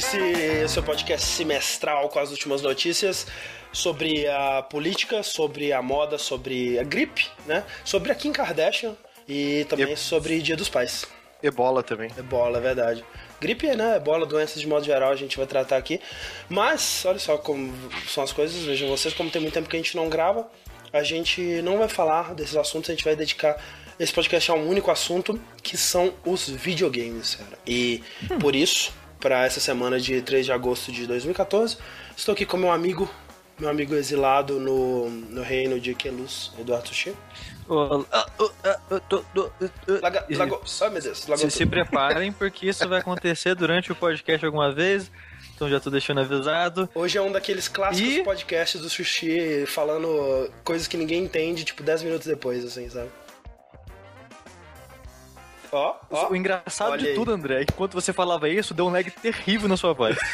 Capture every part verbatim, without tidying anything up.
Vértice, esse é o podcast semestral com as últimas notícias sobre a política, sobre a moda, sobre a gripe, né? Sobre a Kim Kardashian e também e... sobre Dia dos Pais. Ebola também. Ebola, é verdade. Gripe, né? Ebola, doenças de modo geral, a gente vai tratar aqui. Mas, olha só como são as coisas, vejam vocês, como tem muito tempo que a gente não grava, a gente não vai falar desses assuntos, a gente vai dedicar esse podcast a um único assunto, que são os videogames, cara. E hum. por isso, para essa semana de três de agosto de dois mil e catorze, estou aqui com meu amigo, meu amigo exilado no, no reino de Queluz, Eduardo Sushi. Laga, lago, oh, meu Deus, se, se preparem, porque isso vai acontecer durante o podcast alguma vez. Então já tô deixando avisado. Hoje é um daqueles clássicos e... podcasts do Sushi falando coisas que ninguém entende, tipo, dez minutos depois, assim, sabe? Ó, ó, o engraçado de aí. tudo, André, é que quando você falava isso, deu um lag terrível na sua voz.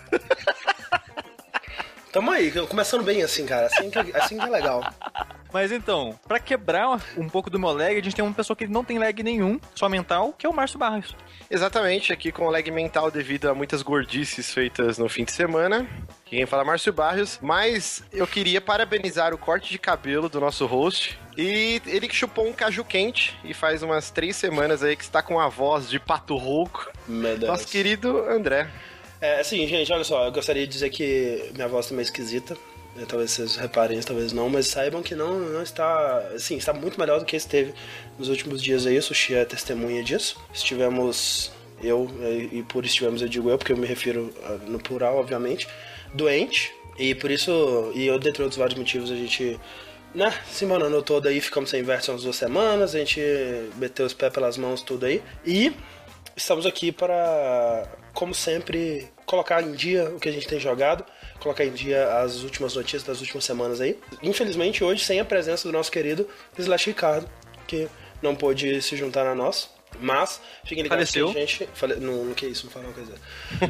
Tamo aí, começando bem assim, cara. Assim que, assim que é legal. Mas então, pra quebrar um pouco do meu lag, a gente tem uma pessoa que não tem lag nenhum, só mental, que é o Márcio Barros. Exatamente, aqui com lag mental devido a muitas gordices feitas no fim de semana. Quem fala é Márcio Barros, mas eu queria parabenizar o corte de cabelo do nosso host. E ele que chupou um caju quente e faz umas três semanas aí que está com a voz de pato rouco. Meu Deus. Nosso querido André. É, assim, gente, olha só, eu gostaria de dizer que minha voz tá meio esquisita. Talvez vocês reparem, talvez não, mas saibam que não, não está, assim, está muito melhor do que esteve nos últimos dias aí. O Sushi é testemunha disso. Estivemos, eu, e por estivemos eu digo eu, porque eu me refiro no plural, obviamente, doente, e por isso, e eu, dentre outros vários motivos, a gente, né, se embananou todo aí, ficamos sem Vértice umas duas semanas, a gente meteu os pés pelas mãos, tudo aí, e estamos aqui para, como sempre, colocar em dia o que a gente tem jogado, colocar em dia as últimas notícias das últimas semanas aí. Infelizmente, hoje, sem a presença do nosso querido Slash Ricardo, que não pôde se juntar a nós. Mas, fiquem ligados Faleceu. que a gente... Fale... Não, não que isso, não fala uma coisa.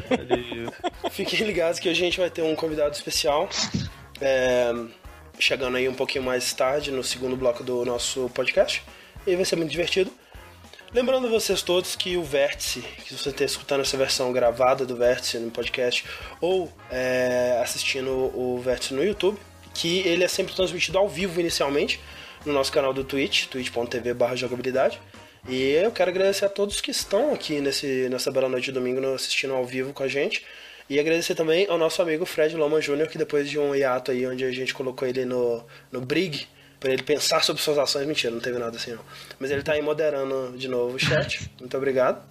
Fiquem ligados que a gente vai ter um convidado especial, é... chegando aí um pouquinho mais tarde, no segundo bloco do nosso podcast. E vai ser muito divertido. Lembrando a vocês todos que o Vértice, que você está escutando essa versão gravada do Vértice no podcast ou é, assistindo o Vértice no YouTube, que ele é sempre transmitido ao vivo inicialmente no nosso canal do Twitch, twitch ponto tv barra jogabilidade. E eu quero agradecer a todos que estão aqui nesse, nessa bela noite de domingo assistindo ao vivo com a gente. E agradecer também ao nosso amigo Fred Loma Júnior, que depois de um hiato aí onde a gente colocou ele no, no Brig, pra ele pensar sobre suas ações. Mentira, não teve nada assim não. Mas ele tá aí moderando de novo o chat. Muito obrigado.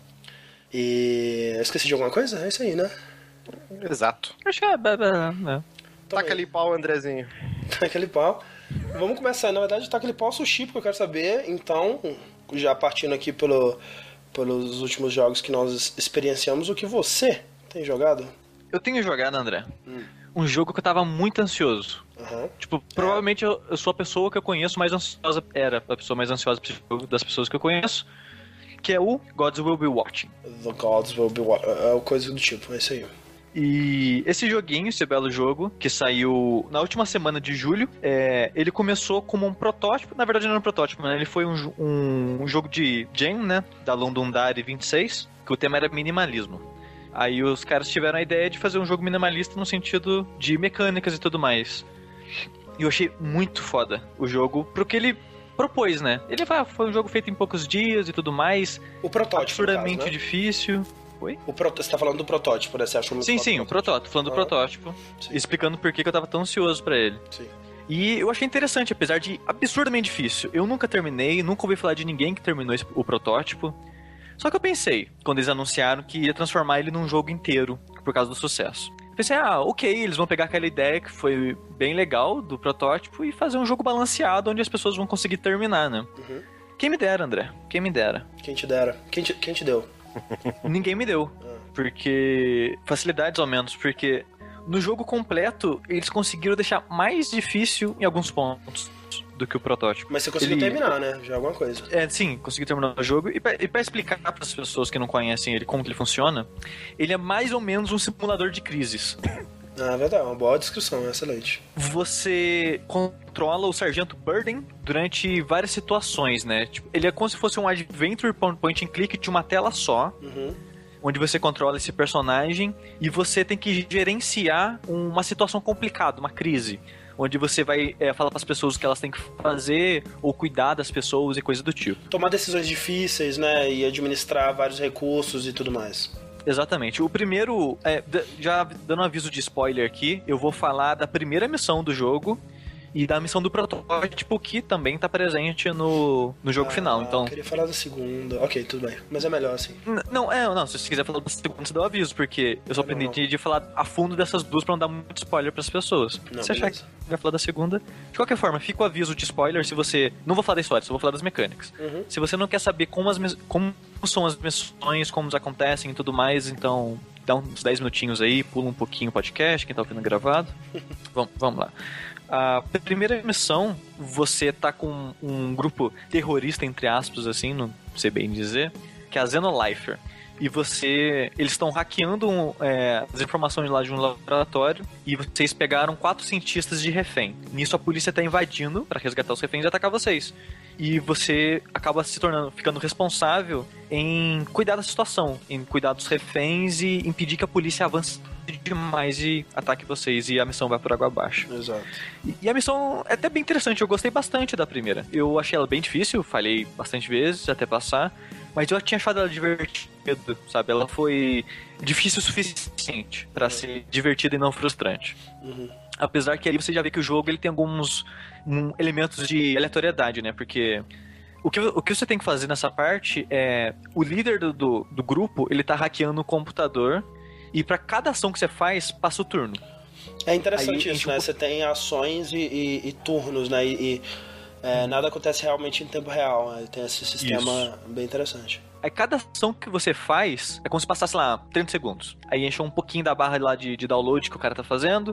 E eu esqueci de alguma coisa? É isso aí, né? Exato. Acho que é... é. Taca ali pau, Andrezinho. Taca ali pau. Vamos começar. Na verdade, taca ali pau Sushi, porque eu quero saber. Então, já partindo aqui pelo, pelos últimos jogos que nós experienciamos, o que você tem jogado? Eu tenho jogado, André. Hum. Um jogo que eu tava muito ansioso. Uhum. Tipo, provavelmente é. eu, eu sou a pessoa que eu conheço mais ansiosa. Era a pessoa mais ansiosa das pessoas que eu conheço. Que é o Gods Will Be Watching. The Gods Will Be Watching. É o coisa do tipo, é isso aí. E esse joguinho, esse belo jogo, que saiu na última semana de julho, é, ele começou como um protótipo. Na verdade não era um protótipo, né? Ele foi um, um, um jogo de Gen, né? Da Londonderry vinte e seis, que o tema era minimalismo. Aí os caras tiveram a ideia de fazer um jogo minimalista no sentido de mecânicas e tudo mais. E eu achei muito foda o jogo, porque ele propôs, né? Ele foi um jogo feito em poucos dias e tudo mais. O protótipo, absurdamente caso, né? difícil. Oi? O proto... Você tá falando do protótipo, né? Você achou muito Sim, foda sim, o protótipo. Falando ah, do protótipo. Sim. Explicando por que eu tava tão ansioso pra ele. Sim. E eu achei interessante, apesar de absurdamente difícil. Eu nunca terminei, nunca ouvi falar de ninguém que terminou esse, o protótipo. Só que eu pensei, quando eles anunciaram que ia transformar ele num jogo inteiro, por causa do sucesso. Eu pensei, ah, ok, eles vão pegar aquela ideia que foi bem legal do protótipo e fazer um jogo balanceado onde as pessoas vão conseguir terminar, né? Uhum. Quem me dera, André? Quem me dera? Quem te dera? Quem te, quem te deu? Ninguém me deu. Ah. Porque... facilidades ao menos, porque no jogo completo eles conseguiram deixar mais difícil em alguns pontos do que o protótipo. Mas você conseguiu ele... terminar, né? Já é alguma coisa. É, sim, consegui terminar o jogo. E pra, e pra explicar para as pessoas que não conhecem ele como que ele funciona, ele é mais ou menos um simulador de crises. Ah, verdade, uma boa descrição, excelente. Você controla o Sargento Burden durante várias situações, né? Tipo, ele é como se fosse um adventure point and click de uma tela só. Uhum. onde você controla esse personagem e você tem que gerenciar uma situação complicada, uma crise, onde você vai é, falar para as pessoas o que elas têm que fazer ou cuidar das pessoas e coisa do tipo. Tomar decisões difíceis, né, e administrar vários recursos e tudo mais. Exatamente. O primeiro, é, já dando um aviso de spoiler aqui, eu vou falar da primeira missão do jogo e da missão do protótipo, que também tá presente no, no jogo ah, final. Então, eu queria falar da segunda. Ok, tudo bem. Mas é melhor assim. N- não, é, não, se você quiser falar da segunda, você dá o aviso, porque eu só aprendi de falar a fundo dessas duas pra não dar muito spoiler pras pessoas. Não, se achar beleza. que vai falar da segunda. De qualquer forma, fica o aviso de spoiler se você. Não vou falar da história, só vou falar das mecânicas. Uhum. Se você não quer saber como, as, mis- como são as missões, como acontecem e tudo mais, então dá uns dez minutinhos aí, pula um pouquinho o podcast, quem tá ouvindo gravado. vamos, vamos lá. A primeira missão, você tá com um grupo terrorista, entre aspas, assim, não sei bem dizer, que é a Xenolifer. E você... Eles estão hackeando é, as informações lá de um laboratório e vocês pegaram quatro cientistas de refém. Nisso a polícia tá invadindo para resgatar os reféns e atacar vocês. E você acaba se tornando, ficando responsável em cuidar da situação, em cuidar dos reféns e impedir que a polícia avance demais e ataque vocês, e a missão vai por água abaixo. Exato. E, e a missão é até bem interessante, eu gostei bastante da primeira. Eu achei ela bem difícil, falhei bastante vezes até passar, mas eu tinha achado ela divertida, sabe? Ela foi difícil o suficiente pra uhum. ser divertida e não frustrante. Uhum. Apesar que aí você já vê que o jogo ele tem alguns um, elementos de aleatoriedade, né? Porque o que, o que você tem que fazer nessa parte é... O líder do, do, do grupo, ele tá hackeando o computador e pra cada ação que você faz, passa o turno. É interessante aí, isso, né? Um... Você tem ações e, e, e turnos, né? E, e é, nada acontece realmente em tempo real, né? Tem esse sistema isso. Bem interessante. Aí cada ação que você faz é como se passasse lá trinta segundos. Aí enche um pouquinho da barra lá de, de download que o cara tá fazendo.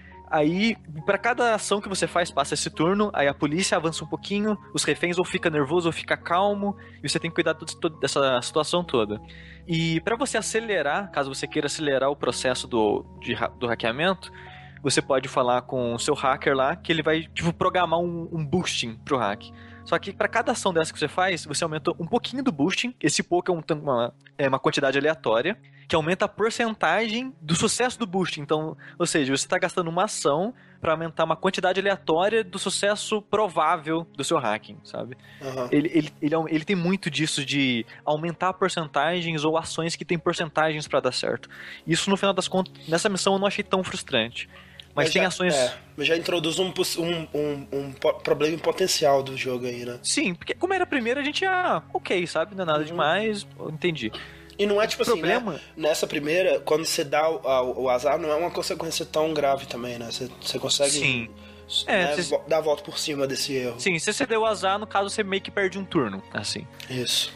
Aí, pra cada ação que você faz, passa esse turno, aí a polícia avança um pouquinho, os reféns ou fica nervoso ou fica calmo, e você tem que cuidar de, de, dessa situação toda. E pra você acelerar, caso você queira acelerar o processo do, de, do hackeamento, você pode falar com o seu hacker lá, que ele vai, tipo, programar um, um boosting pro hack. Só que pra cada ação dessa que você faz, você aumenta um pouquinho do boosting, esse pouco é, um, uma, é uma quantidade aleatória, que aumenta a porcentagem do sucesso do boosting. Então, ou seja, você está gastando uma ação para aumentar uma quantidade aleatória do sucesso provável do seu hacking, sabe? Uhum. Ele, ele, ele, ele tem muito disso de aumentar porcentagens ou ações que têm porcentagens para dar certo. Isso, no final das contas, nessa missão eu não achei tão frustrante. Mas, mas tem já, ações... É, mas já introduz um, um, um, um problema em potencial do jogo aí, né? Sim, porque como era a primeira, a gente ia... Ok, sabe? Não é nada uhum. demais, entendi. E não é tipo assim, problema... né? Nessa primeira, quando você dá o, o, o azar, não é uma consequência tão grave também, né? Você, você consegue Sim. Né, É, cê... dar a volta por cima desse erro. Sim, se você deu o azar, no caso você meio que perde um turno, assim. Isso.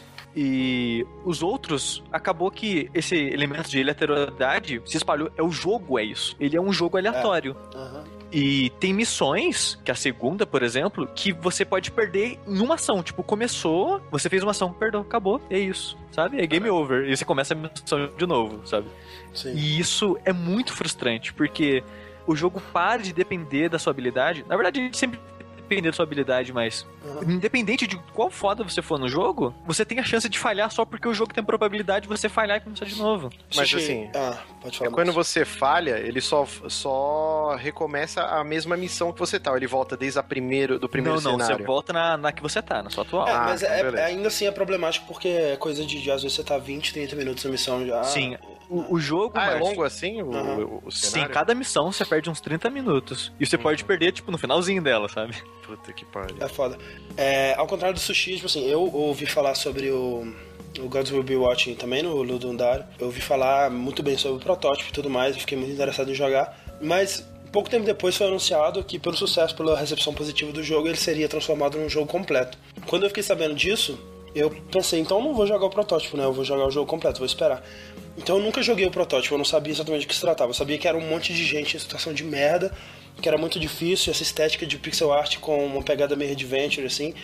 E os outros, acabou que esse elemento de aleatoriedade se espalhou. É o jogo, é isso. Ele é um jogo aleatório. É. Uhum. E tem missões, que a segunda, por exemplo, que você pode perder em uma ação. Tipo, começou, você fez uma ação, perdeu, acabou, é isso, sabe? É game over. E você começa a missão de novo, sabe? Sim. E isso é muito frustrante, porque o jogo para de depender da sua habilidade. Na verdade, a gente sempre depender da sua habilidade, mas uhum. independente de qual foda você for no jogo, você tem a chance de falhar só porque o jogo tem probabilidade de você falhar e começar de novo. Mas assim, ah, pode falar é quando você falha, ele só, só recomeça a mesma missão que você tá, ele volta desde a primeiro, do primeiro não, não, cenário. Não, não, você volta na, na que você tá, na sua atual. É, ah, mas é, é, ainda assim é problemático porque é coisa de, de às vezes você tá vinte, trinta minutos na missão já. Sim. O, o jogo... Ah, Marcio, é longo assim o, uhum. o, o cenário? Sim, cada missão você perde uns trinta minutos. E você uhum. pode perder, tipo, no finalzinho dela, sabe? Puta que pariu. É foda. É, ao contrário do Sushi, tipo assim, eu ouvi falar sobre o, o Gods Will Be Watching também no Ludundar. Eu ouvi falar muito bem sobre o protótipo e tudo mais, eu fiquei muito interessado em jogar. Mas pouco tempo depois foi anunciado que, pelo sucesso, pela recepção positiva do jogo, ele seria transformado num jogo completo. Quando eu fiquei sabendo disso, eu pensei, então eu não vou jogar o protótipo, né? Eu vou jogar o jogo completo, vou esperar. Então eu nunca joguei o protótipo, eu não sabia exatamente do que se tratava. Eu sabia que era um monte de gente em situação de merda, que era muito difícil, essa estética de pixel art com uma pegada meio adventure, assim.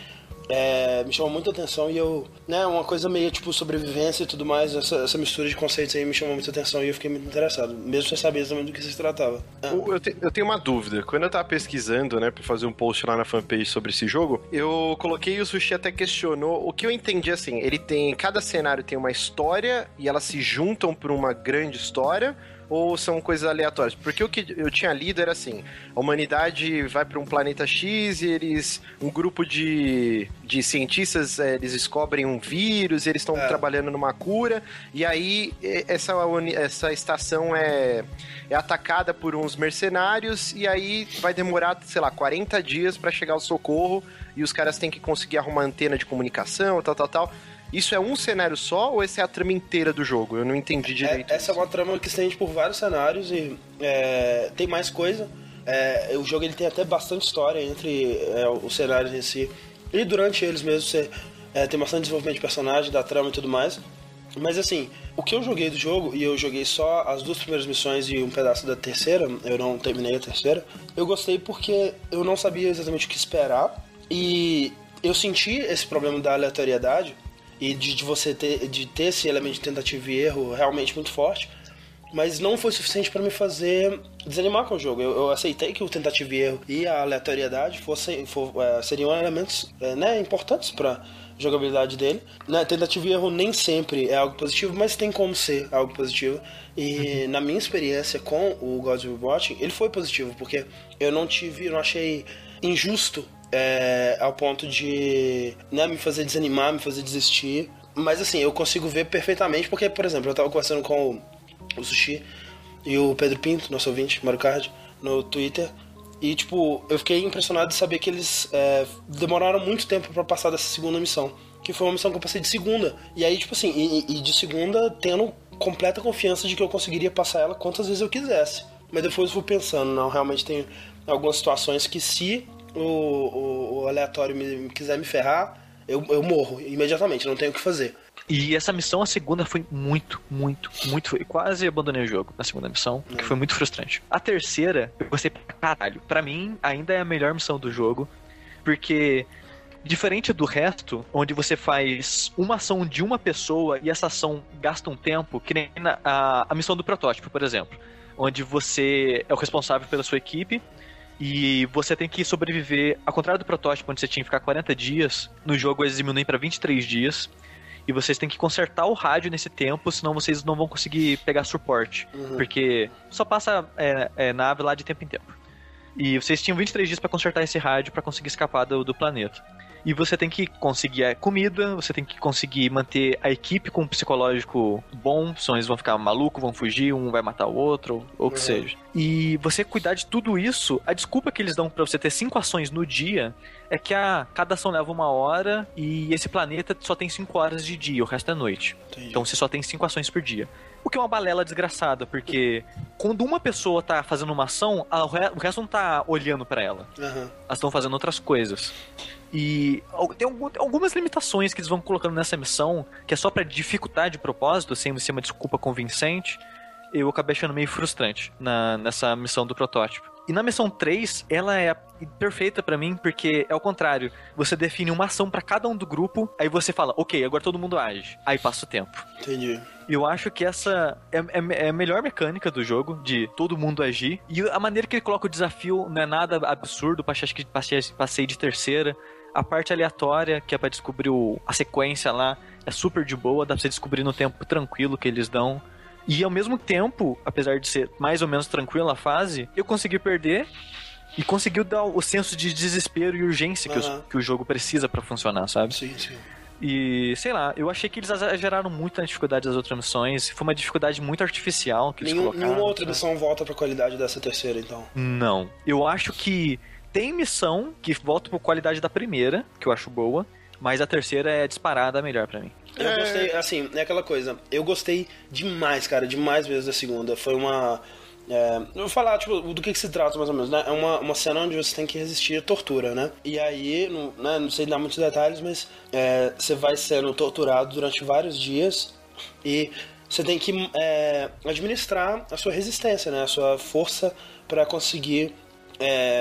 é, me chamou muita atenção e eu, né, uma coisa meio tipo sobrevivência e tudo mais, essa, essa mistura de conceitos aí me chamou muita atenção e eu fiquei muito interessado, mesmo sem saber exatamente do que se tratava. Ah. Eu, te, eu tenho uma dúvida, quando eu tava pesquisando, né, pra fazer um post lá na fanpage sobre esse jogo, eu coloquei e o Sushi até questionou, o que eu entendi assim, ele tem, cada cenário tem uma história e elas se juntam por uma grande história, ou são coisas aleatórias? Porque o que eu tinha lido era assim, a humanidade vai para um planeta X e eles, um grupo de, de cientistas, é, eles descobrem um vírus, eles estão é. trabalhando numa cura, e aí essa, essa estação é, é atacada por uns mercenários, e aí vai demorar, sei lá, quarenta dias para chegar o socorro, e os caras têm que conseguir arrumar antena de comunicação, tal, tal, tal. Isso é um cenário só ou essa é a trama inteira do jogo? Eu não entendi direito. É, essa é uma trama que se estende por vários cenários e é, tem mais coisa. É, o jogo ele tem até bastante história entre é, os cenários em si. E durante eles mesmo você é, tem bastante desenvolvimento de personagem, da trama e tudo mais. Mas assim, o que eu joguei do jogo, e eu joguei só as duas primeiras missões e um pedaço da terceira, eu não terminei a terceira, eu gostei porque eu não sabia exatamente o que esperar. E eu senti esse problema da aleatoriedade e de, de você ter, de ter esse elemento de tentativa e erro realmente muito forte, mas não foi suficiente para me fazer desanimar com o jogo. Eu, eu aceitei que o tentativa e erro e a aleatoriedade fossem, for, é, seriam elementos é, né, importantes para jogabilidade dele. Né, tentativa e erro nem sempre é algo positivo, mas tem como ser algo positivo. E na minha experiência com o Gods Will Be Watching, ele foi positivo, porque eu não tive, eu não achei injusto É, ao ponto de, né, me fazer desanimar, me fazer desistir. Mas assim, eu consigo ver perfeitamente, porque, por exemplo, eu tava conversando com o, o Sushi e o Pedro Pinto, nosso ouvinte, Mario Kart, no Twitter. E tipo, eu fiquei impressionado de saber que eles é, demoraram muito tempo pra passar dessa segunda missão, que foi uma missão que eu passei de segunda. E aí, tipo assim, e, e de segunda tendo completa confiança de que eu conseguiria passar ela quantas vezes eu quisesse. Mas depois eu fui pensando, não, realmente tem algumas situações que se O, o, o aleatório me, me quiser me ferrar, eu, eu morro imediatamente, não tenho o que fazer. E essa missão, a segunda, foi muito, muito, muito... Eu quase abandonei o jogo na segunda missão, que foi muito frustrante. A terceira, eu gostei pra caralho. Pra mim, ainda é a melhor missão do jogo, porque diferente do resto, onde você faz uma ação de uma pessoa e essa ação gasta um tempo, que nem na, a, a missão do protótipo, por exemplo, onde você é o responsável pela sua equipe e você tem que sobreviver, ao contrário do protótipo, onde você tinha que ficar quarenta dias, no jogo eles diminuem para vinte e três dias, e vocês têm que consertar o rádio nesse tempo, senão vocês não vão conseguir pegar suporte, uhum. porque só passa é, é, nave lá de tempo em tempo. E vocês tinham vinte e três dias para consertar esse rádio para conseguir escapar do, do planeta. E você tem que conseguir a comida, você tem que conseguir manter a equipe com um psicológico bom, senão eles vão ficar malucos, vão fugir, um vai matar o outro, ou o que uhum. seja. E você cuidar de tudo isso, a desculpa que eles dão pra você ter cinco ações no dia é que a, cada ação leva uma hora e esse planeta só tem cinco horas de dia, o resto é noite. Entendi. Então você só tem cinco ações por dia. O que é uma balela desgraçada, porque quando uma pessoa tá fazendo uma ação, a, o resto não tá olhando pra ela. Uhum. Elas estão fazendo outras coisas. E tem algumas limitações que eles vão colocando nessa missão, que é só pra dificultar de propósito, sem ser uma desculpa convincente. Eu acabei achando meio frustrante na, nessa missão do protótipo. E na missão três, ela é perfeita pra mim, porque é o contrário. Você define uma ação pra cada um do grupo, aí você fala, ok, agora todo mundo age. Aí passa o tempo. Entendi. E eu acho que essa é, é, é a melhor mecânica do jogo, de todo mundo agir. E a maneira que ele coloca o desafio não é nada absurdo, acho que passei, passei de terceira. A parte aleatória, que é pra descobrir o, a sequência lá, é super de boa, dá pra você descobrir no tempo tranquilo que eles dão. E ao mesmo tempo, apesar de ser mais ou menos tranquila a fase, eu consegui perder e conseguiu dar o senso de desespero e urgência que, uhum. o, que o jogo precisa pra funcionar, sabe? Sim, sim. E, sei lá, eu achei que eles exageraram muito na dificuldade das outras missões. Foi uma dificuldade muito artificial que eles Nenhum, colocaram. Nenhuma outra missão volta pra qualidade dessa terceira, então? Não. Eu acho que tem missão que volta pra qualidade da primeira, que eu acho boa, mas a terceira é disparada a melhor pra mim. Eu é... gostei, assim, é aquela coisa, eu gostei demais, cara, demais vezes da segunda. Foi uma... É, eu vou falar, tipo, do que, que se trata mais ou menos, né? É uma, uma cena onde você tem que resistir à tortura, né? E aí, não, né, não sei dar muitos detalhes, mas é, você vai sendo torturado durante vários dias e você tem que é, administrar a sua resistência, né? A sua força pra conseguir... É,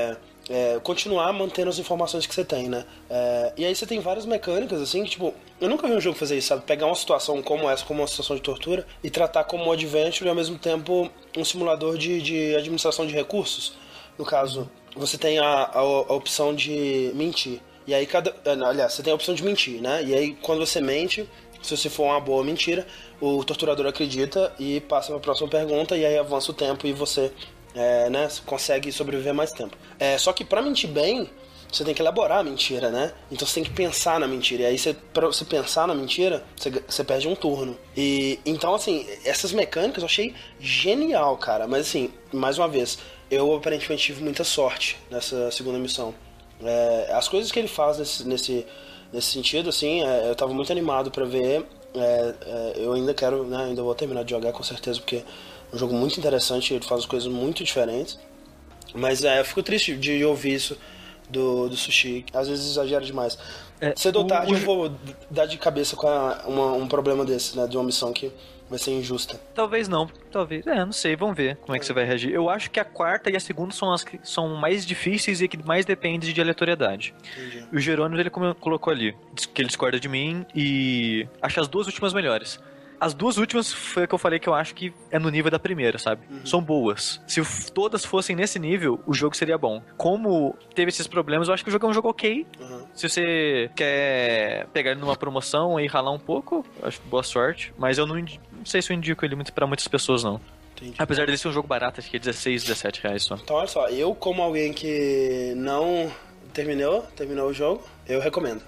é, continuar mantendo as informações que você tem, né? É, e aí você tem várias mecânicas, assim, que, tipo, eu nunca vi um jogo fazer isso, sabe? Pegar uma situação como essa, como uma situação de tortura, e tratar como um adventure e ao mesmo tempo um simulador de, de administração de recursos. No caso, você tem a, a, a opção de mentir. E aí cada. Aliás, você tem a opção de mentir, né? E aí quando você mente, se você for uma boa mentira, o torturador acredita e passa para a próxima pergunta, e aí avança o tempo e você é, né, consegue sobreviver mais tempo. É, só que para mentir bem, você tem que elaborar a mentira, né? Então você tem que pensar na mentira. E aí, você, pra você pensar na mentira, você, você perde um turno. E então, assim, essas mecânicas eu achei genial, cara. Mas, assim, mais uma vez, eu aparentemente tive muita sorte nessa segunda missão. É, as coisas que ele faz nesse, nesse, nesse sentido, assim, é, eu tava muito animado pra ver. É, é, eu ainda quero, né? Ainda vou terminar de jogar com certeza, porque é um jogo muito interessante. Ele faz coisas muito diferentes. Mas é, eu fico triste de ouvir isso Do, do Sushi, às vezes exagera demais. É, Cedo ou tarde o... eu vou dar de cabeça com a, uma, um problema desse, né? De uma missão que vai ser injusta. Talvez não, talvez. É, não sei, vamos ver como é que é. você vai reagir. Eu acho que a quarta e a segunda são as que são mais difíceis e que mais dependem de aleatoriedade. Entendi. O Jerônimo, ele colocou ali, que ele discorda de mim e acha as duas últimas melhores. As duas últimas foi o que eu falei que eu acho que é no nível da primeira, sabe? Uhum. São boas. Se todas fossem nesse nível, o jogo seria bom. Como teve esses problemas, eu acho que o jogo é um jogo ok. Uhum. Se você quer pegar ele numa promoção e ralar um pouco, acho boa sorte. Mas eu não, não sei se eu indico ele muito pra muitas pessoas, não. Entendi. Apesar dele ser um jogo barato, acho que é dezesseis, dezessete reais só. Então, olha só, eu como alguém que não terminou, terminou o jogo, eu recomendo.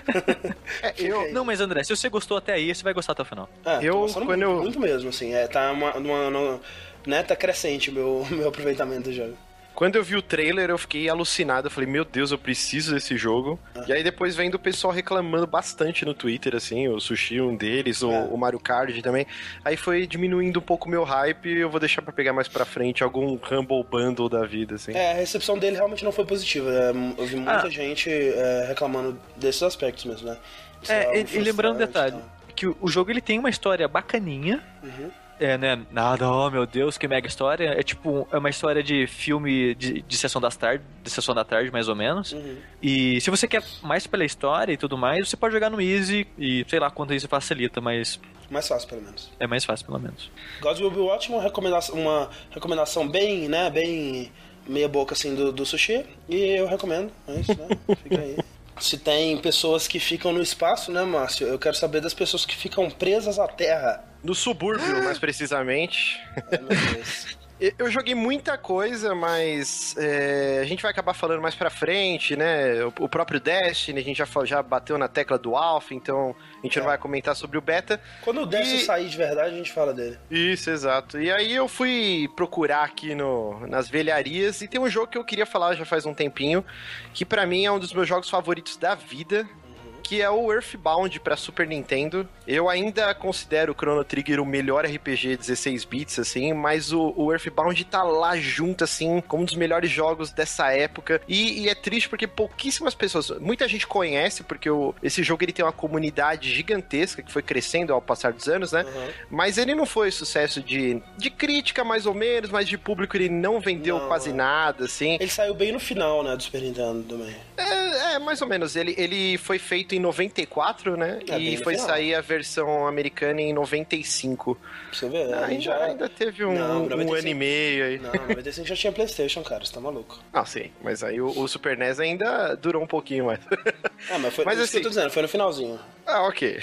é, eu... Não, mas André, se você gostou até aí, você vai gostar até o final. É, eu, tô gostando quando muito, eu... muito mesmo, assim. É, tá uma, uma, uma, né, tá crescente o meu, meu aproveitamento do jogo. Quando eu vi o trailer, eu fiquei alucinado. Eu falei, meu Deus, eu preciso desse jogo. Ah. E aí depois vendo o pessoal reclamando bastante no Twitter, assim, o Sushi, um deles, o, ah. o Mario Kart também. Aí foi diminuindo um pouco o meu hype e eu vou deixar pra pegar mais pra frente algum Humble Bundle da vida, assim. É, a recepção dele realmente não foi positiva. Eu vi muita ah. gente é, reclamando desses aspectos mesmo, né? Isso é, é e lembrando um detalhe, que o, o jogo ele tem uma história bacaninha. Uhum. É, né? Nada, oh meu Deus, que mega história. É tipo, é uma história de filme de, de sessão das tarde, de sessão da tarde, mais ou menos. Uhum. E se você quer mais pela história e tudo mais, você pode jogar no Easy e sei lá quanto isso facilita, mas... Mais fácil, pelo menos. É mais fácil, pelo menos. God Will Be Watching, uma recomendação, uma recomendação bem, né, bem meia boca, assim, do, do Sushi. E eu recomendo, é isso, né? Fica aí. Se tem pessoas que ficam no espaço, né, Márcio? Eu quero saber das pessoas que ficam presas à Terra. No subúrbio, mais precisamente. Ai, meu Deus. Eu joguei muita coisa, mas é, a gente vai acabar falando mais pra frente, né? O, o próprio Destiny, a gente já, já bateu na tecla do Alpha, então a gente é. não vai comentar sobre o Beta. Quando o Destiny e... sair de verdade, a gente fala dele. Isso, exato. E aí eu fui procurar aqui no, nas velharias, e tem um jogo que eu queria falar já faz um tempinho, que pra mim é um dos meus jogos favoritos da vida, que é o Earthbound pra Super Nintendo. Eu ainda considero o Chrono Trigger o melhor R P G dezesseis bits, assim, mas o, o Earthbound tá lá junto, assim, como um dos melhores jogos dessa época. E, e é triste porque pouquíssimas pessoas, muita gente conhece, porque o, esse jogo ele tem uma comunidade gigantesca que foi crescendo ao passar dos anos, né? Uhum. Mas ele não foi sucesso de, de crítica, mais ou menos, mas de público ele não vendeu não, quase é. nada, assim. Ele saiu bem no final, né, do Super Nintendo também. É, é mais ou menos. Ele, ele foi feito em noventa e quatro, né? É, e foi sair a versão americana em noventa e cinco. Você vê, ah, ainda, já... ainda teve um, não, um ano e meio aí. Não, noventa e cinco já tinha PlayStation, cara, você tá maluco. Ah, sim, mas aí o, o Super N E S ainda durou um pouquinho mais. Ah, mas foi mas, isso assim, que eu tô dizendo, foi no finalzinho. Ah, ok.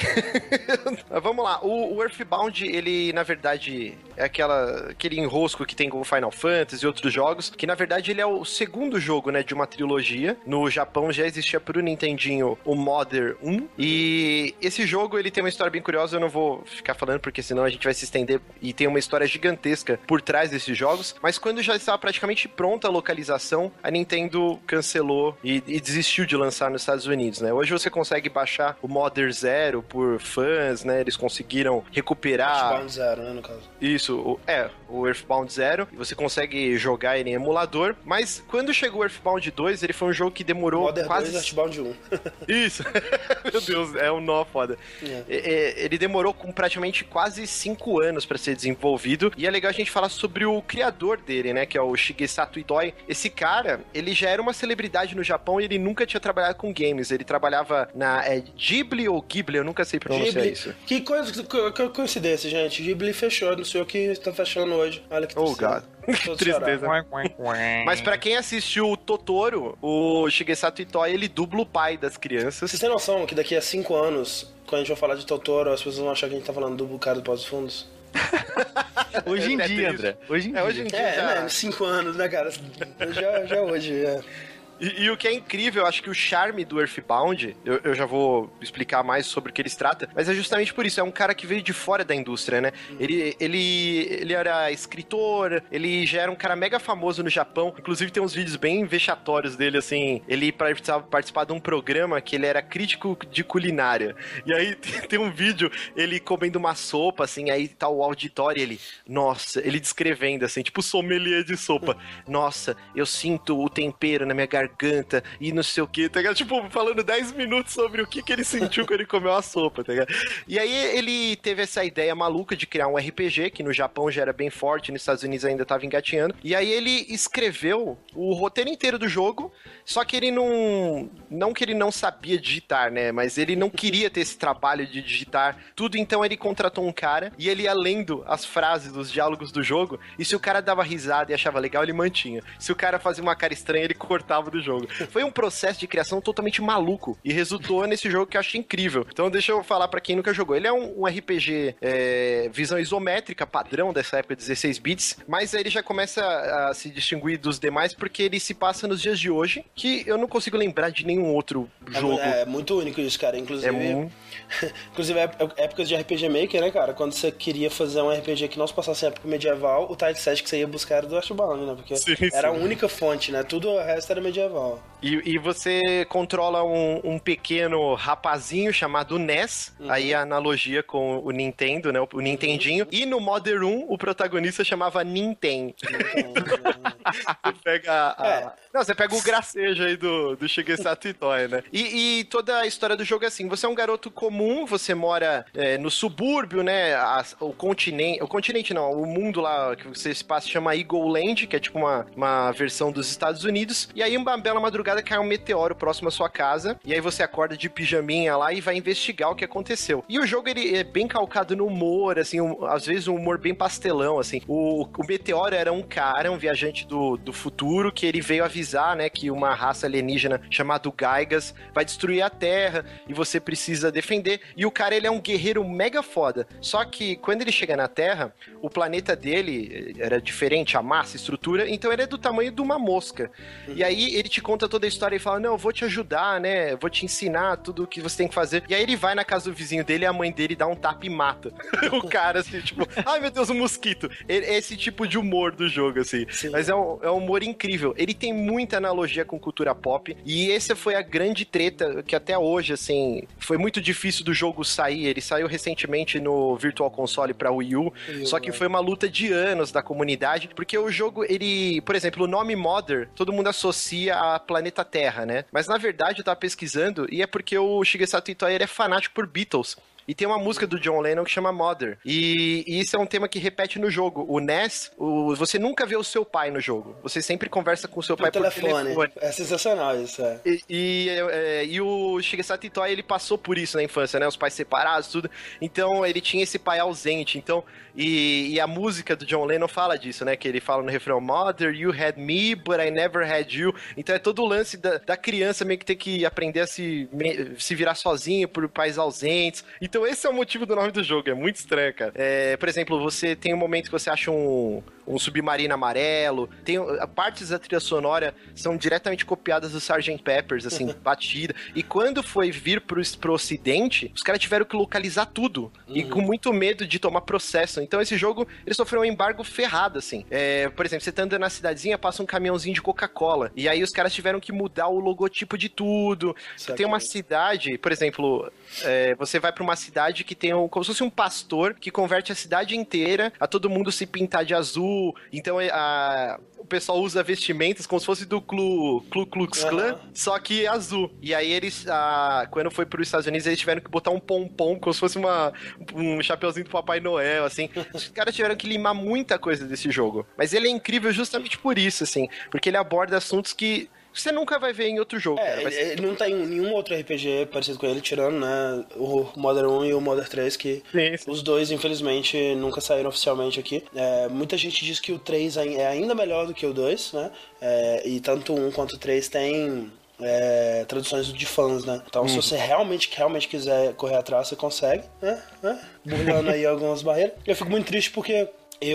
Vamos lá, o, o Earthbound, ele, na verdade, é aquela, aquele enrosco que tem com o Final Fantasy e outros jogos, que, na verdade, ele é o segundo jogo, né, de uma trilogia. No Japão já existia pro Nintendinho o Mother um, e esse jogo, ele tem uma história bem curiosa, eu não vou ficar falando, porque senão a gente vai se estender, e tem uma história gigantesca por trás desses jogos, mas quando já estava praticamente pronta a localização, a Nintendo cancelou e, e desistiu de lançar nos Estados Unidos, né? Hoje você consegue baixar o Mother Zero por fãs, né? Eles conseguiram recuperar... Earthbound Zero, né, no caso. Isso, o, é, o Earthbound Zero, e você consegue jogar ele em emulador, mas quando chegou o Earthbound dois, ele foi um jogo que demorou Modern quase... dois, Earthbound um. Isso. Meu Deus, é um nó foda. É. É, ele demorou com praticamente quase cinco anos pra ser desenvolvido, e é legal a gente falar sobre o criador dele, né, que é o Shigesato Itoi. Esse cara, ele já era uma celebridade no Japão e ele nunca tinha trabalhado com games. Ele trabalhava na é, Ghibli ou Ghibli, eu nunca sei pronunciar Ghibli. Isso. Que coisa, que coincidência, gente. Ghibli fechou, não sei o que está fechando hoje. Olha que oh, God. Que tristeza. Mas pra quem assistiu o Totoro, o Shigesato Itoi, ele dubla o pai das crianças. Vocês têm noção que daqui a cinco anos, quando a gente for falar de Totoro, as pessoas vão achar que a gente tá falando do cara do Pós dos Fundos? Hoje em dia, André. Hoje em dia. É, hoje em dia. É, já... né? Cinco anos, né, cara? Já, já hoje, é. E, e o que é incrível, eu acho que o charme do Earthbound, eu, eu já vou explicar mais sobre o que ele se trata, mas é justamente por isso, é um cara que veio de fora da indústria, né? Uhum. Ele, ele, ele era escritor, ele já era um cara mega famoso no Japão, inclusive tem uns vídeos bem vexatórios dele, assim, ele precisava participar de um programa que ele era crítico de culinária, e aí tem, tem um vídeo, ele comendo uma sopa, assim, aí tá o auditório, ele, nossa, ele descrevendo, assim, tipo sommelier de sopa, nossa, eu sinto o tempero na minha garganta, garganta e não sei o que, tá ligado? Tipo, falando dez minutos sobre o que, que ele sentiu quando ele comeu a sopa, tá ligado? E aí ele teve essa ideia maluca de criar um R P G, que no Japão já era bem forte, nos Estados Unidos ainda tava engatinhando, e aí ele escreveu o roteiro inteiro do jogo, só que ele não... não que ele não sabia digitar, né? Mas ele não queria ter esse trabalho de digitar tudo, então ele contratou um cara e ele ia lendo as frases dos diálogos do jogo, e se o cara dava risada e achava legal, ele mantinha. Se o cara fazia uma cara estranha, ele cortava do jogo. Foi um processo de criação totalmente maluco e resultou nesse jogo que eu acho incrível. Então deixa eu falar pra quem nunca jogou. Ele é um, um R P G é, visão isométrica, padrão dessa época, dezesseis bits, mas aí ele já começa a se distinguir dos demais porque ele se passa nos dias de hoje, que eu não consigo lembrar de nenhum outro jogo. É, é muito único isso, cara. Inclusive, é muito... inclusive épocas de R P G Maker, né, cara? Quando você queria fazer um R P G que não se passasse em época medieval, o tileset que você ia buscar era do Earthbound, né? Porque sim, era sim. a única fonte, né? Tudo o resto era medieval. E, e você controla um, um pequeno rapazinho chamado Ness, uhum. aí a analogia com o Nintendo, né? O, o Nintendinho. Uhum. E no Modern um, o protagonista chamava Ninten. Você pega a... É. Não, você pega o gracejo aí do, do Shigesato Itoi, né? E, e toda a história do jogo é assim, você é um garoto comum, você mora é, no subúrbio, né? A, o continente... O continente não, o mundo lá que você se passa chama Eagle Land, que é tipo uma, uma versão dos Estados Unidos. E aí uma bela madrugada cai um meteoro próximo à sua casa, e aí você acorda de pijaminha lá e vai investigar o que aconteceu. E o jogo, ele é bem calcado no humor, assim, um, às vezes um humor bem pastelão, assim. O, o meteoro era um cara, um viajante do, do futuro, que ele veio avisar, né, que uma raça alienígena chamada Gaigas vai destruir a Terra, e você precisa defender. E o cara, ele é um guerreiro mega foda. Só que, quando ele chega na Terra, o planeta dele era diferente, a massa, a estrutura, então ele é do tamanho de uma mosca. Uhum. E aí, ele te conta toda a história e fala, não, eu vou te ajudar, né, vou te ensinar tudo o que você tem que fazer. E aí ele vai na casa do vizinho dele e a mãe dele dá um tapa e mata o cara, assim, tipo, ai meu Deus, um mosquito. Esse tipo de humor do jogo, assim. Sim. Mas é um, é um humor incrível. Ele tem muita analogia com cultura pop, e essa foi a grande treta que até hoje, assim, foi muito difícil do jogo sair. Ele saiu recentemente no Virtual Console pra Wii U, Sim, só que foi uma luta de anos da comunidade, porque o jogo, ele, por exemplo, o nome Mother, todo mundo associa a planeta Terra, né? Mas na verdade eu tava pesquisando e é porque o Shigesato Itoi ele é fanático por Beatles. E tem uma música do John Lennon que chama Mother. E, e isso é um tema que repete no jogo. O Ness, o, você nunca vê o seu pai no jogo. Você sempre conversa com o seu por pai telefone. por telefone. É sensacional isso, é. E, e, é, e o Shigesato Itoi, ele passou por isso na infância, né? Os pais separados, tudo. Então, ele tinha esse pai ausente. Então, e, e a música do John Lennon fala disso, né? Que ele fala no refrão, Mother, you had me, but I never had you. Então, é todo o lance da, da criança meio que ter que aprender a se, se virar sozinha por pais ausentes. Então, Então esse é o motivo do nome do jogo, é muito estranho, cara. É, por exemplo, você tem um momento que você acha um, um submarino amarelo, tem partes da trilha sonora são diretamente copiadas do sergeant Pepper's, assim, batida. E quando foi vir pro, pro ocidente, os caras tiveram que localizar tudo. Uhum. E com muito medo de tomar processo. Então esse jogo, ele sofreu um embargo ferrado, assim. É, por exemplo, você tá andando na cidadezinha, passa um caminhãozinho de Coca-Cola. E aí os caras tiveram que mudar o logotipo de tudo. Tem uma cidade, por exemplo, é, você vai pra uma cidade cidade que tem um, como se fosse um pastor que converte a cidade inteira a todo mundo se pintar de azul. Então a... o pessoal usa vestimentas como se fosse do Klu, Klu Klux Klan, uhum. só que azul. E aí eles, ah, quando foi para os Estados Unidos, eles tiveram que botar um pompom, como se fosse uma, um chapeuzinho do Papai Noel, assim. Os caras tiveram que limar muita coisa desse jogo. Mas ele é incrível justamente por isso, assim, porque ele aborda assuntos que você nunca vai ver em outro jogo. É, cara, ele não tem nenhum outro R P G parecido com ele, tirando, né, o Modern um e o Modern três, que sim, sim. os dois, infelizmente, nunca saíram oficialmente aqui. É, muita gente diz que o três é ainda melhor do que o dois, né, é, e tanto o um quanto o três tem... É, traduções de fãs, né? Então, hum. se você realmente, realmente quiser correr atrás, você consegue, né? né? Burlando aí algumas barreiras. Eu fico muito triste porque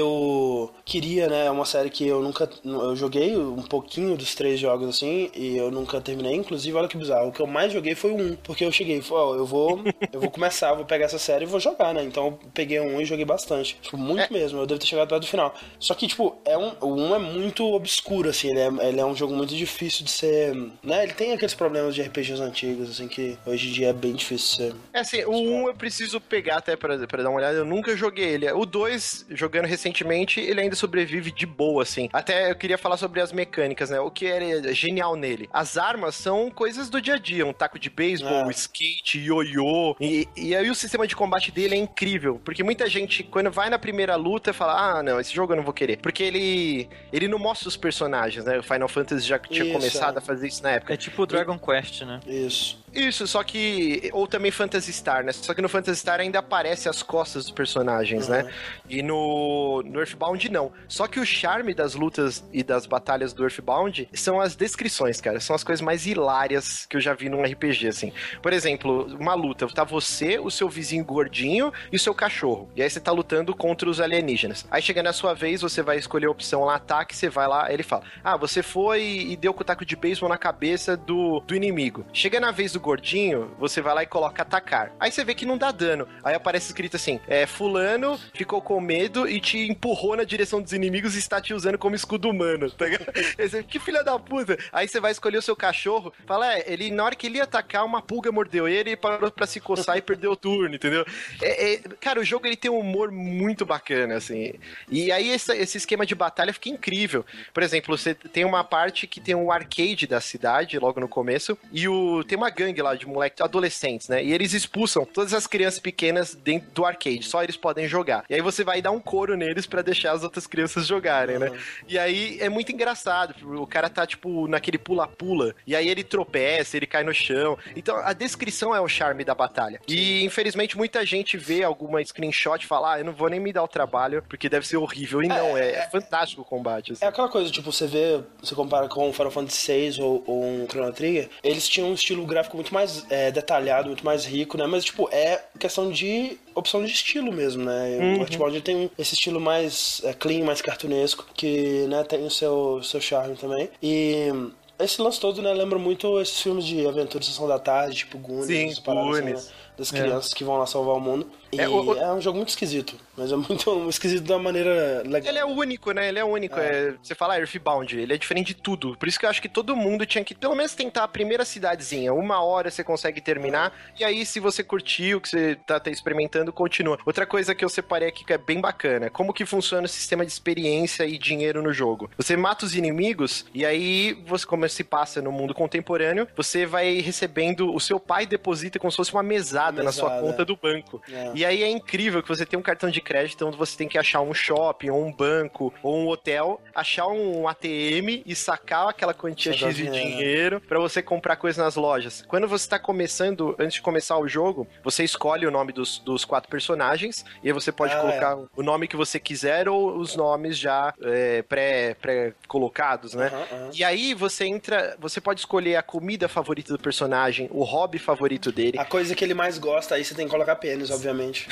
eu queria, né, uma série que eu nunca... Eu joguei um pouquinho dos três jogos, assim, e eu nunca terminei. Inclusive, olha que bizarro, o que eu mais joguei foi o um. Porque eu cheguei e falei, ó, oh, eu vou eu vou começar, vou pegar essa série e vou jogar, né? Então, eu peguei um e joguei bastante. Tipo, muito é. mesmo. Eu devo ter chegado perto do final. Só que, tipo, é um, o um é muito obscuro, assim. Ele é, ele é um jogo muito difícil de ser... Né? Ele tem aqueles problemas de R P Gs antigos, assim, que hoje em dia é bem difícil de ser... É, assim, o um eu preciso pegar até pra, pra dar uma olhada. Eu nunca joguei ele. O dois, jogando recentemente, ele ainda sobrevive de boa, assim. Até eu queria falar sobre as mecânicas, né? O que é genial nele. As armas são coisas do dia a dia. Um taco de beisebol, ah. skate, ioiô. E, e aí o sistema de combate dele é incrível. Porque muita gente, quando vai na primeira luta, fala, ah, não, esse jogo eu não vou querer. Porque ele ele não mostra os personagens, né? O Final Fantasy já tinha isso, começado é. a fazer isso na época. É tipo o Dragon e... Quest, né? Isso. Isso, só que... Ou também Phantasy Star, né? Só que no Phantasy Star ainda aparece as costas dos personagens, uhum. né? E no, no Earthbound, não. Só que o charme das lutas e das batalhas do Earthbound são as descrições, cara. São as coisas mais hilárias que eu já vi num R P G, assim. Por exemplo, uma luta. Tá você, o seu vizinho gordinho e o seu cachorro. E aí você tá lutando contra os alienígenas. Aí chega na sua vez, você vai escolher a opção lá, ataque, você vai lá, ele fala, ah, você foi e deu com o taco de beisebol na cabeça do, do inimigo. Chega na vez do gordinho, você vai lá e coloca atacar. Aí você vê que não dá dano. Aí aparece escrito assim, é, fulano ficou com medo e te empurrou na direção dos inimigos e está te usando como escudo humano, tá ligado? Você, que filha da puta! Aí você vai escolher o seu cachorro, fala, é, ele, na hora que ele ia atacar, uma pulga mordeu ele e parou pra se coçar e perdeu o turno, entendeu? É, é, cara, o jogo, ele tem um humor muito bacana, assim. E aí esse, esse esquema de batalha fica incrível. Por exemplo, você tem uma parte que tem um arcade da cidade, logo no começo, e o, tem uma gangue lá de moleques, adolescentes, né? E eles expulsam todas as crianças pequenas dentro do arcade, só eles podem jogar. E aí você vai dar um couro neles pra deixar as outras crianças jogarem, uhum. né? E aí é muito engraçado, o cara tá, tipo, naquele pula-pula, e aí ele tropeça, ele cai no chão. Então, a descrição é o charme da batalha. E, infelizmente, muita gente vê alguma screenshot e fala, ah, eu não vou nem me dar o trabalho, porque deve ser horrível. E não, é, é, é fantástico o combate. Assim. É aquela coisa, tipo, você vê, você compara com o Final Fantasy seis ou, ou um Chrono Trigger, eles tinham um estilo gráfico muito mais é, detalhado, muito mais rico, né? Mas, tipo, é questão de opção de estilo mesmo, né? Uhum. O Earthbound tem esse estilo mais é, clean, mais cartunesco, que, né, tem o seu, seu charme também. E esse lance todo, né, lembra muito esses filmes de aventura, Sessão da Tarde, tipo Goonies, Sim, paradas, Goonies. Assim, né? Das crianças é. que vão lá salvar o mundo. E é, o, é um jogo muito esquisito, mas é muito esquisito de uma maneira legal. Ele é único, né? Ele é único. É. É, você fala Earthbound, ele é diferente de tudo. Por isso que eu acho que todo mundo tinha que, pelo menos, tentar a primeira cidadezinha. Uma hora você consegue terminar, é. e aí, se você curtiu o que você tá, tá experimentando, continua. Outra coisa que eu separei aqui que é bem bacana, como que funciona o sistema de experiência e dinheiro no jogo. Você mata os inimigos, e aí, você, como se passa no mundo contemporâneo, você vai recebendo, o seu pai deposita como se fosse uma mesada, uma mesada. na sua conta do banco. É. E aí é incrível que você tem um cartão de crédito onde você tem que achar um shopping, ou um banco, ou um hotel, achar um A T M e sacar aquela quantia X de dinheiro pra você comprar coisas nas lojas. Quando você tá começando, antes de começar o jogo, você escolhe o nome dos, dos quatro personagens, e aí você pode ah, colocar é. o nome que você quiser ou os nomes já é, pré, pré-colocados, né? Uhum, uhum. E aí você entra, você pode escolher a comida favorita do personagem, o hobby favorito dele. A coisa que ele mais gosta, aí você tem que colocar pênis, obviamente.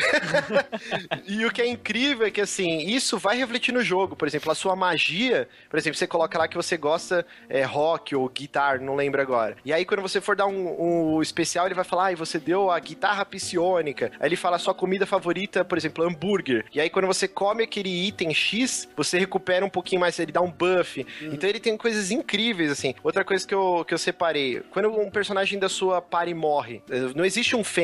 E o que é incrível é que, assim, isso vai refletir no jogo. Por exemplo, a sua magia, por exemplo, você coloca lá que você gosta é, rock ou guitar, não lembro agora. E aí, quando você for dar um, um especial, ele vai falar, ah, você deu a guitarra psionica. Aí ele fala a sua comida favorita, por exemplo, hambúrguer. E aí, quando você come aquele item X, você recupera um pouquinho mais, ele dá um buff. Uhum. Então, ele tem coisas incríveis, assim. Outra coisa que eu, que eu separei, quando um personagem da sua party morre, não existe um fênix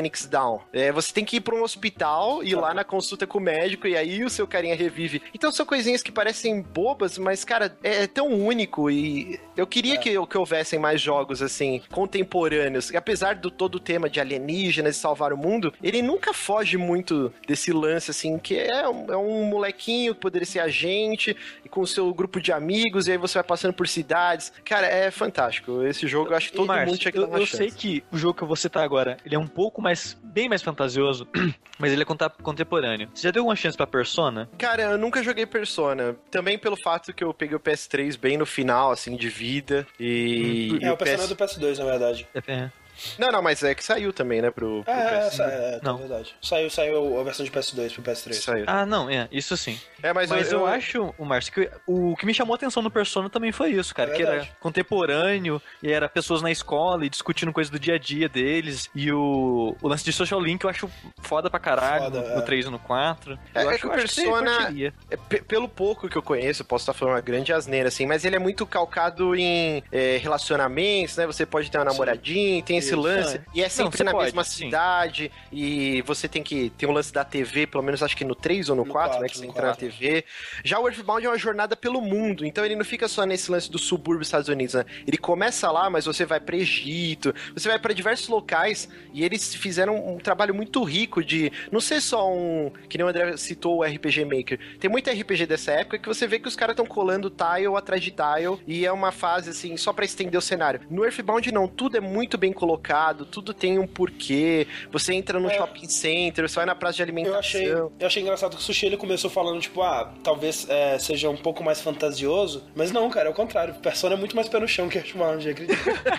Phoenix Down. É, você tem que ir pra um hospital, ir lá na consulta com o médico, e aí o seu carinha revive. Então são coisinhas que parecem bobas, mas, cara, é, é tão único, e eu queria é. que, que houvessem mais jogos, assim, contemporâneos. E apesar do todo o tema de alienígenas e salvar o mundo, ele nunca foge muito desse lance, assim, que é um, é um molequinho que poderia ser agente, com o seu grupo de amigos, e aí você vai passando por cidades. Cara, é fantástico. Esse jogo, eu acho que todo Márcio, mundo tinha que dar uma eu, eu chance. sei que o jogo que eu vou citar agora, ele é um pouco mais, bem mais fantasioso, mas ele é contemporâneo. Você já deu uma chance pra Persona? Cara, eu nunca joguei Persona. Também pelo fato que eu peguei o P S três bem no final, assim, de vida. E. Hum, e é, o, o Persona P S... é do P S dois, na verdade. É. Não, não, mas é que saiu também, né, pro, pro é, P S. É, é, é, não. é verdade. Saiu, saiu a versão de P S dois pro P S três. Saiu. Ah, não, é, isso sim. É, mas, mas eu, eu, eu acho, o Márcio, que o que me chamou a atenção no Persona também foi isso, cara, É que era contemporâneo, e era pessoas na escola e discutindo coisas do dia a dia deles, e o, o lance de Social Link eu acho foda pra caralho, foda, no, é. no três e no quatro. É, eu é acho que o eu acho Persona, que é, p- pelo pouco que eu conheço, eu posso estar falando uma grande asneira, assim, mas ele é muito calcado em é, relacionamentos, né? Você pode ter uma namoradinha, tem esse Isso, lance, é. e é sempre Não, na pode, mesma sim. cidade, e você tem que ter um lance da T V, pelo menos acho que no três ou no, No quatro, né? quatro, Que você no entra na quatro. T V. Já o Earthbound é uma jornada pelo mundo, então ele não fica só nesse lance do subúrbio dos Estados Unidos, né? Ele começa lá, mas você vai pra Egito, você vai pra diversos locais, e eles fizeram um trabalho muito rico de não ser só um, que nem o André citou, o R P G Maker. Tem muito R P G dessa época que você vê que os caras estão colando tile atrás de tile, e é uma fase assim, só pra estender o cenário. No Earthbound não, tudo é muito bem colocado, tudo tem um porquê, você entra no É. shopping center, você vai na praça de alimentação. Eu achei, eu achei engraçado que o Sushi ele começou falando, tipo, ah, talvez é, seja um pouco mais fantasioso, mas não, cara, é o contrário. Persona é muito mais pé no chão que Earthbound, acredito.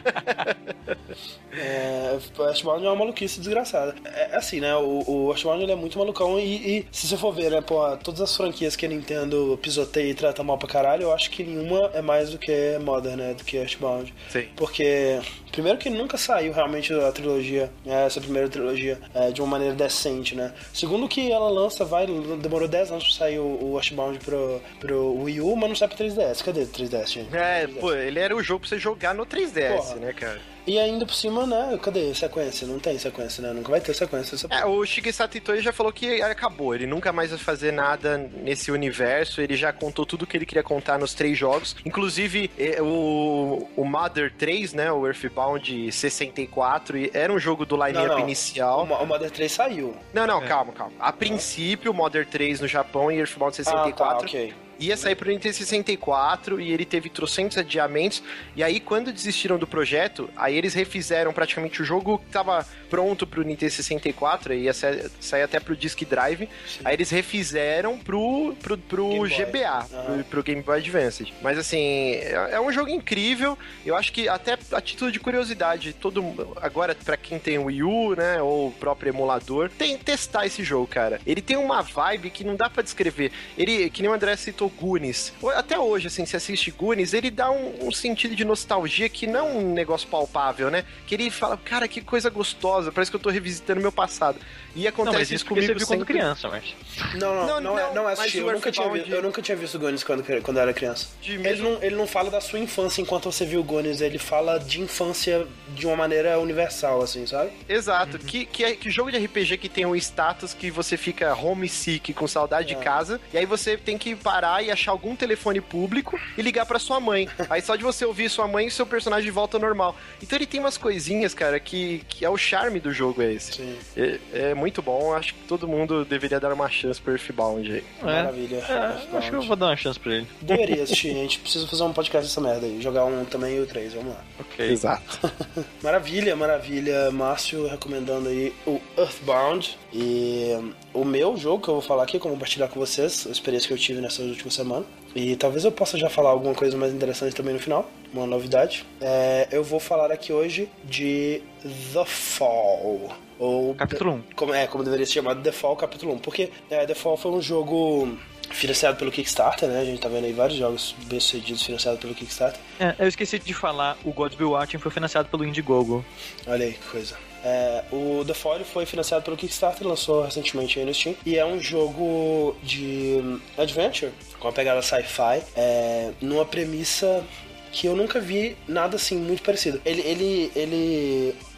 é, Earthbound é uma maluquice desgraçada. É assim, né, o, o Earthbound ele é muito malucão e, e se você for ver, né, pô, todas as franquias que a Nintendo pisoteia e trata mal pra caralho, eu acho que nenhuma é mais do que Modern, né, do que Earthbound. Sim. Porque, primeiro que nunca saiu realmente a trilogia, né, essa primeira trilogia, é, de uma maneira decente, né. Segundo que ela lança, vai, demorou dez anos pra sair o, o Earthbound pro, pro Wii U, mas não sai pro três D S. Cadê o três D S, gente? É, três D S. pô, ele era o jogo pra você jogar no três D S, Porra. né, cara? E ainda por cima, né, cadê sequência? Não tem sequência, né, nunca vai ter sequência. Essa... É, o Shigesato Itoi já falou que acabou, ele nunca mais vai fazer nada nesse universo, ele já contou tudo que ele queria contar nos três jogos, inclusive é, o, o Mother três, né, o Earthbound sessenta e quatro, era um jogo do line-up Não, não. inicial. O, o Mother três saiu. Não, não, É. calma, calma. A princípio, o Mother três no Japão e Earthbound sessenta e quatro... Ah, tá, ok. Ia sair pro Nintendo sessenta e quatro e ele teve trocentos adiamentos. E aí, quando desistiram do projeto, aí eles refizeram praticamente o jogo que tava pronto pro Nintendo sessenta e quatro, ia sair, sair até pro Disk Drive. Sim. Aí eles refizeram pro, pro, pro Game G B A, Boy. pro, Aham. pro Game Boy Advance. Mas assim, é, é um jogo incrível. Eu acho que até a título de curiosidade, todo agora pra quem tem Wii U, né, ou o próprio emulador, tem testar esse jogo, cara. Ele tem uma vibe que não dá pra descrever. Ele, que nem o André citou, Goonies. Até hoje, assim, se assiste Goonies, ele dá um, um sentido de nostalgia que não é um negócio palpável, né? Que ele fala, cara, que coisa gostosa, parece que eu tô revisitando meu passado. E acontece Não, mas isso isso porque comigo você viu quando sempre. criança, mas... Não, não, Não, não, não, é, não mas assisti. o Eu nunca, tinha Earthbound- visto, eu nunca tinha visto Goonies quando, quando eu era criança. De Ele mesmo- não, ele não fala da sua infância enquanto você viu Goonies, ele fala de infância de uma maneira universal, assim, sabe? Exato. Que, que, é- que jogo de R P G que tem um status que você fica homesick, com saudade É. de casa, e aí você tem que parar e achar algum telefone público e ligar pra sua mãe. Aí só de você ouvir sua mãe, seu personagem volta ao normal. Então ele tem umas coisinhas, cara, que, que é o charme do jogo, é esse. Sim. É, é muito bom, acho que todo mundo deveria dar uma chance pro Earthbound aí. Maravilha. É, acho que eu vou dar uma chance pra ele. Deveria assistir, a gente precisa fazer um podcast dessa merda aí. Jogar um também e o três, vamos lá. Ok. Exato. Maravilha, maravilha. Márcio recomendando aí o Earthbound. E o meu jogo que eu vou falar aqui, como compartilhar com vocês, a experiência que eu tive nessas últimas semanas. E talvez eu possa já falar alguma coisa mais interessante também no final, uma novidade. É, eu vou falar aqui hoje de The Fall. Ou Capítulo um. Como, é, como deveria ser chamado, The Fall Capítulo um. Porque é, The Fall foi um jogo financiado pelo Kickstarter, né? A gente tá vendo aí vários jogos bem sucedidos financiados pelo Kickstarter. É, eu esqueci de falar, o Gods Will Watching foi financiado pelo Indiegogo. Olha aí que coisa. É, o The Fall foi financiado pelo Kickstarter, lançou recentemente aí no Steam. E é um jogo de adventure, com uma pegada sci-fi, é, numa premissa que eu nunca vi nada assim muito parecido. Ele, ele, ele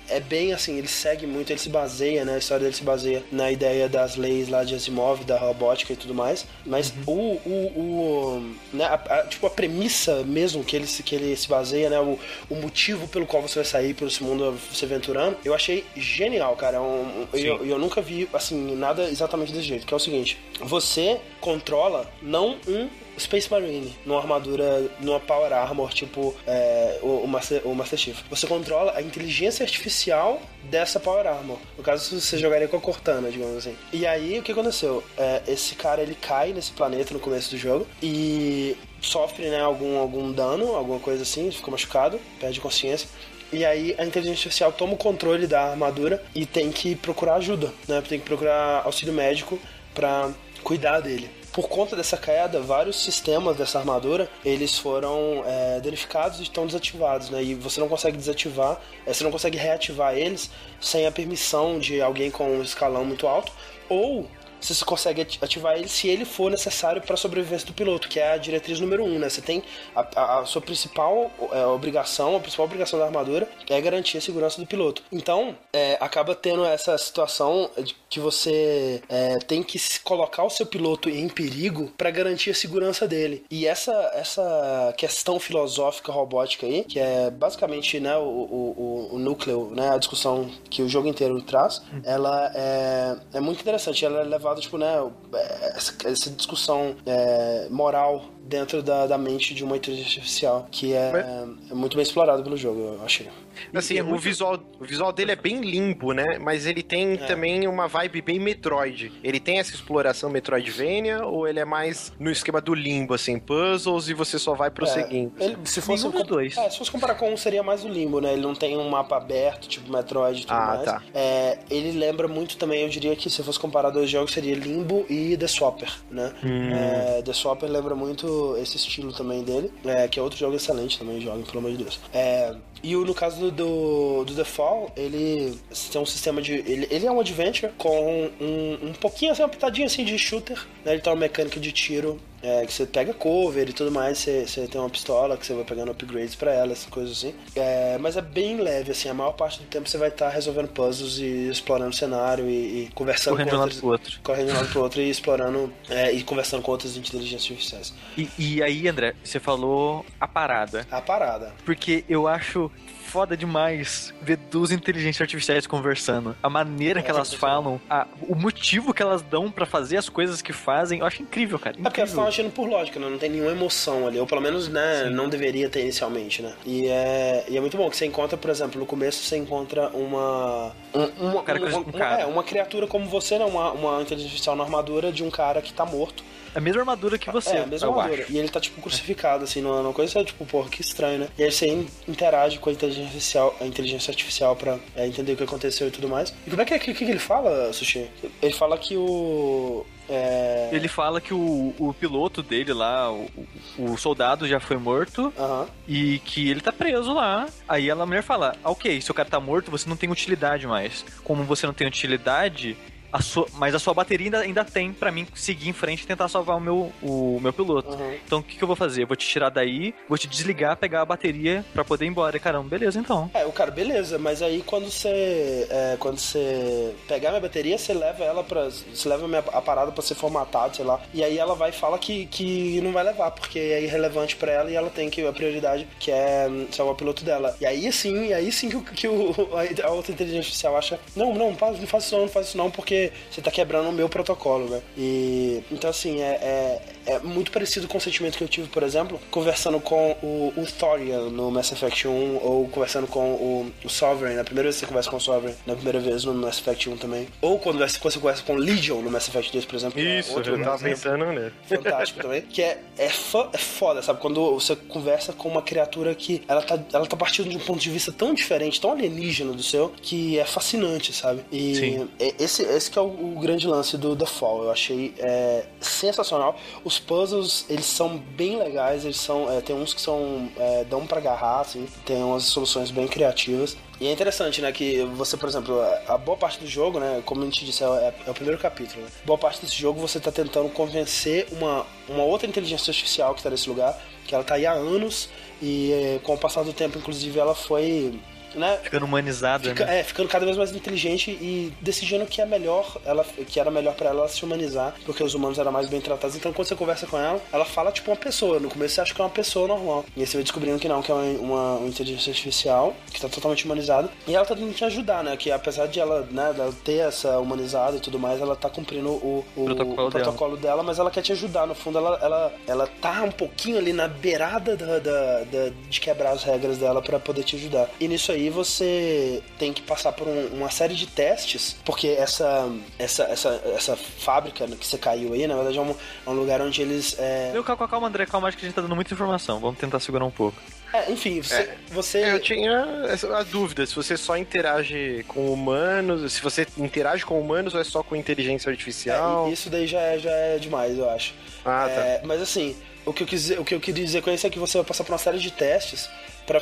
é bem assim, ele segue muito, ele se baseia, né, a história dele se baseia na ideia das leis lá de Asimov, da robótica e tudo mais, mas uhum. o, o, o né, a, a, tipo, a premissa mesmo que ele, que ele se baseia, né, o, o motivo pelo qual você vai sair por esse mundo se aventurando, eu achei genial, cara, um, um, eu, eu nunca vi, assim, nada exatamente desse jeito, que é o seguinte, você controla não um Space Marine, numa armadura, numa Power Armor, tipo é, o, o, Master, o Master Chief. Você controla a inteligência artificial dessa Power Armor. No caso, você jogaria com a Cortana, digamos assim. E aí, o que aconteceu? É, esse cara, ele cai nesse planeta no começo do jogo e sofre, né, algum, algum dano, alguma coisa assim, fica machucado, perde consciência. E aí a inteligência artificial toma o controle da armadura e tem que procurar ajuda, né? Tem que procurar auxílio médico pra cuidar dele. Por conta dessa queda, vários sistemas dessa armadura, eles foram é, danificados e estão desativados, né? E você não consegue desativar, é, você não consegue reativar eles sem a permissão de alguém com um escalão muito alto, ou você consegue ativar ele se ele for necessário para a sobrevivência do piloto, que é a diretriz número um, né? Você tem a, a, a sua principal é, obrigação, a principal obrigação da armadura é garantir a segurança do piloto. Então, é, acaba tendo essa situação de que você é, tem que colocar o seu piloto em perigo para garantir a segurança dele. E essa, essa questão filosófica robótica aí, que é basicamente, né, o, o, o núcleo, né, a discussão que o jogo inteiro traz, ela é, é muito interessante. Ela é levada, tipo, né, essa, essa discussão é, moral dentro da, da mente de uma inteligência artificial, que é, é muito bem explorado pelo jogo, eu achei. Assim, o, visual, o visual dele é bem limbo, né? Mas ele tem é. também uma vibe bem Metroid. Ele tem essa exploração Metroidvania ou ele é mais no esquema do limbo, assim, puzzles e você só vai prosseguindo? É, ele, se fosse um dos dois. É, se fosse comparar com um, seria mais o limbo, né? Ele não tem um mapa aberto, tipo Metroid e tudo ah, mais. Tá. É, ele lembra muito também, eu diria que se fosse comparar dois jogos, seria Limbo e The Swapper, né? Hum. É, The Swapper lembra muito esse estilo também dele, é, que é outro jogo excelente também, joguem, pelo amor de Deus. É, e o, no caso do, do, do The Fall, ele tem um sistema de... Ele, ele é um adventure com um, um pouquinho, assim, uma pitadinha assim de shooter, né? Ele tem uma mecânica de tiro, é, que você pega cover e tudo mais, você, você tem uma pistola que você vai pegando upgrades pra ela, essas coisas assim. É, mas é bem leve, assim, a maior parte do tempo você vai estar tá resolvendo puzzles e explorando o cenário e, e conversando correndo com de um outros... lado pro outro. Correndo de um lado pro outro e explorando é, e conversando com outras inteligências artificiais. E, e aí, André, você falou a parada. A parada. Porque eu acho foda demais ver duas inteligências artificiais conversando. A maneira é, que elas falam, a, o motivo que elas dão pra fazer as coisas que fazem, eu acho incrível, cara. Incrível. É porque elas estão agindo por lógica, né? Não tem nenhuma emoção ali, ou pelo menos, né, Sim. não deveria ter inicialmente, né? E é, e é muito bom que você encontra, por exemplo, no começo você encontra uma... Um, uma, cara, uma, um cara. É, uma criatura como você, né? Uma, uma inteligência artificial na armadura de um cara que tá morto. A mesma armadura que você, É, a mesma armadura. Acho. E ele tá, tipo, crucificado, assim, numa, numa coisa, tipo, porra, que estranho, né? E aí você interage com a inteligência artificial, a inteligência artificial pra é, entender o que aconteceu e tudo mais. E como é que, que, que ele fala, Sushi? Ele fala que o... É... Ele fala que o, o piloto dele lá, o, o soldado já foi morto uhum. e que ele tá preso lá. Aí a mulher fala, ah, ok, se o cara tá morto, você não tem utilidade mais. Como você não tem utilidade... A sua, mas a sua bateria ainda, ainda tem pra mim seguir em frente e tentar salvar o meu, o meu piloto. Uhum. Então o que, que eu vou fazer? Eu vou te tirar daí, vou te desligar, pegar a bateria pra poder ir embora. Caramba, beleza então. É, o cara, beleza, mas aí quando você é, quando você pegar minha bateria, você leva ela pra... Você leva a, minha, a parada pra ser formatado, sei lá. E aí ela vai e fala que, que não vai levar, porque é irrelevante pra ela e ela tem que a prioridade, que é salvar o piloto dela. E aí sim, e aí sim que, o, que o, a outra inteligência artificial acha, não, não, não faz, não faz isso não, não faz isso não, porque você tá quebrando o meu protocolo, né? E então assim, é, é, é muito parecido com o sentimento que eu tive, por exemplo, conversando com o, o Thorian no Mass Effect um, ou conversando com o, o Sovereign, na primeira vez que você conversa com o Sovereign, na primeira vez no Mass Effect um também, ou quando você conversa com o Legion no Mass Effect dois, por exemplo. Isso, é outro, eu tava pensando, né? Fantástico também. Que é, é, fo- é foda, sabe? Quando você conversa com uma criatura que ela tá, ela tá partindo de um ponto de vista tão diferente, tão alienígena do seu, que é fascinante, sabe? E Sim. esse, esse que é o o grande lance do The Fall, eu achei é, sensacional. Os puzzles, eles são bem legais, eles são, é, tem uns que são é, dão pra agarrar, assim, tem umas soluções bem criativas. E é interessante, né, que você, por exemplo, a boa parte do jogo, né, como a gente disse, é, é o primeiro capítulo, né? Boa parte desse jogo você tá tentando convencer uma, uma outra inteligência artificial que tá nesse lugar, que ela tá aí há anos e é, com o passar do tempo, inclusive, ela foi... né? Ficando humanizada, Fica, né? É, ficando cada vez mais inteligente e decidindo que é melhor, ela, que era melhor pra ela, ela se humanizar, porque os humanos eram mais bem tratados. Então, quando você conversa com ela, ela fala tipo uma pessoa. No começo você acha que é uma pessoa normal. E aí você vai descobrindo que não, que é uma, uma, uma inteligência artificial, que tá totalmente humanizada. E ela tá tentando te ajudar, né? Que apesar de ela, né, dela ter essa humanizada e tudo mais, ela tá cumprindo o, o, protocolo, o protocolo dela. dela, mas ela quer te ajudar. No fundo, ela, ela, ela tá um pouquinho ali na beirada da, da, da, de quebrar as regras dela pra poder te ajudar. E nisso aí você tem que passar por um, uma série de testes, porque essa, essa, essa, essa fábrica que você caiu aí, na verdade, é um, é um lugar onde eles... É... Meu, calma, calma, André, calma, acho que a gente tá dando muita informação. Vamos tentar segurar um pouco. É, enfim, você... É, você... Eu tinha a dúvida, se você só interage com humanos, se você interage com humanos ou é só com inteligência artificial? É, isso daí já é, já é demais, eu acho. Ah, tá. É, mas assim, o que, eu quis, o que eu queria dizer com isso é que você vai passar por uma série de testes para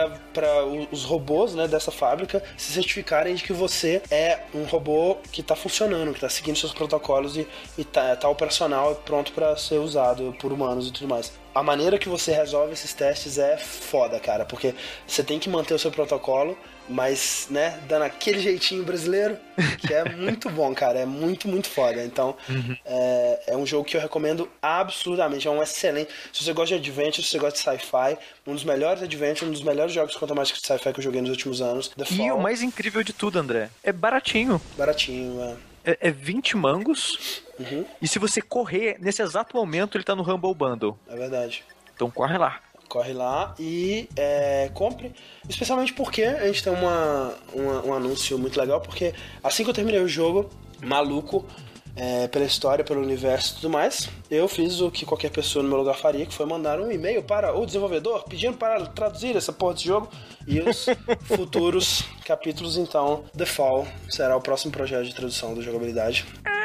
uhum. os robôs, né, dessa fábrica se certificarem de que você é um robô que tá funcionando, que tá seguindo seus protocolos e, e tá, tá operacional e pronto para ser usado por humanos e tudo mais. A maneira que você resolve esses testes é foda, cara, porque você tem que manter o seu protocolo, mas, né, dando aquele jeitinho brasileiro, que é muito bom, cara, é muito, muito foda. Então, uhum. é, é um jogo que eu recomendo absolutamente, é um excelente... Se você gosta de adventure, se você gosta de sci-fi, um dos melhores adventure, um dos melhores jogos com temática de sci-fi que eu joguei nos últimos anos. The E Fall. o mais incrível de tudo, André, é baratinho. Baratinho, é. É, é vinte mangos, uhum. e se você correr, nesse exato momento, ele tá no Humble Bundle. É verdade. Então corre lá. Corre lá e é, compre, especialmente porque a gente tem uma, uma, um anúncio muito legal, porque assim que eu terminei o jogo, maluco, é, pela história, pelo universo e tudo mais, eu fiz o que qualquer pessoa no meu lugar faria, que foi mandar um e-mail para o desenvolvedor pedindo para traduzir essa porra desse jogo, e os futuros capítulos. Então, The Fall será o próximo projeto de tradução da jogabilidade.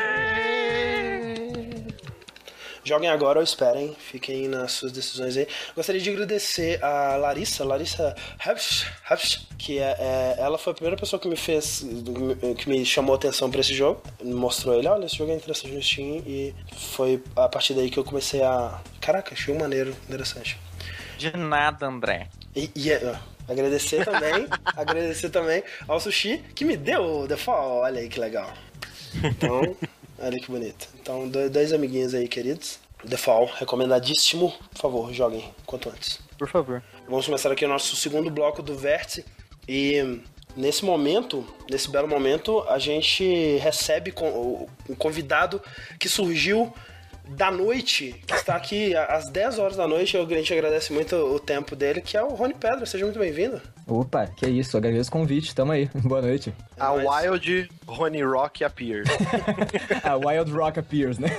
Joguem agora ou esperem, fiquem nas suas decisões aí. Gostaria de agradecer a Larissa, Larissa Habs, Habs, que é, é, ela foi a primeira pessoa que me fez, que me chamou a atenção pra esse jogo. Me mostrou ele, olha, esse jogo é interessante no Steam, e foi a partir daí que eu comecei a... Caraca, achei um maneiro, interessante. De nada, André. E, e é, agradecer também, agradecer também ao Sushi, que me deu o The Fall, olha aí que legal. Então... Olha que bonito. Então, dois amiguinhos aí, queridos. The Fall, recomendadíssimo. Por favor, joguem quanto antes. Por favor. Vamos começar aqui o nosso segundo bloco do Vértice. E nesse momento, nesse belo momento, a gente recebe um convidado que surgiu da noite, que está aqui às dez horas da noite. A gente agradece muito o tempo dele, que é o Rony Pedra. Seja muito bem-vindo. Opa, que isso, agradeço o convite, tamo aí, boa noite. É a mais... Wild Rony Rock appears. A Wild Rock appears, né?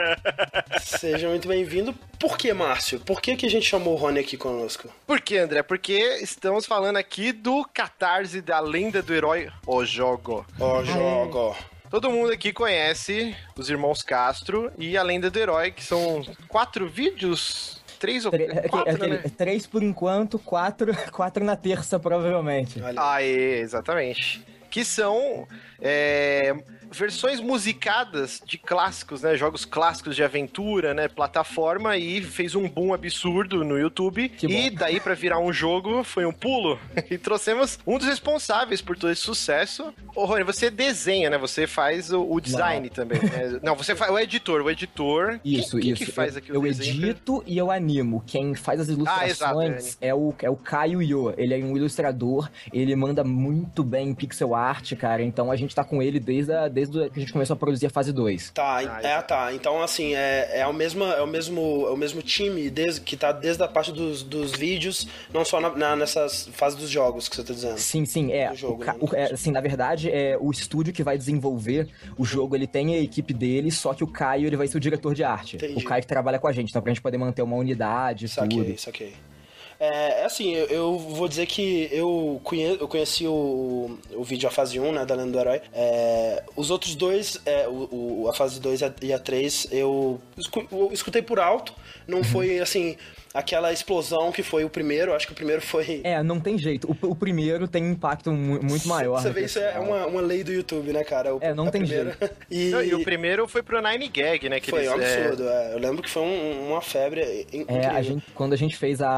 Seja muito bem-vindo. Por que, Márcio? Por que, que a gente chamou o Rony aqui conosco? Por que, André? Porque estamos falando aqui do Catarse da Lenda do Herói, o jogo. O jogo. Todo mundo aqui conhece os Irmãos Castro e a Lenda do Herói, que são quatro vídeos... Três ou quatro, aquele, né? Três por enquanto, quatro, quatro na terça, provavelmente. Ah, é, exatamente. Que são é, versões musicadas de clássicos, né? Jogos clássicos de aventura, né? Plataforma, e fez um boom absurdo no YouTube. Que e bom. Daí, pra virar um jogo, foi um pulo. E trouxemos um dos responsáveis por todo esse sucesso. Ô, Rony, você desenha, né? Você faz o, o design Não. também. Né? Não, você faz o editor. O editor... Isso, quem, isso. Quem que faz eu, aqui o eu desenho? edito e eu animo. Quem faz as ilustrações Ah, exato, é, o, é o Caio Io. Ele é um ilustrador, ele manda muito bem em pixel art, cara. Então a gente tá com ele desde, a, desde que a gente começou a produzir a fase dois. Tá, Ah, é, tá. Então, assim, é, é, o mesmo, é, o mesmo, é o mesmo time desde, que tá desde a parte dos, dos vídeos, não só na, na, nessas fases dos jogos que você tá dizendo. Sim, sim, é. Do jogo, o, ca- né? o- é, assim, na verdade, é o estúdio que vai desenvolver o jogo, ele tem a equipe dele, só que o Caio, ele vai ser o diretor de arte. Entendi. O Caio que trabalha com a gente, então pra gente poder manter uma unidade e Saquei, tudo. saquei. É, é assim, eu, eu vou dizer que eu, conhe, eu conheci o, o vídeo, a fase um, né, da Lenda do Herói. É, os outros dois, é, o, o- a fase dois e a três, eu, escu- eu escutei por alto. Não foi, assim, aquela explosão que foi o primeiro. Acho que o primeiro foi... É, não tem jeito. O, o primeiro tem um impacto mu- muito maior. Você no vê, isso é pessoal. uma, uma lei do YouTube, né, cara? O, É, não a tem primeira- E, Não, e o primeiro foi pro Nine Gag, né? Que foi eles, um é, absurdo, é. Eu lembro que foi um- uma febre in- É, incrível. a gente, quando a gente fez a... A gente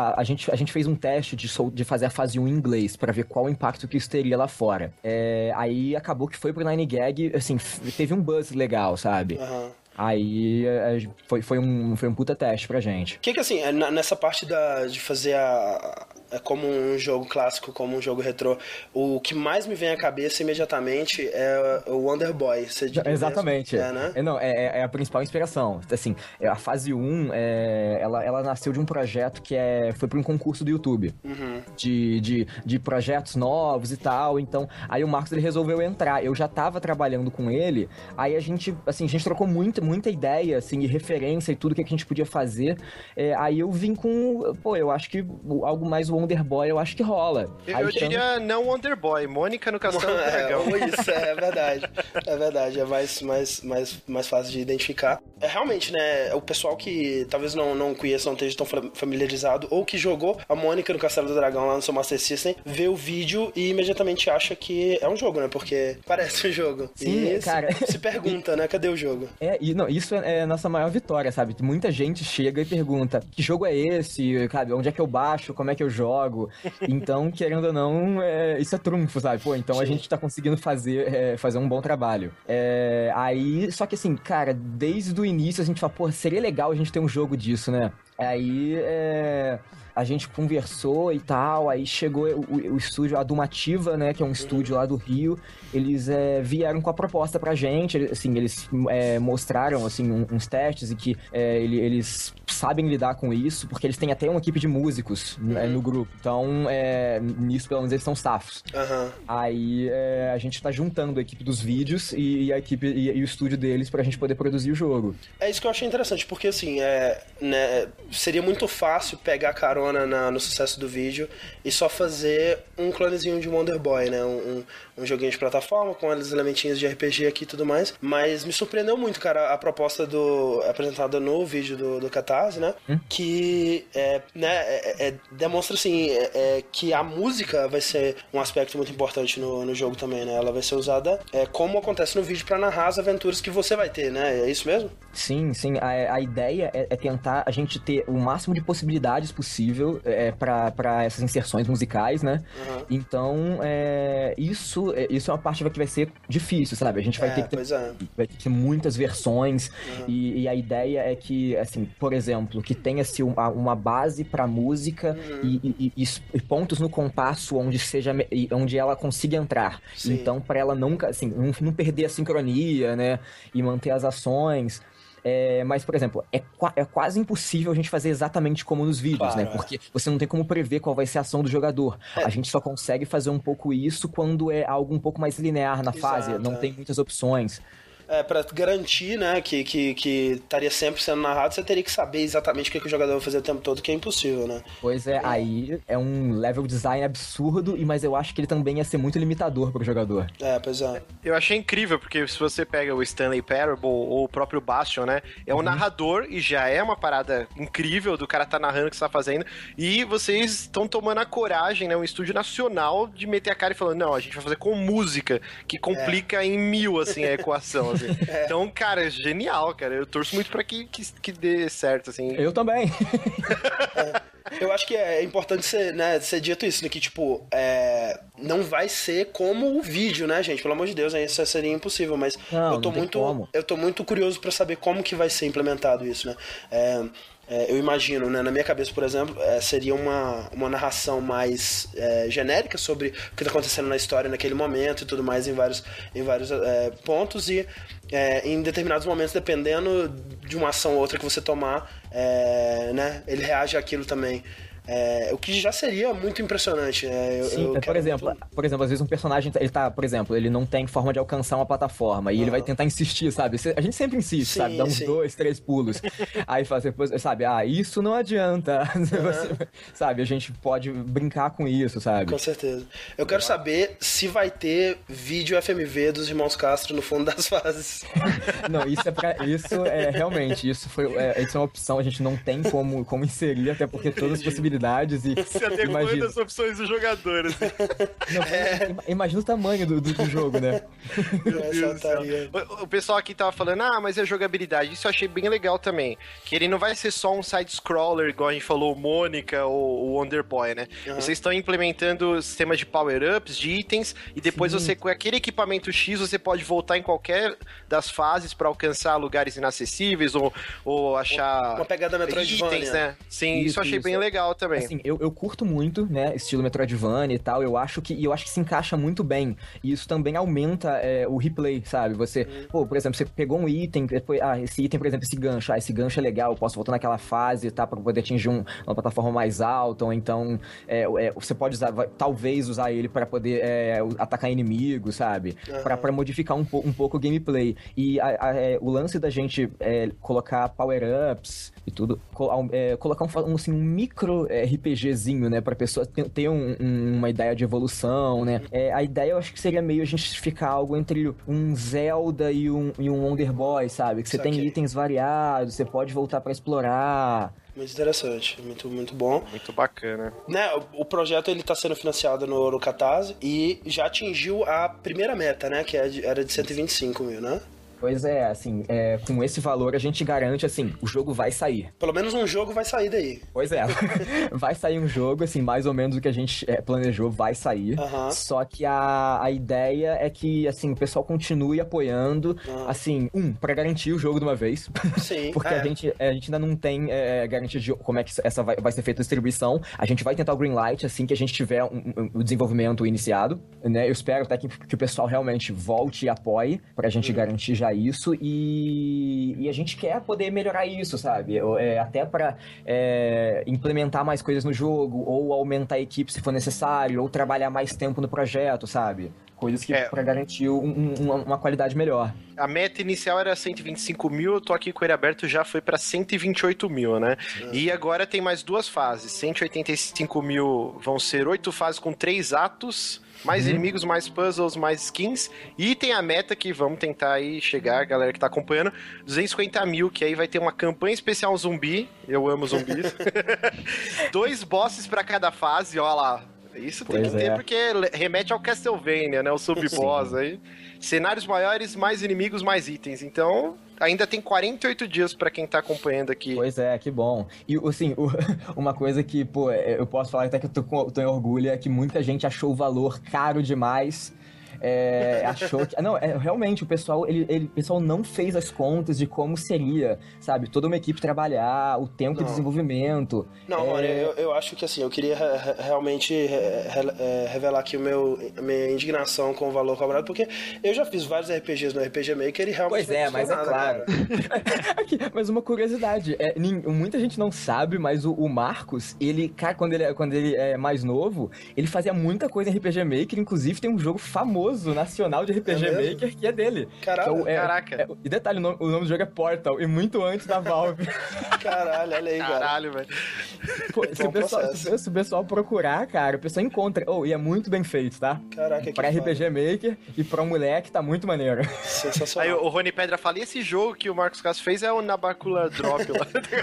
gente, a gente fez um teste de, sol, de fazer a fase um em inglês, pra ver qual o impacto que isso teria lá fora. É, aí acabou que foi pro nine gag, assim, teve um buzz legal, sabe? Aham. Aí foi, foi, um, foi um puta teste pra gente. O que que assim, nessa parte da, de fazer a, a, como um jogo clássico, como um jogo retrô, o que mais me vem à cabeça imediatamente é o Wonder Boy. Você diria Exatamente. mesmo? É, né? É, não, é, é a principal inspiração. Assim, a fase um, é, ela, ela nasceu de um projeto que é, foi pra um concurso do YouTube. Uhum. De, de, de projetos novos e tal. Então, aí o Marcos ele resolveu entrar. Eu já tava trabalhando com ele, aí a gente, assim, a gente trocou muito, muita ideia, assim, e referência e tudo que a gente podia fazer. É, aí eu vim com, pô, eu acho que algo mais Wonder Boy, eu acho que rola. Eu, aí, eu então... diria não Wonder Boy, Mônica no Castelo do Dragão. É, isso, é verdade. É verdade, é mais, mais, mais, mais fácil de identificar. É realmente, né, o pessoal que talvez não, não conheça, não esteja tão familiarizado, ou que jogou a Mônica no Castelo do Dragão lá no seu Master System, vê o vídeo e imediatamente acha que é um jogo, né, porque parece um jogo. Sim, e cara. Se, se pergunta, né, cadê o jogo? É, e não, isso é, é a nossa maior vitória, sabe? Muita gente chega e pergunta, que jogo é esse? Sabe? Onde é que eu baixo? Como é que eu jogo? Então, querendo ou não, é, isso é trunfo, sabe? Pô, então Sim. a gente tá conseguindo fazer, é, fazer um bom trabalho. É, aí, só que assim, cara, desde o início a gente fala, pô, seria legal a gente ter um jogo disso, né? Aí, é... a gente conversou e tal, aí chegou o, o estúdio, a Dumativa, né, que é um estúdio lá do Rio, eles é, vieram com a proposta pra gente, assim, eles é, mostraram, assim, um, uns testes e que é, ele, eles sabem lidar com isso, porque eles têm até uma equipe de músicos uhum. né, no grupo, então, é, nisso, pelo menos, eles são staffs. Uhum. Aí, é, a gente tá juntando a equipe dos vídeos e, e a equipe e, e o estúdio deles pra gente poder produzir o jogo. É isso que eu achei interessante, porque, assim, é, né, seria muito fácil pegar carona na, no sucesso do vídeo e só fazer um clonezinho de Wonder Boy, né? Um, um, um joguinho de plataforma com os elementinhos de R P G aqui e tudo mais. Mas me surpreendeu muito, cara, a proposta do apresentada no vídeo do, do Catarse, né? Hum? Que é, né, é, é, demonstra, assim, é, é, que a música vai ser um aspecto muito importante no, no jogo também, né? Ela vai ser usada é, como acontece no vídeo pra narrar as aventuras que você vai ter, né? É isso mesmo? Sim, sim. A, a ideia é, é tentar a gente ter o máximo de possibilidades possível é, para essas inserções musicais, né? Uhum. Então, é, isso, é, isso é uma parte que vai ser difícil, sabe? A gente vai, é, ter, que ter, é. vai ter que ter muitas versões uhum. e, e a ideia é que, assim, por exemplo, que tenha-se uma, uma base para música uhum. e, e, e pontos no compasso onde, seja, onde ela consiga entrar. Sim. Então, para ela nunca, assim, não, não perder a sincronia, né? E manter as ações... É, mas, por exemplo, é, é quase impossível a gente fazer exatamente como nos vídeos, claro, né? É. Porque você não tem como prever qual vai ser a ação do jogador. É. A gente só consegue fazer um pouco isso quando é algo um pouco mais linear na Exato, fase, não é. tem muitas opções. É, pra garantir, né, que, que, que estaria sempre sendo narrado, você teria que saber exatamente o que, que o jogador vai fazer o tempo todo, que é impossível, né? Pois é, é, aí é um level design absurdo, mas eu acho que ele também ia ser muito limitador pro jogador. É, pois é. Eu achei incrível, porque se você pega o Stanley Parable ou o próprio Bastion, né, é um uhum. narrador e já é uma parada incrível do cara tá narrando o que você tá fazendo, e vocês estão tomando a coragem, né, um estúdio nacional de meter a cara e falando, não, a gente vai fazer com música, que complica é. em mil, assim, a equação, assim. É. Então, cara, é genial, cara. Eu torço muito pra que, que, que dê certo, assim. Eu também. É, eu acho que é importante ser, né, ser dito isso, né, que, tipo, é, não vai ser como o vídeo, né, gente? Pelo amor de Deus, isso seria impossível, mas não, eu tô não muito como. eu tô muito curioso pra saber como que vai ser implementado isso, né? É, É, eu imagino, né, na minha cabeça, por exemplo, é, seria uma, uma narração mais é, genérica sobre o que está acontecendo na história naquele momento e tudo mais em vários, em vários é, pontos e é, em determinados momentos, dependendo de uma ação ou outra que você tomar, é, né, ele reage àquilo também. É, o que já seria muito impressionante, né? Eu, Sim, eu por exemplo, muito... por exemplo, às vezes um personagem, ele tá, por exemplo, ele não tem forma de alcançar uma plataforma, e uhum. ele vai tentar insistir, sabe? A gente sempre insiste, sim, sabe? Dá uns sim. dois, três pulos. Aí faz depois, sabe? Ah, isso não adianta. Uhum. Você, sabe? A gente pode brincar com isso, sabe? Com certeza. Eu quero saber se vai ter vídeo F M V dos irmãos Castro no fundo das fases. Não, isso é pra, isso é realmente, isso foi, é, isso é uma opção, a gente não tem como, como inserir, até porque todas as possibilidades habilidades e... Se adequando imagina... às opções do jogador, assim. Não, é. Imagina o tamanho do, do, do jogo, né? o, o pessoal aqui tava falando, ah, mas é jogabilidade. Isso eu achei bem legal também. Que ele não vai ser só um side-scroller, igual a gente falou, Mônica ou o Wonder Boy, né? Uhum. Vocês estão implementando sistemas de power-ups, de itens, e depois Sim. você, com aquele equipamento X, você pode voltar em qualquer das fases pra alcançar lugares inacessíveis ou, ou achar... Uma pegada Metroidvania. Itens, né? Sim, isso, isso eu achei isso. bem legal também. Assim, eu, eu curto muito, né, estilo Metroidvania e tal, eu acho que, eu acho que se encaixa muito bem, e isso também aumenta é, o replay, sabe? Você, hum. pô, por exemplo, você pegou um item, depois, ah, esse item, por exemplo, esse gancho, ah, esse gancho é legal, eu posso voltar naquela fase, tá, pra poder atingir um, uma plataforma mais alta, ou então é, é, você pode usar, vai, talvez usar ele pra poder é, atacar inimigos, sabe? Uhum. Pra, pra modificar um, po, um pouco o gameplay. E a, a, é, o lance da gente é, colocar power-ups e tudo, é, colocar um, assim, um micro RPGzinho, né, pra pessoa ter, ter um, um, uma ideia de evolução, né? É, a ideia eu acho que seria meio a gente ficar algo entre um Zelda e um, e um Wonder Boy, sabe? Que você tem itens variados, você pode voltar pra explorar. Muito interessante, muito, muito bom. Muito bacana. Né, o, o projeto ele tá sendo financiado no, no Catarse e já atingiu a primeira meta, né? Que é de, era de cento e vinte e cinco mil, né? Pois é, assim, é, com esse valor a gente garante, assim, o jogo vai sair. Pelo menos um jogo vai sair daí. Pois é, vai sair um jogo, assim, mais ou menos o que a gente é, planejou vai sair. Uhum. Só que a, a ideia é que, assim, o pessoal continue apoiando, uhum. assim, um, pra garantir o jogo de uma vez. Sim, Porque é. a, gente, a gente ainda não tem é, garantia de como é que essa vai, vai ser feita a distribuição. A gente vai tentar o Greenlight assim que a gente tiver o um, um, um desenvolvimento iniciado, né? Eu espero até que, que o pessoal realmente volte e apoie pra gente uhum. garantir já isso, e, e a gente quer poder melhorar isso, sabe? É, até pra é, implementar mais coisas no jogo, ou aumentar a equipe se for necessário, ou trabalhar mais tempo no projeto, sabe? Coisas que é. pra garantir um, um, uma qualidade melhor. A meta inicial era cento e vinte e cinco mil, eu tô aqui com ele aberto, já foi pra cento e vinte e oito mil, né? É. E agora tem mais duas fases. cento e oitenta e cinco mil vão ser oito fases com três atos, mais uhum. inimigos, mais puzzles, mais skins. E tem a meta que vamos tentar aí chegar, galera que tá acompanhando, duzentos e cinquenta mil, que aí vai ter uma campanha especial zumbi. Eu amo zumbis. Dois bosses pra cada fase, ó lá. Isso tem pois que ter, é. porque remete ao Castlevania, né? O sub-boss aí. Cenários maiores, mais inimigos, mais itens. Então, ainda tem quarenta e oito dias pra quem tá acompanhando aqui. Pois é, que bom. E, assim, o, uma coisa que, pô, eu posso falar até que eu tô, com, tô em orgulho é que muita gente achou o valor caro demais. É, achou que... Não, é, realmente, o pessoal, ele, ele, o pessoal não fez as contas de como seria, sabe? Toda uma equipe trabalhar, o tempo não. de desenvolvimento. Não, é... olha, eu, eu acho que assim, eu queria re, realmente re, re, revelar aqui o meu, a minha indignação com o valor cobrado, porque eu já fiz vários R P Gs no R P G Maker e realmente... Pois é, mas é claro. Aqui, mas uma curiosidade, é, muita gente não sabe, mas o, o Marcos, ele, cara, quando ele, quando ele é mais novo, ele fazia muita coisa em R P G Maker, inclusive tem um jogo famoso nacional de R P G é Maker que é dele. Caralho, que é, caraca. É, e detalhe, o nome, o nome do jogo é Portal, e muito antes da Valve. Caralho, olha aí, cara. Caralho, velho. Se, o pessoal, se, se o pessoal procurar, cara, o pessoal encontra. Oh, e é muito bem feito, tá? Caraca, pra R P G fala. Maker e pra um moleque tá muito maneiro. Sensacional. Aí o Rony Pedra fala, e esse jogo que o Marcos Castro fez é o Nabacula Drop lá.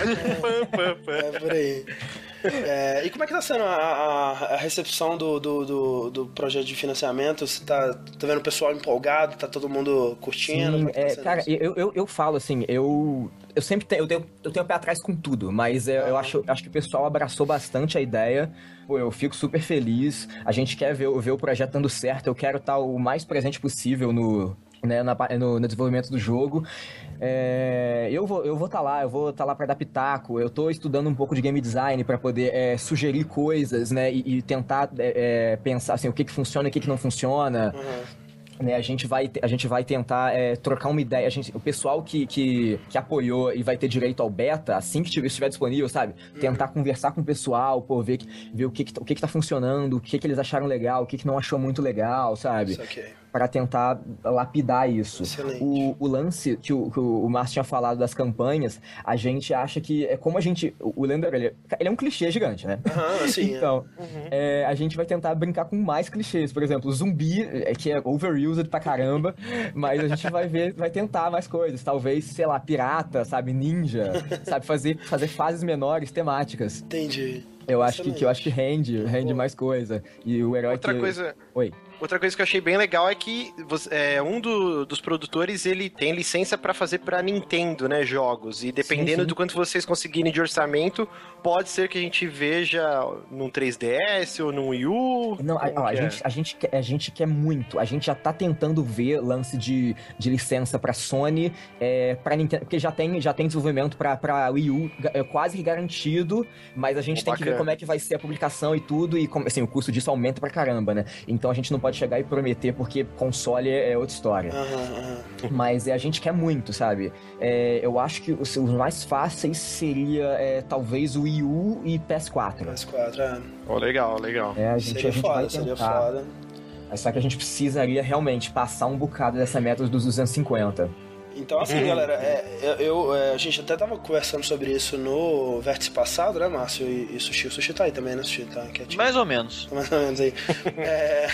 É por aí. É, e como é que tá sendo a, a, a recepção do, do, do, do projeto de financiamento? Você tá, tá vendo o pessoal empolgado? Tá todo mundo curtindo? Sim, é, é, tá cara, eu, eu, eu falo assim, eu, eu sempre tenho, eu tenho, eu tenho o pé atrás com tudo, mas é, ah. eu acho, acho que o pessoal abraçou bastante a ideia. Pô, eu fico super feliz. A gente quer ver, ver o projeto dando certo. Eu quero estar o mais presente possível no... Né, na, no, no desenvolvimento do jogo. É, eu vou eu vou estar tá lá, eu vou estar tá lá para dar pitaco. Eu tô estudando um pouco de game design para poder é, sugerir coisas, né, e, e tentar é, é, pensar assim, o que que funciona e o que que não funciona. Uhum. Né, a gente vai, a gente vai tentar é, trocar uma ideia. A gente, o pessoal que, que, que apoiou e vai ter direito ao beta, assim que estiver, estiver disponível, sabe? Uhum. Tentar conversar com o pessoal, pô, ver, ver o, que, que, o que que tá funcionando, o que que eles acharam legal, o que que não achou muito legal, sabe? Isso aqui. Para tentar lapidar isso. O, o lance que o, que o Márcio tinha falado das campanhas, a gente acha que é como a gente... O Leandro, ele, ele é um clichê gigante, né? Uhum, sim, então, é. Uhum. É, a gente vai tentar brincar com mais clichês. Por exemplo, o zumbi, que é overused pra caramba, mas a gente vai ver, vai tentar mais coisas. Talvez, sei lá, pirata, sabe? Ninja, sabe? Fazer, fazer fases menores, temáticas. Entendi. Eu acho que, que eu acho que rende, rende mais coisa. E o herói Outra que... coisa... Oi. Outra coisa que eu achei bem legal é que você, é, um do, dos produtores, ele tem licença pra fazer pra Nintendo, né, jogos. E dependendo sim, sim. do quanto vocês conseguirem de orçamento, pode ser que a gente veja num três D S ou num Wii U. Não, a, ó, a, é? gente, a, gente quer, a gente quer muito. A gente já tá tentando ver lance de, de licença pra Sony, é, pra Nintendo, porque já tem, já tem desenvolvimento pra, pra Wii U é, quase garantido, mas a gente Oh, tem bacana. que ver como é que vai ser a publicação e tudo, e como, assim, o custo disso aumenta pra caramba, né? Então a gente não pode chegar e prometer, porque console é, é outra história. Aham, aham. Mas é, a gente quer muito, sabe? É, eu acho que os, os mais fáceis seria é, talvez o Wii U e P S quatro. P S quatro, é. Oh, legal, legal. É, a gente, Seria a gente foda, vai seria tentar. foda. Mas só que a gente precisaria realmente passar um bocado dessa meta dos duzentos e cinquenta. Então, assim, galera, é, eu, eu, é, a gente até tava conversando sobre isso no vértice passado, né, Márcio? E, e Sushi. O Sushi tá aí também, né, Sushi? Tá quietinho. Mais ou menos. Mais ou menos aí. É,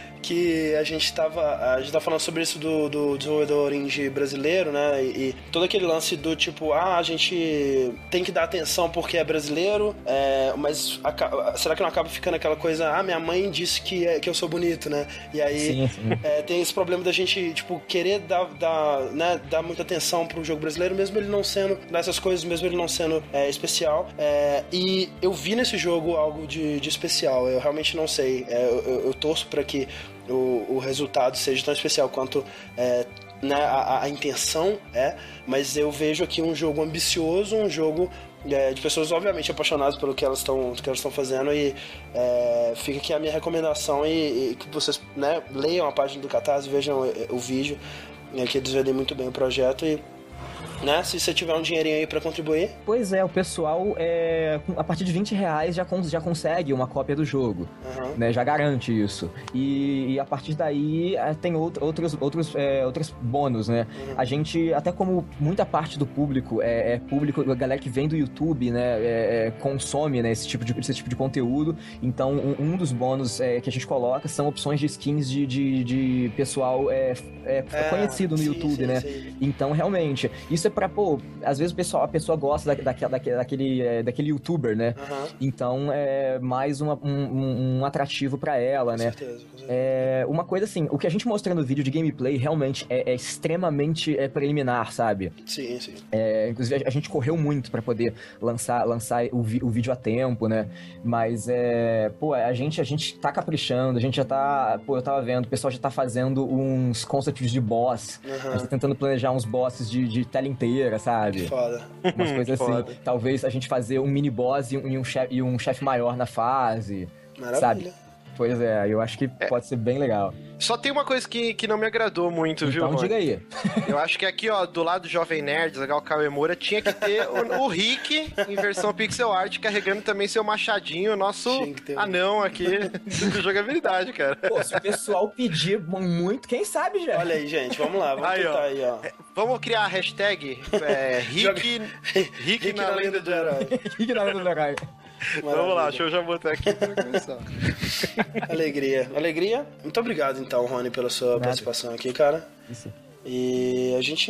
que a gente tava. A gente tava falando sobre isso do, do desenvolvedor indie brasileiro, né? E, e todo aquele lance do tipo, ah, a gente tem que dar atenção porque é brasileiro, é, mas aca- será que não acaba ficando aquela coisa, ah, minha mãe disse que, é, que eu sou bonito, né? E aí Sim, sim. é, tem esse problema da gente, tipo, querer dar, dar, né, dar muita atenção pro jogo brasileiro, mesmo ele não sendo nessas coisas, mesmo ele não sendo é, especial. É, e eu vi nesse jogo algo de, de especial, eu realmente não sei. É, eu, eu, eu torço pra que o, o resultado seja tão especial quanto é, né, a, a intenção é, mas eu vejo aqui um jogo ambicioso, um jogo é, de pessoas obviamente apaixonadas pelo que elas estão que elas estão fazendo, e é, fica aqui a minha recomendação, e, e que vocês, né, leiam a página do Catarse, vejam o, o vídeo, é, que eles vendem muito bem o projeto, e né, se você tiver um dinheirinho aí pra contribuir. Pois é, o pessoal, é, a partir de vinte reais já, cons- já consegue uma cópia do jogo, Uhum. né, já garante isso. E, e a partir daí é, tem out- outros, outros, é, outros bônus, né? Uhum. A gente, até como muita parte do público é, é público, a galera que vem do YouTube, né, é, é, consome, né, esse tipo de, esse tipo de conteúdo, então um, um dos bônus é, que a gente coloca são opções de skins de, de, de pessoal é, é, É, conhecido no sim, YouTube, sim, né? sim. Então, realmente, isso é pra, pô, às vezes o pessoal, a pessoa gosta da, daquele, daquele, daquele, é, daquele youtuber, né? Uhum. Então, é mais uma- um, um- um atrativo pra ela, Com né? certeza, com certeza. É, uma coisa assim, o que a gente mostrou no vídeo de gameplay realmente é, é extremamente é, preliminar, sabe? Sim, sim. É, inclusive, a, a gente correu muito pra poder lançar, lançar o, vi- o vídeo a tempo, né? Mas, é, pô, a gente, a gente tá caprichando, a gente já tá, pô, eu tava vendo, o pessoal já tá fazendo uns concepts de boss, a gente tá tentando planejar uns bosses de, de tela inteira, sabe? Foda. Umas coisas assim. Foda. Talvez a gente fazer um mini boss e um, e um chefe e um chefe maior na fase, Maravilha. sabe? Pois é, eu acho que pode ser bem legal. Só tem uma coisa que, que não me agradou muito, viu, Então Rony? diga aí. Eu acho que aqui, ó, do lado do Jovem Nerd, Zagal Kawemura, tinha que ter o, o Rick em versão pixel art, carregando também seu machadinho, nosso Tinha que ter. anão aqui do jogabilidade, cara. Pô, se o pessoal pedir muito, quem sabe, já? Olha aí, gente, vamos lá, vamos Aí, tentar ó. aí, ó. Vamos criar a hashtag é, Rick, Rick, na lenda do herói. Que nada do herói. Vamos lá, deixa eu já botar aqui pra começar. Alegria. Alegria. Muito obrigado, então, Rony, pela sua Nada. participação aqui, cara. Isso. E a gente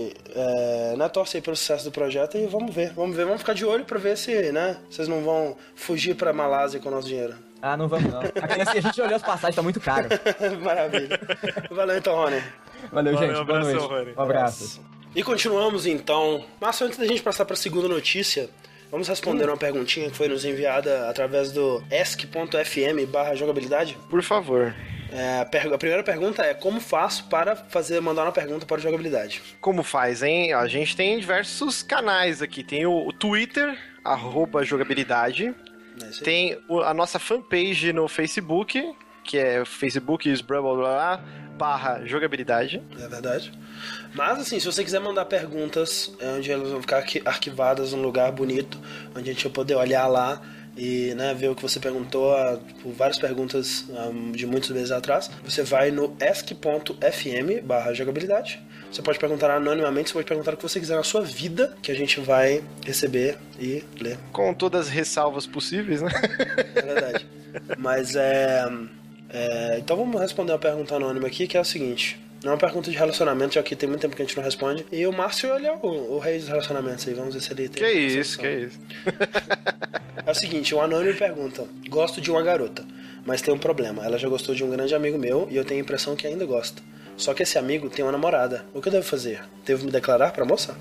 é, né, torce aí pelo sucesso do projeto e vamos ver, vamos ver, vamos ficar de olho pra ver se, né, vocês não vão fugir pra Malásia com o nosso dinheiro. Ah, não vamos não. Aqui, assim, a gente olhou as passagens, tá muito caro. Maravilha. Valeu então, Rony. Valeu, Valeu, gente. um Boa abração, noite. Rony. Um abraço. E continuamos então. Mas antes da gente passar para a segunda notícia, vamos responder uma perguntinha que foi nos enviada através do ask.fm barra jogabilidade. Por favor. É, a, per- a primeira pergunta é: como faço para fazer mandar uma pergunta para o jogabilidade? Como faz, hein? A gente tem diversos canais aqui. Tem o, o Twitter, arroba jogabilidade. É isso aí. Tem o- a nossa fanpage no Facebook, que é facebook blá blá blá barra jogabilidade. É verdade. Mas assim, se você quiser mandar perguntas, é onde elas vão ficar arqui- arquivadas num lugar bonito, onde a gente vai poder olhar lá e, né, ver o que você perguntou, ah, tipo, várias perguntas um, de muitos meses atrás, você vai no ask.fm barra jogabilidade. Você pode perguntar anonimamente, você pode perguntar o que você quiser na sua vida, que a gente vai receber e ler. Com todas as ressalvas possíveis, né? É verdade. Mas é, é... Então vamos responder uma pergunta anônima aqui, que é o seguinte. É uma pergunta de relacionamento, já que tem muito tempo que a gente não responde. E o Márcio, ele é o, o rei dos relacionamentos aí. Vamos ver se ele tem... Que isso, que isso. É o seguinte, um anônimo pergunta: gosto de uma garota, mas tem um problema. Ela já gostou de um grande amigo meu e eu tenho a impressão que ainda gosta. Só que esse amigo tem uma namorada. O que eu devo fazer? Devo me declarar pra moça?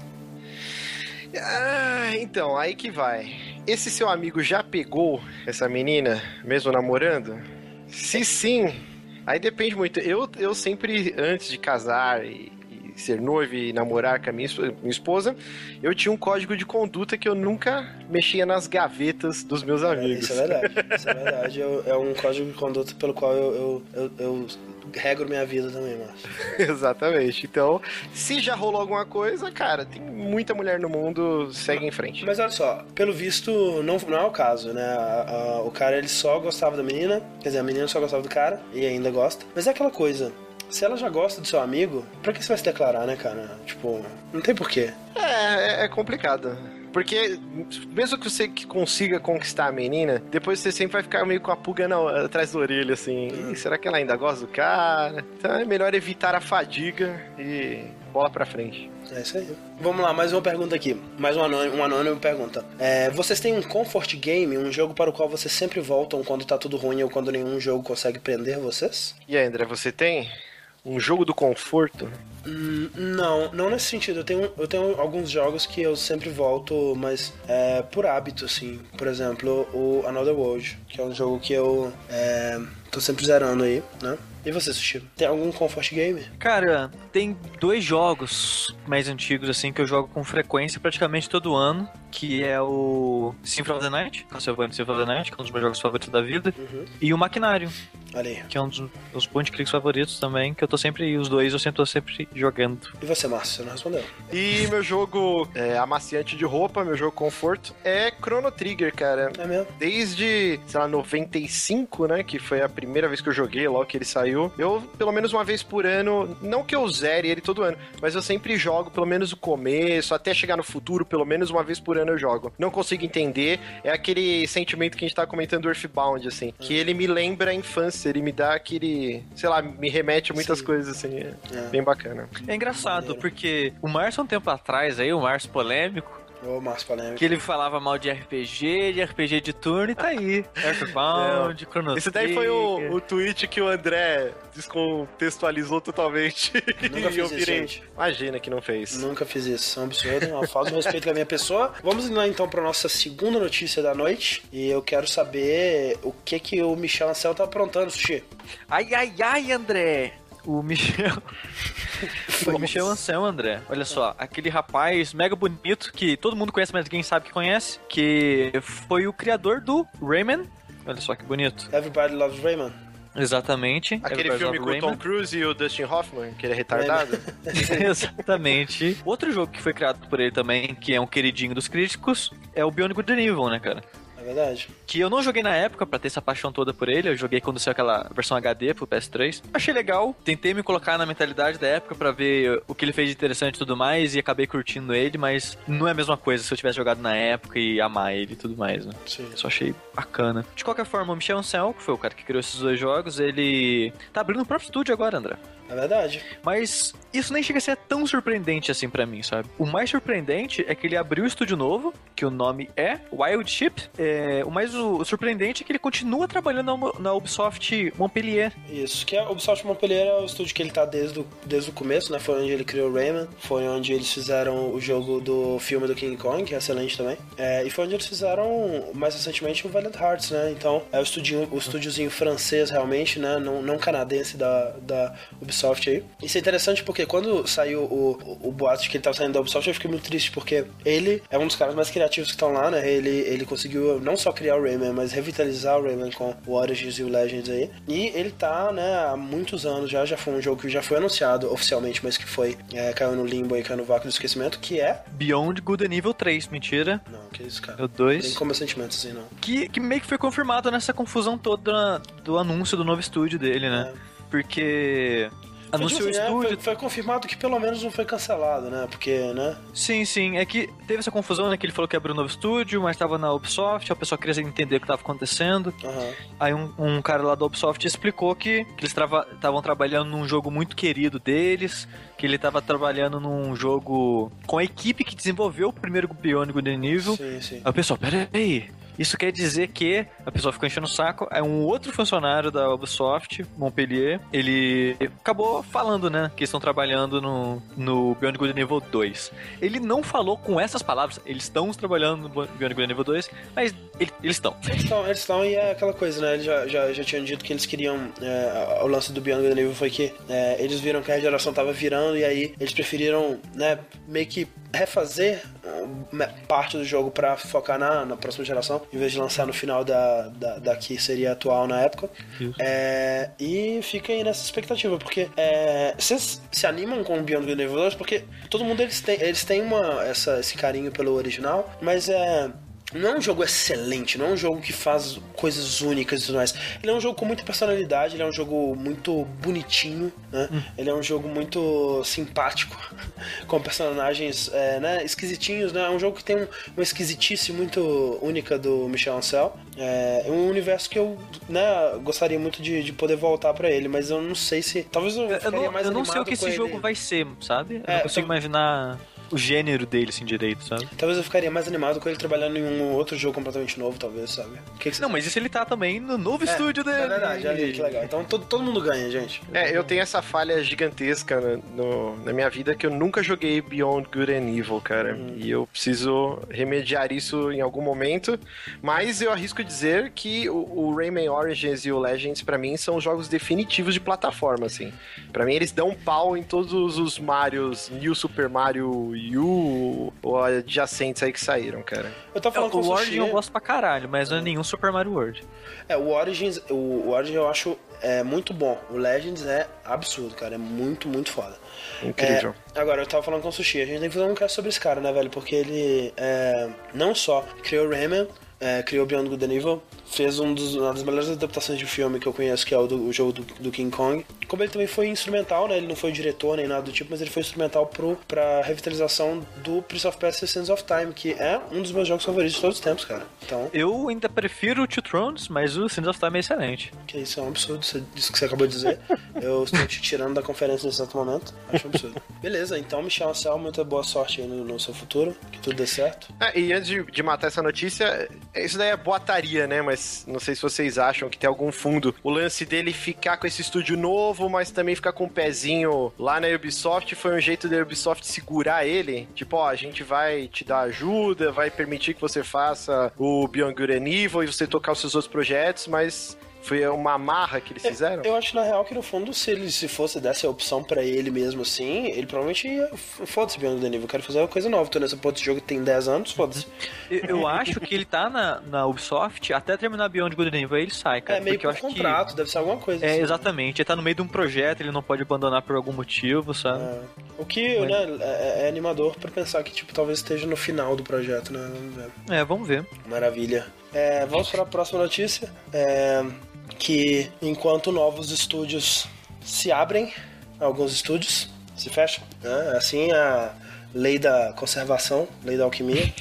Ah, então, aí que vai. Esse seu amigo já pegou essa menina, mesmo namorando? Se sim, aí depende muito. Eu, eu sempre, antes de casar e, e ser noivo e namorar com a minha, minha esposa, eu tinha um código de conduta que eu nunca mexia nas gavetas dos meus amigos. Isso é verdade, isso é verdade. Eu, é um código de conduta pelo qual eu, eu, eu, eu regro minha vida também, Márcio. Exatamente. Então, se já rolou alguma coisa, cara, tem muita mulher no mundo, segue em frente. Mas olha só, pelo visto, não, não é o caso, né? A, a, o cara, ele só gostava da menina, quer dizer, a menina só gostava do cara, e ainda gosta. Mas é aquela coisa, se ela já gosta do seu amigo, pra que você vai se declarar, né, cara? Tipo, não tem porquê. É, é, é complicado. Porque, mesmo que você consiga conquistar a menina, depois você sempre vai ficar meio com a pulga na, atrás da orelha, assim. Ih, será que ela ainda gosta do cara? Então é melhor evitar a fadiga e bola pra frente. É isso aí. Vamos lá, mais uma pergunta aqui. Mais um anônimo, um anônimo pergunta. É, vocês têm um comfort game, um jogo para o qual vocês sempre voltam quando tá tudo ruim ou quando nenhum jogo consegue prender vocês? E aí, André, você tem um jogo do conforto? Hum, não, não nesse sentido. Eu tenho, eu tenho alguns jogos que eu sempre volto, mas é, por hábito, assim. Por exemplo, o Another World, que é um jogo que eu é, tô sempre zerando aí, né? E você, Sushi? Tem algum comfort game? Cara, tem dois jogos mais antigos, assim, que eu jogo com frequência praticamente todo ano, que é o Symphony of the Night, Castlevania Symphony of the Night, que é um dos meus jogos favoritos da vida, Uhum. e o Maquinário, Olha aí. que é um dos meus point clicks favoritos também, que eu tô sempre, os dois eu sempre tô sempre jogando. E você, Márcio? Você não respondeu. E meu jogo é, amaciante de roupa, meu jogo conforto, é Chrono Trigger, cara. É mesmo? Desde, sei lá, noventa e cinco, né, que foi a primeira vez que eu joguei, logo que ele saiu, eu, pelo menos uma vez por ano, não que eu zere ele todo ano, mas eu sempre jogo, pelo menos o começo, até chegar no futuro, pelo menos uma vez por ano eu jogo. Não consigo entender, é aquele sentimento que a gente tá comentando do Earthbound, assim, que ele me lembra a infância, ele me dá aquele, sei lá, me remete a muitas Sim. coisas, assim, é, É. bem bacana. É engraçado, Maneiro. porque o Márcio, um tempo atrás, aí, o Márcio polêmico, Ô, Márcio Polêmico. que ele falava mal de R P G, de R P G de turno, e tá aí. Earthbound, Chrono Esse daí foi o, Trigger. o tweet que o André descontextualizou totalmente. Nunca E eu fiz isso, virei. gente. Imagina que não fez. Nunca fiz isso. É um absurdo, uma falta de respeito com a minha pessoa. Vamos lá então para nossa segunda notícia da noite. E eu quero saber o que que o Michel Ancel tá aprontando, Sushi. Ai, ai, ai, André! O Michel. o Michel Anselmo, André. Olha só, aquele rapaz mega bonito que todo mundo conhece, mas ninguém sabe que conhece. Que foi o criador do Rayman. Olha só que bonito. Everybody Loves Raymond. Exatamente. Aquele Everybody filme Loves com o Tom Raymond. Cruise e o Dustin Hoffman, que ele é retardado. Exatamente. Outro jogo que foi criado por ele também, que é um queridinho dos críticos, é o Beyond Good and Evil, né, cara? É verdade. Que eu não joguei na época pra ter essa paixão toda por ele. Eu joguei quando saiu aquela versão H D pro P S três. Achei legal. Tentei me colocar na mentalidade da época pra ver o que ele fez de interessante e tudo mais. E acabei curtindo ele, mas não é a mesma coisa se eu tivesse jogado na época e amar ele e tudo mais, né? Sim. Só achei bacana. De qualquer forma, o Michel Ancel, que foi o cara que criou esses dois jogos, ele tá abrindo o próprio estúdio agora, André. É verdade. Mas isso nem chega a ser tão surpreendente assim pra mim, sabe? O mais surpreendente é que ele abriu um estúdio novo, que o nome é Wild Ship. É, o mais o, o surpreendente é que ele continua trabalhando na, na Ubisoft Montpellier. Isso, que a Ubisoft Montpellier é o estúdio que ele tá desde o, desde o começo, né? Foi onde ele criou o Rayman, foi onde eles fizeram o jogo do filme do King Kong, que é excelente também. É, e foi onde eles fizeram, mais recentemente, o Valiant Hearts, né? Então, é o, estudinho, o estúdiozinho francês, realmente, né? Não, não canadense da, da Ubisoft aí. Isso é interessante porque quando saiu o, o, o boato de que ele tava saindo da Ubisoft, eu fiquei muito triste, porque ele é um dos caras mais criativos que estão lá, né? Ele, ele conseguiu não só criar o Rayman, mas revitalizar o Rayman com o Origins e o Legends aí. E ele tá, né, há muitos anos já, já foi um jogo que já foi anunciado oficialmente, mas que foi, é, caiu no limbo e caiu no vácuo do esquecimento, que é... Beyond Good and Evil três, mentira. Não, que isso, cara. É o dois. Nem com meus sentimentos, assim, não. Que, que meio que foi confirmado nessa confusão toda do anúncio do novo estúdio dele, né? É. Porque... Foi, Anunciou tipo o assim, é, estúdio. foi, foi confirmado que pelo menos não foi cancelado, né? Porque, né? Sim, sim. É que teve essa confusão, né? Que ele falou que abriu um novo estúdio, mas tava na Ubisoft, a pessoa queria entender o que tava acontecendo. Aham. Aí um, um cara lá da Ubisoft explicou que, que eles estavam trabalhando num jogo muito querido deles, que ele tava trabalhando num jogo com a equipe que desenvolveu o primeiro Beyond Good and Evil. Sim, sim. Aí o pessoal, peraí, Isso quer dizer que a pessoa ficou enchendo o saco, é um outro funcionário da Ubisoft, Montpellier, ele acabou falando, né, que estão trabalhando no, no Beyond Good and Evil dois. Ele não falou com essas palavras, eles estão trabalhando no Beyond Good and Evil dois, mas ele, eles estão. Eles estão, eles estão, e é aquela coisa, né, eles já, já, já tinham dito que eles queriam, é, o lance do Beyond Good and Evil foi que é, eles viram que a geração tava virando, e aí eles preferiram, né, meio que refazer uma parte do jogo pra focar na, na próxima geração, em vez de lançar no final da, da, da que seria atual na época. É, e fica aí nessa expectativa, porque é, vocês se animam com o Beyond Good and Evil dois, porque todo mundo eles têm, eles têm uma, essa, esse carinho pelo original, mas é... não é um jogo excelente, não é um jogo que faz coisas únicas e tudo mais. Ele é um jogo com muita personalidade, ele é um jogo muito bonitinho, né? Hum. Ele é um jogo muito simpático, com personagens é, né, esquisitinhos, né? É um jogo que tem um, uma esquisitice muito única do Michel Ancel. É um universo que eu, né, gostaria muito de, de poder voltar pra ele, mas eu não sei se... Talvez eu ficaria eu não, mais eu não sei o que esse ele. jogo vai ser, sabe? Eu é, não consigo tô... imaginar... o gênero dele, assim, direito, sabe? Talvez eu ficaria mais animado com ele trabalhando em um outro jogo completamente novo, talvez, sabe? Que que não, mas isso ele tá também no novo é, estúdio dele. É verdade, ali, que legal. Então todo, todo mundo ganha, gente. É, eu tenho essa falha gigantesca no, no, na minha vida que eu nunca joguei Beyond Good and Evil, cara. Hum. E eu preciso remediar isso em algum momento. Mas eu arrisco dizer que o, o Rayman Origins e o Legends, pra mim, são os jogos definitivos de plataforma, assim. Pra mim, eles dão um pau em todos os Marios, New Super Mario U, ou adjacentes aí que saíram, cara. Eu tô falando é, com o o Origin eu gosto pra caralho, mas não é nenhum Super Mario World. É, o Origins, o, o Origin eu acho é, muito bom. O Legends é absurdo, cara. É muito, muito foda. Incrível. É, agora, eu tava falando com o Sushi. A gente tem que fazer um cast sobre esse cara, né, velho? Porque ele é, não só criou Rayman, é, criou Beyond Good and Evil, fez um dos, uma das melhores adaptações de filme que eu conheço, que é o, do, o jogo do, do King Kong. Como ele também foi instrumental, né? Ele não foi diretor nem nada do tipo, mas ele foi instrumental pro, pra revitalização do Prince of Persia Sands of Time, que é um dos meus jogos favoritos de todos os tempos, cara. Então... eu ainda prefiro o Two Thrones, mas o Sands of Time é excelente. Que isso é um absurdo, isso que você acabou de dizer. Eu estou te tirando da conferência nesse exato momento. Acho um absurdo. Beleza, então, Michel Ancel, muita boa sorte aí no, no seu futuro, que tudo dê certo. Ah, e antes de, de matar essa notícia, isso daí é boataria, né? Mas não sei se vocês acham que tem algum fundo. O lance dele ficar com esse estúdio novo, mas também ficar com um pezinho lá na Ubisoft, foi um jeito da Ubisoft segurar ele. Tipo, ó, a gente vai te dar ajuda, vai permitir que você faça o Beyond Good and Evil e você tocar os seus outros projetos, mas... foi uma amarra que eles fizeram? Eu, eu acho, na real, que no fundo, se ele se fosse dessa opção pra ele mesmo assim, ele provavelmente ia. Foda-se, Beyond Good and Evil, eu quero fazer uma coisa nova. Tô nessa porra de jogo que tem dez anos, foda-se. Eu, eu acho que ele tá na, na Ubisoft até terminar Beyond Good and Evil, aí ele sai, cara. É meio porque por contrato, que... deve ser alguma coisa. É, assim, exatamente. Ele tá no meio de um projeto, ele não pode abandonar por algum motivo, sabe? É. O que, Mas... né, é, é animador pra pensar que, tipo, talvez esteja no final do projeto, né? Vamos ver. É, vamos ver. Maravilha. É, vamos para a próxima notícia. É... que enquanto novos estúdios se abrem, alguns estúdios se fecham, né? Assim a lei da conservação, lei da alquimia.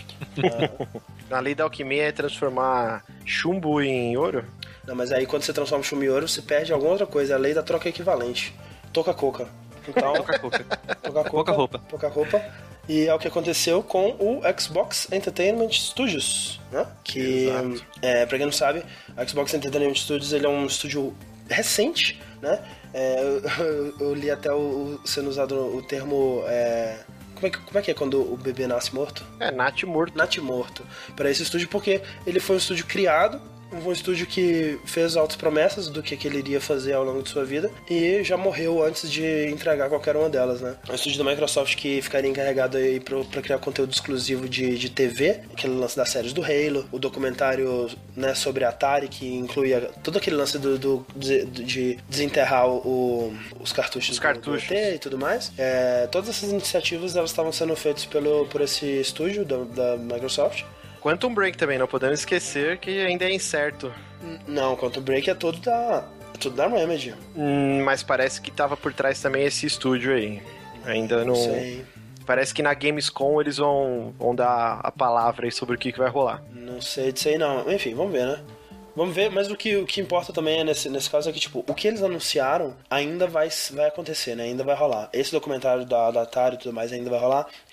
A lei da alquimia é transformar chumbo em ouro? Não, mas aí quando você transforma chumbo em ouro, você perde alguma outra coisa, a lei da troca equivalente. Toca-coca. Então, Toca-coca. Toca-coca. Pouca roupa. Pouca roupa. E é o que aconteceu com o Xbox Entertainment Studios, né? Que, é, pra quem não sabe, a Xbox Entertainment Studios ele é um estúdio recente, né? É, eu, eu li até o, sendo usado o termo... É, como, é que, como é que é quando o bebê nasce morto? É, nat morto. Nat morto. Para esse estúdio, porque ele foi um estúdio criado, um estúdio que fez altas promessas do que, que ele iria fazer ao longo de sua vida e já morreu antes de entregar qualquer uma delas, né? É um estúdio da Microsoft que ficaria encarregado aí pra, pra criar conteúdo exclusivo de, de T V, aquele lance das séries do Halo, o documentário, né, sobre a Atari, que incluía todo aquele lance do, do, de, de desenterrar o, os cartuchos, os cartuchos. do E T e tudo mais. É, todas essas iniciativas elas estavam sendo feitas pelo, por esse estúdio da, da Microsoft. Quantum Break também, não podemos esquecer que ainda é incerto. Não, Quantum Break é todo da, é tudo da Remedy. Hum, mas parece que tava por trás também esse estúdio aí. Ainda não... sei. Parece que na Gamescom eles vão, vão dar a palavra aí sobre o que, que vai rolar. Não sei disso aí não. Enfim, vamos ver, né? Vamos ver, mas o que, o que importa também é nesse, nesse caso é que, tipo, o que eles anunciaram ainda vai, vai acontecer, né? Ainda vai rolar. Esse documentário da, da Atari e tudo mais ainda vai rolar.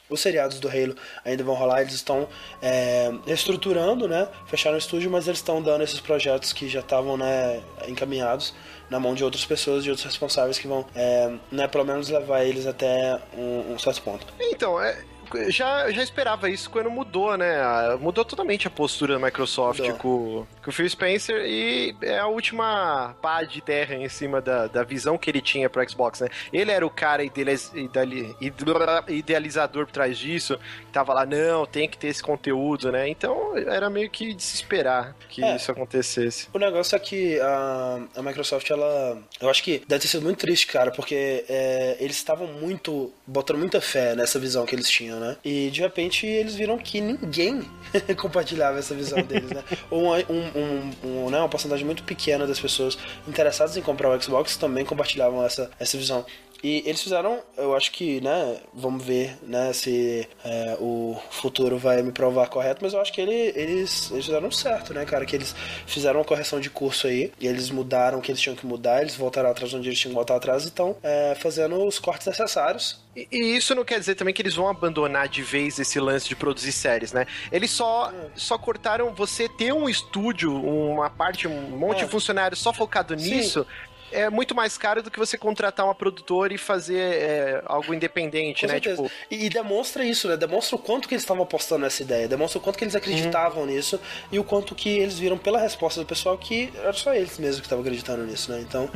os seriados do Halo ainda vão rolar, eles estão é, reestruturando, né? Fecharam o estúdio, mas eles estão dando esses projetos que já estavam, né, encaminhados na mão de outras pessoas, de outros responsáveis que vão, é, né, pelo menos levar eles até um, um certo ponto. Então, é... Já, já esperava isso quando mudou, né? Mudou totalmente a postura da Microsoft com, com o Phil Spencer e é a última pá de terra em cima da, da visão que ele tinha pro Xbox, né? Ele era o cara idealiz, ideali, idealizador por trás disso, que tava lá, não, tem que ter esse conteúdo, né? Então era meio que de se esperar que é, isso acontecesse. O negócio é que a, a Microsoft, ela... Eu acho que deve ter sido muito triste, cara, porque é, eles estavam muito... botando muita fé nessa visão que eles tinham, né? E de repente eles viram que ninguém compartilhava essa visão deles, né? Ou um, um, um, né, uma porcentagem muito pequena das pessoas interessadas em comprar o Xbox também compartilhavam essa, essa visão. E eles fizeram, eu acho que, né, vamos ver, né, se é, o futuro vai me provar correto, mas eu acho que ele, eles, eles fizeram certo, né, cara, que eles fizeram uma correção de curso aí, e eles mudaram o que eles tinham que mudar, eles voltaram atrás onde eles tinham que voltar atrás, e estão é, fazendo os cortes necessários. E, e isso não quer dizer também que eles vão abandonar de vez esse lance de produzir séries, né? Eles só, é. só cortaram você ter um estúdio, uma parte, um monte é. de funcionários só focado nisso. Sim. É muito mais caro do que você contratar uma produtora e fazer é, algo independente, Com né? certeza. Tipo... E, e demonstra isso, né? Demonstra o quanto que eles estavam apostando nessa ideia, demonstra o quanto que eles acreditavam uhum. nisso e o quanto que eles viram pela resposta do pessoal que era só eles mesmos que estavam acreditando nisso, né? Então...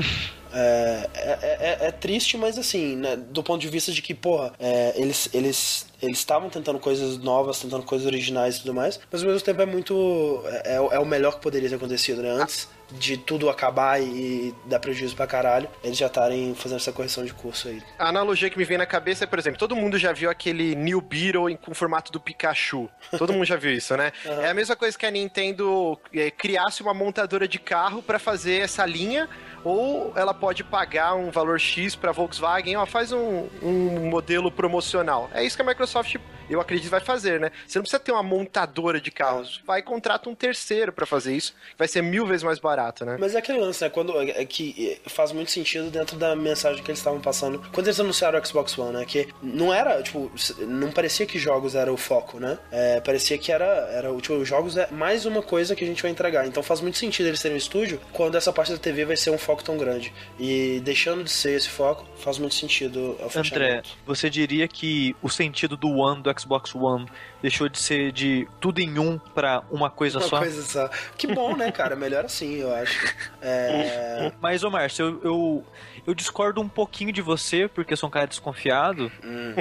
É, é, é, é triste, mas assim, né, do ponto de vista de que, porra, é, eles eles eles estavam tentando coisas novas, tentando coisas originais e tudo mais, mas ao mesmo tempo é muito... É, é o melhor que poderia ter acontecido, né? Antes de tudo acabar e dar prejuízo pra caralho, eles já estarem fazendo essa correção de curso aí. A analogia que me vem na cabeça é, por exemplo, todo mundo já viu aquele New Beetle com o formato do Pikachu. Todo mundo já viu isso, né? Uhum. É a mesma coisa que a Nintendo é, criasse uma montadora de carro pra fazer essa linha, ou ela pode pagar um valor X pra Volkswagen, ó, faz um, um modelo promocional. É isso que a Microsoft, eu acredito, vai fazer, né? Você não precisa ter uma montadora de carros, vai e contrata um terceiro pra fazer isso, vai ser mil vezes mais barato, né? Mas é aquele lance, né? Quando, é que faz muito sentido dentro da mensagem que eles estavam passando quando eles anunciaram o Xbox One, né? Que não era, tipo, não parecia que jogos era o foco, né? É, parecia que era, era tipo, jogos é mais uma coisa que a gente vai entregar. Então faz muito sentido eles terem um estúdio quando essa parte da T V vai ser um foco tão grande. E deixando de ser esse foco, faz muito sentido ao fechamento. André, você diria que o sentido do One, do Xbox One, deixou de ser de tudo em um pra uma coisa uma só? Uma coisa só. Que bom, né, cara? Melhor assim, eu acho. É... Mas, ô Márcio, eu, eu, eu discordo um pouquinho de você, porque eu sou um cara desconfiado. Hum.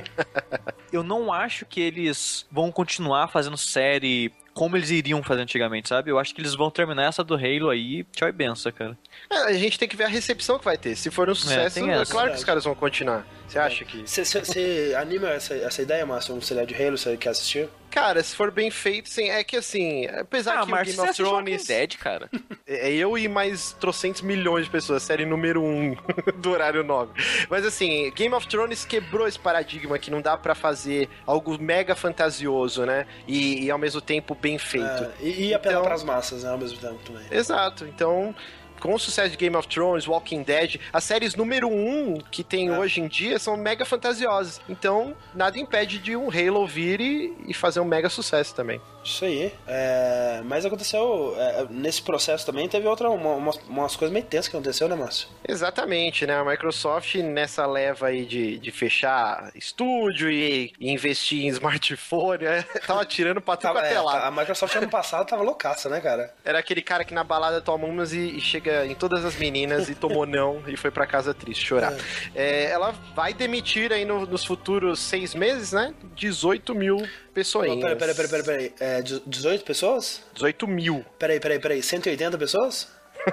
Eu não acho que eles vão continuar fazendo série como eles iriam fazer antigamente, sabe? Eu acho que eles vão terminar essa do Halo aí, tchau e benção, cara. É, a gente tem que ver a recepção que vai ter. Se for um sucesso, é, é claro que os caras vão continuar. Você acha que... Você anima essa, essa ideia, Márcio? Um seriado de Halo, você quer assistir? Cara, se for bem feito, sim. É que assim, apesar ah, que Marcio, o Game of Thrones... Dead, cara. É eu e mais trocentos milhões de pessoas, série número um do horário nove. Mas assim, Game of Thrones quebrou esse paradigma que não dá pra fazer algo mega fantasioso, né? E, e ao mesmo tempo bem feito. É, e, e apelar então... pras massas, né? Ao mesmo tempo também. Exato. Então... Com o sucesso de Game of Thrones, Walking Dead, as séries número um que tem é. hoje em dia são mega fantasiosas. Então, nada impede de um Halo vir e, e fazer um mega sucesso também. Isso aí. É, mas aconteceu, é, nesse processo também, teve outra, uma, umas, umas coisas meio tensas que aconteceu, né, Márcio? Exatamente, né? A Microsoft, nessa leva aí de, de fechar estúdio e, e investir em smartphone, é, tava tirando pra tudo até lá. A Microsoft ano passado tava loucaça, né, cara? Era aquele cara que na balada toma umas e, e chega em todas as meninas e tomou não e foi pra casa triste, chorar. É. É, ela vai demitir aí no, nos futuros seis meses, né? dezoito mil pessoas. Peraí, peraí, peraí, peraí. Peraí. É, dezoito pessoas? dezoito mil. Peraí, peraí, peraí. cento e oitenta pessoas?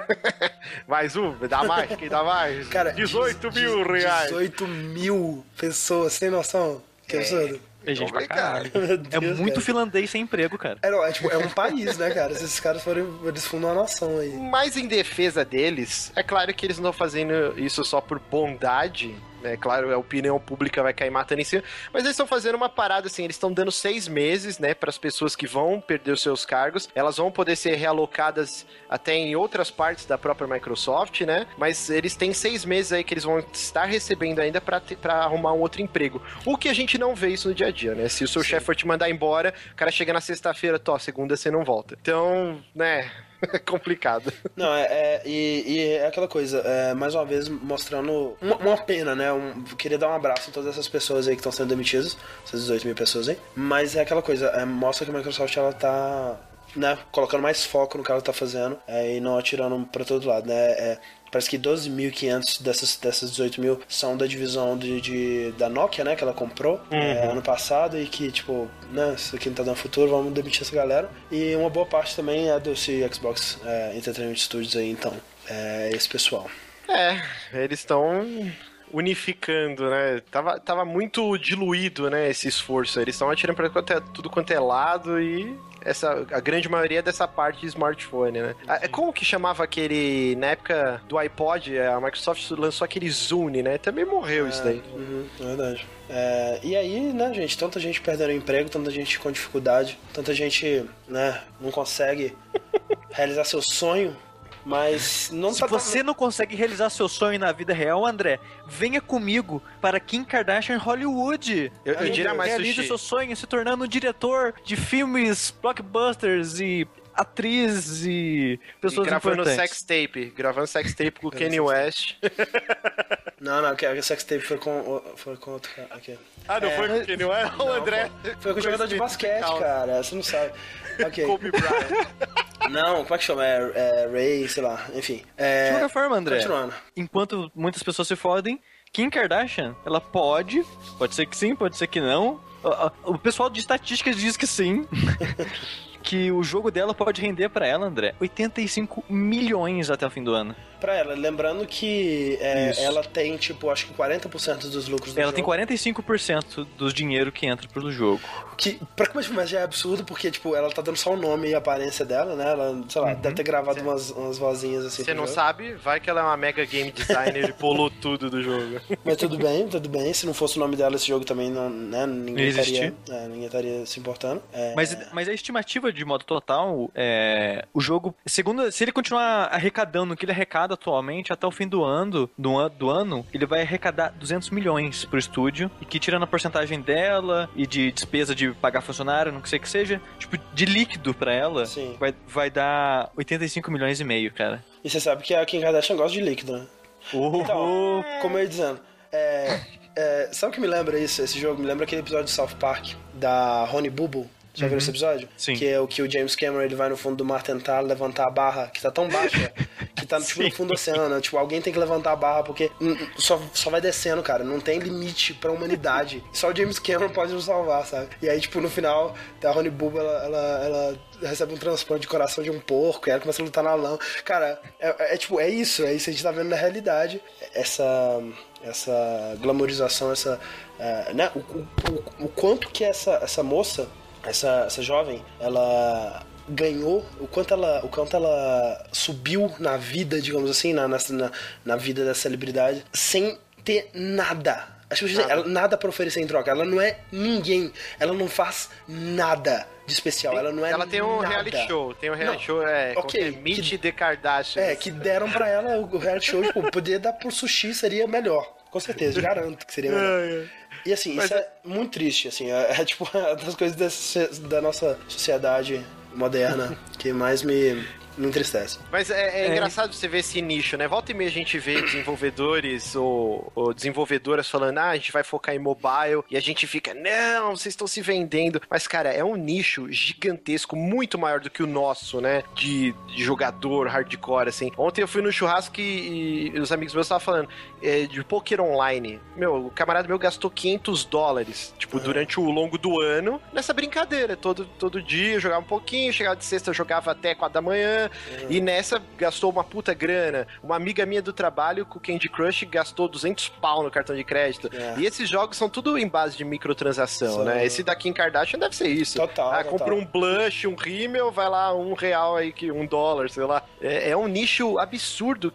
Mais um, dá mais, quem dá mais? Cara, dezoito mil reais. dezoito mil pessoas, sem noção. Que é. absurdo. É gente pra caralho. É muito cara. Finlandês sem emprego, cara. É, não, é, tipo, é um país, né, cara? Se esses caras forem, eles fundam uma nação aí. Mas em defesa deles, é claro que eles não estão fazendo isso só por bondade, É claro, a opinião pública vai cair matando em cima, mas eles estão fazendo uma parada assim, eles estão dando seis meses, né, para as pessoas que vão perder os seus cargos, elas vão poder ser realocadas até em outras partes da própria Microsoft, né, mas eles têm seis meses aí que eles vão estar recebendo ainda para arrumar um outro emprego, o que a gente não vê isso no dia a dia, né, se o seu chefe for te mandar embora, o cara chega na sexta-feira, tô, segunda você não volta, então, né... É complicado. Não, é, é e, e é aquela coisa, é, mais uma vez mostrando uma, uma pena, né? Um, queria dar um abraço em todas essas pessoas aí que estão sendo demitidas, essas dezoito mil pessoas aí. Mas é aquela coisa, é, mostra que a Microsoft ela tá, né, colocando mais foco no que ela tá fazendo é, e não atirando pra todo lado, né? É, parece que doze mil e quinhentos dessas, dessas dezoito mil são da divisão de, de, da Nokia, né? Que ela comprou uhum. é, ano passado e que, tipo, né? Isso aqui não tá dando futuro, vamos demitir essa galera. E uma boa parte também é do Xbox é, Entertainment Studios aí, então. É esse pessoal. É, eles estão... unificando, né? Tava, tava muito diluído, né, esse esforço. Eles estão atirando pra tudo quanto é lado e essa, a grande maioria dessa parte de smartphone, né? Ah, como que chamava aquele... Na época do iPod, a Microsoft lançou aquele Zune, né? Também morreu é, isso daí. Uhum, é verdade. É, e aí, né, gente, tanta gente perdendo o emprego, tanta gente com dificuldade, tanta gente, né, não consegue realizar seu sonho. Mas não Se tá você não consegue realizar seu sonho na vida real, André, venha comigo para Kim Kardashian Hollywood. Eu, eu diria mais, realize Sushi. seu sonho se tornando diretor de filmes, blockbusters e atriz e pessoas e gravando importantes. sex tape, gravando sex tape com o Kanye West. Não, não, a sex tape foi com, foi com outro cara. Okay. Ah, não é, foi com o Kanye West? O André. Foi, foi com o jogador de basquete, cara. Você não sabe. Ok. Kobe Bryant. Não, como é que chama? É, é Ray, sei lá, enfim. É, de qualquer forma, André, continuando. Enquanto muitas pessoas se fodem, Kim Kardashian, ela pode, pode ser que sim, pode ser que não. O pessoal de estatísticas diz que sim. Que o jogo dela pode render pra ela, André, oitenta e cinco milhões até o fim do ano. Pra ela, lembrando que é, ela tem, tipo, acho que quarenta por cento dos lucros do ela jogo. tem quarenta e cinco por cento do dinheiro que entra pelo jogo. Que, pra começar, mas já é absurdo, porque, tipo, ela tá dando só o nome e a aparência dela, né? Ela, sei lá, uhum. deve ter gravado umas, umas vozinhas assim. Você não jogo. sabe, vai que ela é uma mega game designer e pulou tudo do jogo. Mas tudo bem, tudo bem. Se não fosse o nome dela, esse jogo também não, né? Ninguém estaria, é, ninguém estaria se importando. É... Mas, mas a estimativa de modo total, é, o jogo, segundo, se ele continuar arrecadando o que ele arrecada atualmente, até o fim do ano, do, an, do ano, ele vai arrecadar duzentos milhões pro estúdio, e que tirando a porcentagem dela e de despesa de pagar funcionário, não sei o que seja, tipo, de líquido pra ela, vai, vai dar oitenta e cinco milhões e meio, cara. E você sabe que a Kim Kardashian gosta de líquido, né? Oh, então, como eu ia dizendo, é, é, sabe o que me lembra isso, esse jogo? Me lembra aquele episódio de South Park, da Honey Boo Boo. Já viram esse episódio? Sim. Que é o que o James Cameron ele vai no fundo do mar tentar levantar a barra, que tá tão baixa, que tá tipo, no fundo do oceano. Tipo, alguém tem que levantar a barra, porque só, só vai descendo, cara. Não tem limite pra humanidade. Só o James Cameron pode nos salvar, sabe? E aí, tipo, no final, a Honey Boo Boo, ela, ela, ela recebe um transplante de coração de um porco, e ela começa a lutar na lama. Cara, é, é, é tipo, é isso, é isso. A gente tá vendo na realidade. Essa... essa glamorização, essa... Uh, né? O, o, o, o quanto que essa, essa moça... Essa, essa jovem, ela ganhou, o quanto ela, o quanto ela subiu na vida, digamos assim, na, na, na vida da celebridade, sem ter nada. Acho que nada. Ela, nada pra oferecer em troca. Ela não é ninguém. Ela não faz nada de especial. Ela não é Ela tem um nada. reality show. Tem um reality não, show, é... Ok. É Meet the Kardashians. É, que deram pra ela o reality show. Tipo, poder dar por sushi seria melhor. Com certeza, garanto que seria melhor. E assim, Mas isso é... é muito triste, assim, é, é tipo uma das coisas desse, da nossa sociedade moderna que mais me, me entristece. Mas é, é, é engraçado você ver esse nicho, né? Volta e meia a gente vê desenvolvedores ou, ou desenvolvedoras falando, ah, a gente vai focar em mobile, e a gente fica, não, vocês estão se vendendo. Mas, cara, é um nicho gigantesco, muito maior do que o nosso, né? De, de jogador hardcore, assim. Ontem eu fui no churrasco e, e os amigos meus estavam falando é, de poker online. Meu, o camarada meu gastou quinhentos dólares, tipo, uhum. durante o longo do ano, nessa brincadeira. Todo, todo dia eu jogava um pouquinho, chegava de sexta, eu jogava até quatro da manhã, uhum. e nessa gastou uma puta grana. Uma amiga minha do trabalho com o Candy Crush gastou duzentos pau no cartão de crédito. É. E esses jogos são tudo em base de microtransação, Sim. né? Esse da Kim Kardashian deve ser isso. Total, ah, total. compra um blush, um rímel, vai lá, um real aí, que um dólar, sei lá. É, é um nicho absurdo que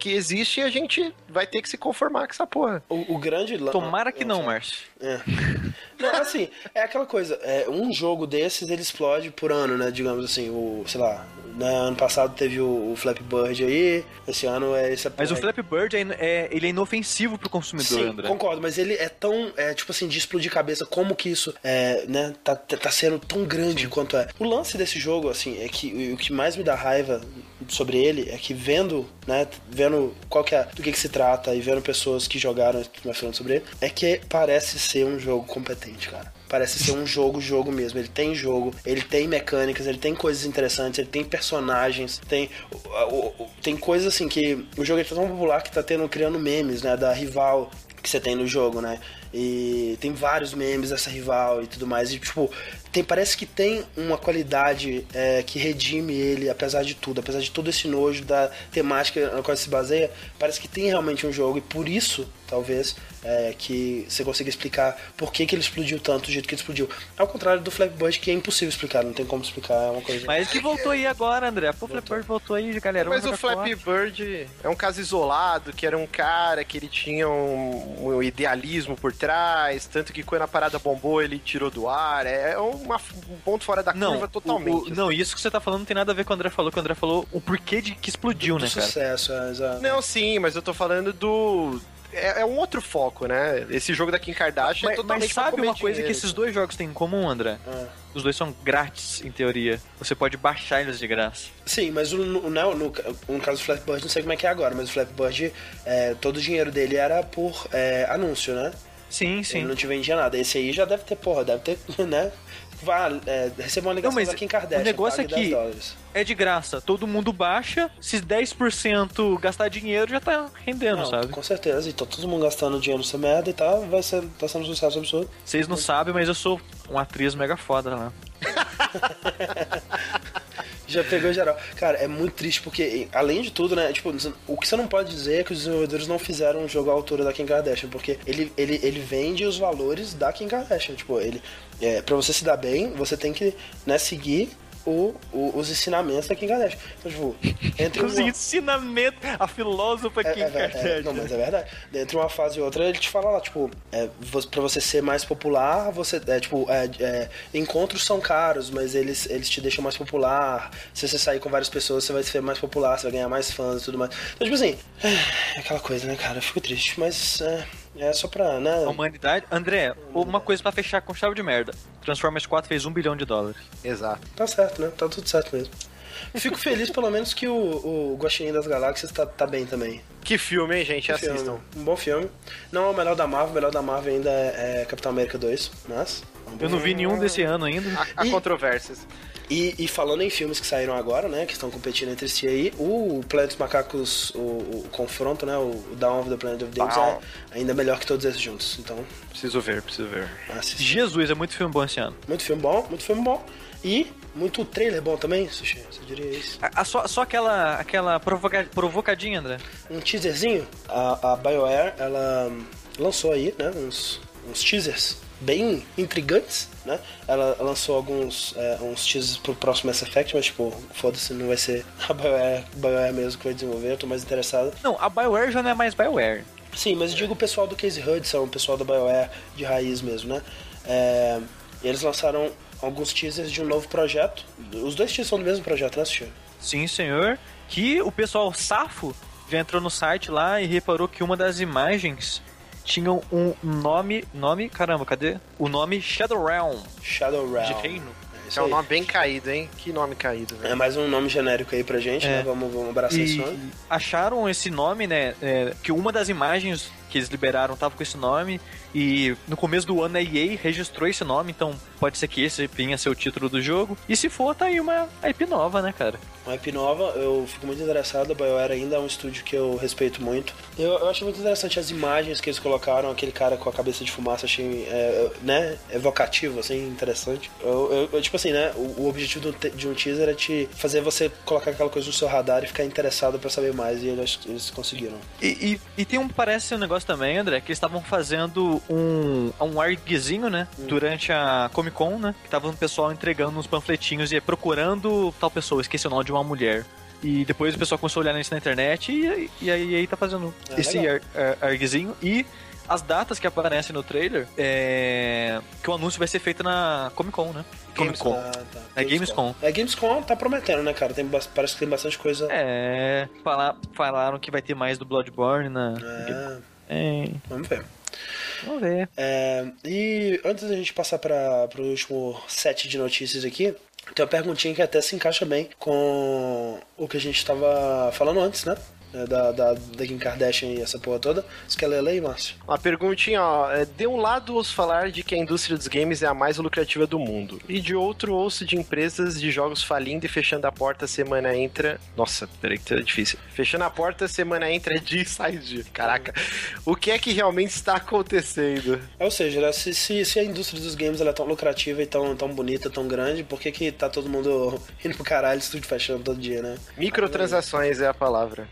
que existe e a gente vai ter que se conformar com essa porra. O, o grande... Tomara que não, não Márcio. É. Não, assim, é aquela coisa, é, um jogo desses, ele explode por ano, né, digamos assim, o, sei lá, né, ano passado teve o, o Flappy Bird aí, esse ano é esse... Mas o Flappy Bird, é, é, ele é inofensivo pro consumidor, Sim, André. concordo, mas ele é tão, é, tipo assim, de explodir cabeça, como que isso, é, né, tá, tá sendo tão grande quanto é. O lance desse jogo, assim, é que o que mais me dá raiva sobre ele é que vendo, né, vendo qual que é, do que que se trata e vendo pessoas que jogaram e falando sobre ele, é que parece ser um jogo competente, cara. Parece ser um jogo, jogo mesmo. Ele tem jogo, ele tem mecânicas, ele tem coisas interessantes, ele tem personagens, tem, tem coisas assim que o jogo é tão popular que tá tendo, criando memes, né, da rival que você tem no jogo, né? E tem vários memes dessa rival e tudo mais. E, tipo, tem, parece que tem uma qualidade é, que redime ele, apesar de tudo. Apesar de todo esse nojo da temática na qual se baseia, parece que tem realmente um jogo. E por isso, talvez, é, que você consiga explicar por que, que ele explodiu tanto do jeito que ele explodiu. Ao contrário do Flappy Bird, que é impossível explicar. Não tem como explicar, é uma coisa... Mas que voltou aí agora, André. Pô, o Flappy Bird voltou aí, galera. Mas o Flappy Bird é um caso isolado, que era um cara que ele tinha um, um idealismo por trás, tanto que quando a parada bombou, ele tirou do ar. É uma, um ponto fora da não, curva totalmente. O, o, assim. Não, isso que você tá falando não tem nada a ver com o André falou, que o André falou o porquê de que explodiu, do, né, do cara? Sucesso, é, exato. Não, sim, mas eu tô falando do... É, é um outro foco, né? Esse jogo da Kim Kardashian mas, é totalmente... Mas sabe uma coisa dinheiro. que esses dois jogos têm em comum, André? É. Os dois são grátis, em teoria. Você pode baixar eles de graça. Sim, mas o, no, no, no, no caso do Flappy Bird, não sei como é que é agora, mas o Flappy Bird, é, todo o dinheiro dele era por é, anúncio, né? Sim, sim. Ele não te vendia nada. Esse aí já deve ter, porra, deve ter, né? Vá, é, receba uma ligação da Kim Kardashian. O negócio é que dólares. É de graça. Todo mundo baixa. Se dez por cento gastar dinheiro, já tá rendendo, não, sabe? Com certeza. Então todo mundo gastando dinheiro nessa merda e tá, vai ser, tá sendo um sucesso absurdo. Vocês não sabem, mas eu sou uma atriz mega foda lá. Já pegou geral. Cara, é muito triste porque, além de tudo, né, tipo, o que você não pode dizer é que os desenvolvedores não fizeram um jogo à altura da Kim Kardashian, porque ele, ele, ele vende os valores da Kim Kardashian. Tipo, ele, é, pra você se dar bem, você tem que, né, seguir O, o, os ensinamentos da Kim Kardashian. Então, tipo, entre os uma... ensinamentos, a filósofa é, Kim é, Kardashian. É, não, mas é verdade. Entre uma fase e outra, ele te fala lá, tipo, é, pra você ser mais popular, você, é, tipo, é, é, encontros são caros, mas eles, eles te deixam mais popular. Se você sair com várias pessoas, você vai ser mais popular, você vai ganhar mais fãs e tudo mais. Então, tipo assim, é aquela coisa, né, cara? Eu fico triste, mas é, é só pra, né? A humanidade. André, uma coisa pra fechar com chave de merda. Transformers quatro fez um bilhão de dólares. Exato. Tá certo, né? Tá tudo certo mesmo. Fico feliz, pelo menos, que o, o Guaxinim das Galáxias tá, tá bem também. Que filme, hein, gente? Que Assistam. filme. Um bom filme. Não é o melhor da Marvel, o melhor da Marvel ainda é, é Capitão América dois, mas... Eu não vi nenhum desse ano ainda. Há E- controvérsias. E, e falando em filmes que saíram agora, né, que estão competindo entre si aí, o Planeta dos Macacos, o, o confronto, né, o Dawn of the Planet of the Apes Dawn. é ainda melhor que todos esses juntos. Então, Preciso ver, preciso ver. assista. Jesus, é muito filme bom esse ano. Muito filme bom, muito filme bom. E muito trailer bom também, Sushi, você diria isso? A, a- só, só aquela, aquela provoca, provocadinha, André. Um teaserzinho, a, a BioWare, ela lançou aí, né, uns, uns teasers bem intrigantes, né? Ela lançou alguns é, uns teasers pro próximo Mass Effect, mas tipo, foda-se, não vai ser a BioWare, BioWare mesmo que vai desenvolver, eu tô mais interessado. Não, a BioWare já não é mais BioWare. Sim, mas eu digo o pessoal do Casey Hudson, o pessoal da BioWare de raiz mesmo, né? É, e eles lançaram alguns teasers de um novo projeto. Os dois teasers são do mesmo projeto, né, Sushi? Sim, senhor. Que o pessoal safo já entrou no site lá e reparou que uma das imagens tinha um nome... Nome? Caramba, cadê? O nome Shadow Realm. Shadow Realm. De reino. É, isso É um aí. nome bem caído, hein? Que nome caído, É velho. mais um nome genérico aí pra gente, É. né? Vamos, vamos abraçar esse E nome. acharam esse nome, né? é, que uma das imagens que eles liberaram tava com esse nome. E no começo do ano a E A registrou esse nome, então pode ser que esse venha a ser o título do jogo. E se for, tá aí uma I P nova, né, cara? Uma I P nova, eu fico muito interessado. A BioWare ainda é um estúdio que eu respeito muito. Eu, eu achei muito interessante as imagens que eles colocaram, aquele cara com a cabeça de fumaça, achei, é, né, evocativo, assim, interessante. Eu, eu- eu, tipo assim, né, o, o objetivo do te- de um teaser é te fazer você colocar aquela coisa no seu radar e ficar interessado pra saber mais, e eles, eles conseguiram. E, e, e tem um, parece um negócio também, André, que eles estavam fazendo um, um argzinho, né? Durante a Comic Con, né? Que tava o pessoal entregando uns panfletinhos e procurando tal pessoa, esqueci o nome de uma mulher. E depois o pessoal começou a olhar isso na internet e, e aí, aí tá fazendo é, esse ar, ar, argzinho. E as datas que aparecem no trailer, é... que o anúncio vai ser feito na Comic Con, né? Gamescom. Ah, tá. É Gamescom. É, Gamescom tá prometendo, né, cara? Tem, parece que tem bastante coisa. É, falar, falaram que vai ter mais do Bloodborne na... É. É. Vamos ver. Vamos ver. É, e antes da gente passar para o último set de notícias aqui, tem uma perguntinha que até se encaixa bem com o que a gente estava falando antes, né? Da, da, da Kim Kardashian e essa porra toda. Você quer ler aí, Márcio? Uma perguntinha, ó. De um lado, ouço falar de que a indústria dos games é a mais lucrativa do mundo. E de outro, ouço de empresas de jogos falindo e fechando a porta, semana entra... Nossa, peraí que é difícil. Fechando a porta, semana entra, dia sai dia. Caraca. O que é que realmente está acontecendo? Ou seja, né, se, se, se a indústria dos games ela é tão lucrativa e tão, tão bonita, tão grande, por que que tá todo mundo indo pro caralho, estúdio fechando todo dia, né? Microtransações é a palavra.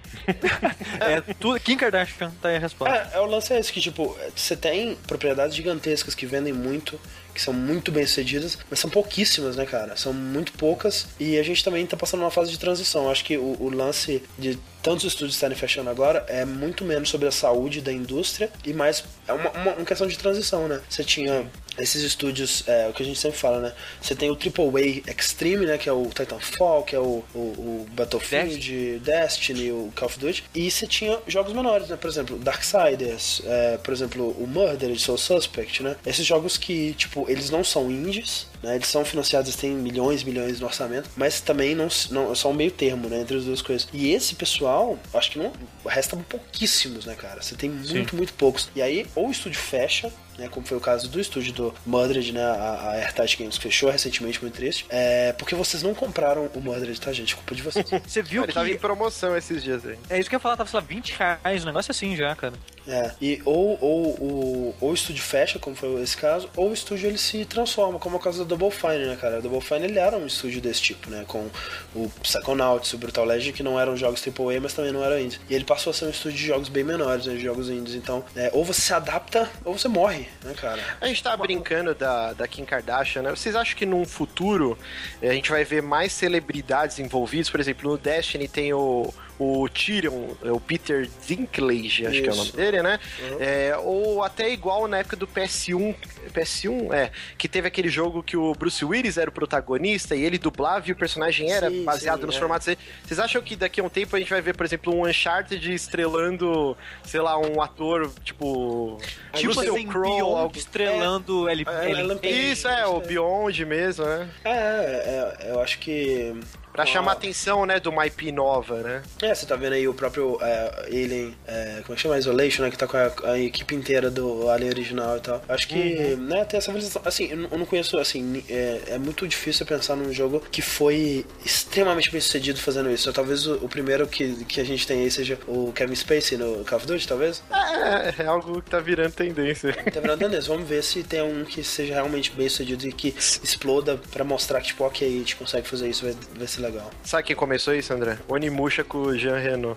É tudo. Kim Kardashian tá aí a resposta. É, é o lance é esse, que tipo, você tem propriedades gigantescas que vendem muito, que são muito bem sucedidas, mas são pouquíssimas, né, cara? São muito poucas e a gente também tá passando uma fase de transição. Acho que o, o lance de tantos estúdios estarem fechando agora é muito menos sobre a saúde da indústria e mais é uma, uma, uma questão de transição, né? Você tinha esses estúdios, é o que a gente sempre fala, né? Você tem o Triple A Extreme, né? Que é o Titanfall, que é o, o, o Battlefield, Destiny. Destiny, o Call of Duty. E você tinha jogos menores, né? Por exemplo, Darksiders, é, por exemplo, o Murder, Soul Suspect, né? Esses jogos que, tipo, eles não são indies, né? Eles são financiados, têm milhões e milhões no orçamento, mas também não, não são um meio termo, né? Entre as duas coisas. E esse pessoal, acho que não restam pouquíssimos, né, cara? Você tem muito, Sim. muito poucos. E aí, ou o estúdio fecha, né, como foi o caso do estúdio do Murdered, né, a, a Airtight Games que fechou recentemente, muito triste, é porque vocês não compraram o Murdered, tá, gente? Culpa de vocês. Você viu Ele que... tava em promoção esses dias aí. É isso que eu ia falar, tava, sei lá, vinte reais, um negócio assim já, cara. É, e ou, ou, ou, ou o estúdio fecha, como foi esse caso, ou o estúdio ele se transforma, como é o caso da Double Fine, né, cara? A Double Fine, ele era um estúdio desse tipo, né, com o Psychonauts, o Brutal Legend, que não eram jogos Triple A, mas também não eram indies. E ele passou a ser um estúdio de jogos bem menores, né, de jogos indies. Então, é, ou você se adapta, ou você morre, né, cara? A gente tava brincando da, da Kim Kardashian, né? Vocês acham que num futuro a gente vai ver mais celebridades envolvidas? Por exemplo, no Destiny tem o... o Tyrion, o Peter Dinklage, acho Isso. que é o nome dele, né? Uhum. É, ou até igual na época do P S um, P S um, é, que teve aquele jogo que o Bruce Willis era o protagonista e ele dublava e o personagem era sim, baseado sim, nos é. formatos. Vocês acham que daqui a um tempo a gente vai ver, por exemplo, um Uncharted estrelando, sei lá, um ator, tipo... Tipo assim, Crow, algo... estrelando é, L P. É, L P. Isso, é, o Beyond mesmo, né? É, é, é eu acho que... Pra chamar a atenção, né, de uma I P nova, né? É, você tá vendo aí o próprio é, Alien, é, como é que chama? Isolation, né? Que tá com a, a equipe inteira do Alien original e tal. Acho que, uhum. né, tem essa visão. Assim, eu não conheço, assim, é, é muito difícil pensar num jogo que foi extremamente bem sucedido fazendo isso. Talvez o, o primeiro que, que a gente tem aí seja o Kevin Spacey no Call of Duty, talvez? É, é algo que tá virando tendência. Tá virando tendência. Vamos ver se tem um que seja realmente bem sucedido e que exploda pra mostrar que, tipo, ok, a gente consegue fazer isso, vai, vai ser legal. Sabe quem começou isso, André? Onimusha com o Jean Reno.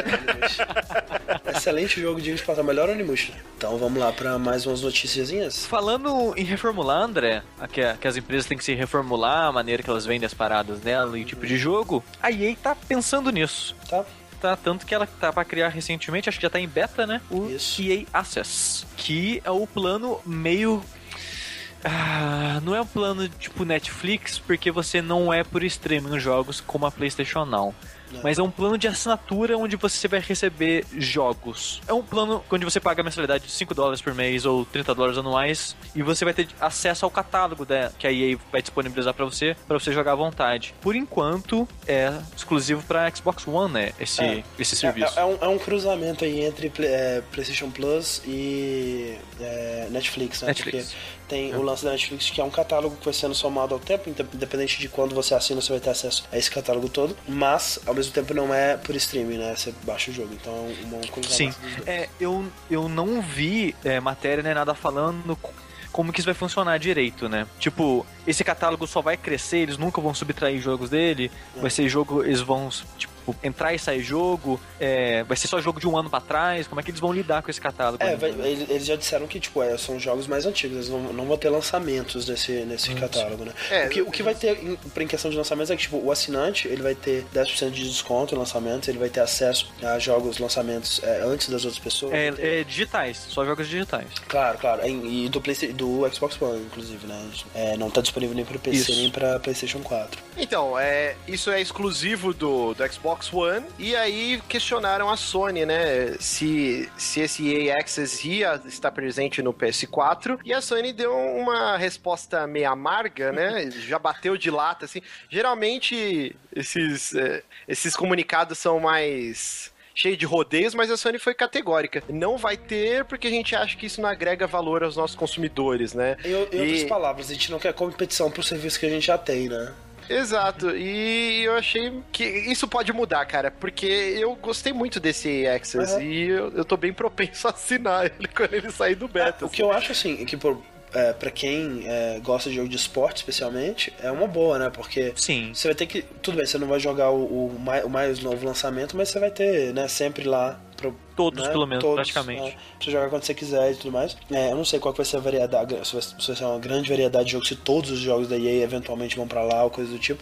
É, é, Excelente jogo de passar, melhor Onimusha. Então vamos lá pra mais umas noticiazinhas. Falando em reformular, André, que, que as empresas têm que se reformular, a maneira que elas vendem as paradas dela e o tipo de jogo, a E A tá pensando nisso. Tá. Tá, tanto que ela tá pra criar recentemente, acho que já tá em beta, né? O Isso. E A Access, que é o plano meio... Ah, não é um plano tipo Netflix, porque você não é por streaming nos jogos como a PlayStation Now. Não. Mas é um plano de assinatura onde você vai receber jogos. É um plano onde você paga a mensalidade de cinco dólares por mês ou trinta dólares anuais e você vai ter acesso ao catálogo da, que a E A vai disponibilizar pra você, pra você jogar à vontade. Por enquanto, é exclusivo pra Xbox One, né? Esse, é. esse serviço. É, é, um, é um cruzamento aí entre é, PlayStation Plus e é, Netflix, né? Netflix. Porque tem o lance da Netflix, que é um catálogo que vai sendo somado ao tempo, independente de quando você assina, você vai ter acesso a esse catálogo todo, mas ao mesmo tempo não é por streaming, né? Você baixa o jogo, então é um, um cruzamento. Sim, é, eu, eu não vi é, matéria nem nada falando como que isso vai funcionar direito, né? Tipo, esse catálogo só vai crescer, eles nunca vão subtrair jogos dele, é. vai ser jogo, eles vão... Tipo, Tipo, entrar e sair jogo, é, vai ser só jogo de um ano pra trás, como é que eles vão lidar com esse catálogo? É, vai, eles já disseram que, tipo, é, são jogos mais antigos, eles não, não vão ter lançamentos nesse, nesse hum, catálogo, né? É, o, que, o que vai ter, em, em questão de lançamentos, é que, tipo, o assinante, ele vai ter dez por cento de desconto em lançamentos, ele vai ter acesso a jogos, lançamentos é, antes das outras pessoas. É, é digitais, só jogos digitais. Claro, claro, e do, Play, do Xbox One, inclusive, né? É, não tá disponível nem pro P C, isso. nem pra PlayStation quatro. Então, é, isso é exclusivo do, do Xbox One, e aí questionaram a Sony, né, se, se esse E A Access ia estar presente no P S quatro, e a Sony deu uma resposta meio amarga, né, já bateu de lata, assim. Geralmente, esses, é, esses comunicados são mais cheio de rodeios, mas a Sony foi categórica. Não vai ter, porque a gente acha que isso não agrega valor aos nossos consumidores, né? Em, em e... outras palavras, a gente não quer competição pro serviço que a gente já tem, né? Exato, e eu achei que isso pode mudar, cara, porque eu gostei muito desse E A Access, uhum. e eu, eu tô bem propenso a assinar ele quando ele sair do beta. É, assim. O que eu acho, assim, é que por... É, pra quem é, gosta de jogo de esporte, especialmente, é uma boa, né? Porque Sim. você vai ter que... Tudo bem, você não vai jogar o, o, mais, o mais novo lançamento, mas você vai ter, né, sempre lá... Pro, Todos, né? pelo menos, Todos, praticamente. É, pra você jogar quando você quiser e tudo mais. É, eu não sei qual que vai ser a variedade, se vai, se vai ser uma grande variedade de jogos, se todos os jogos da E A eventualmente vão pra lá ou coisa do tipo,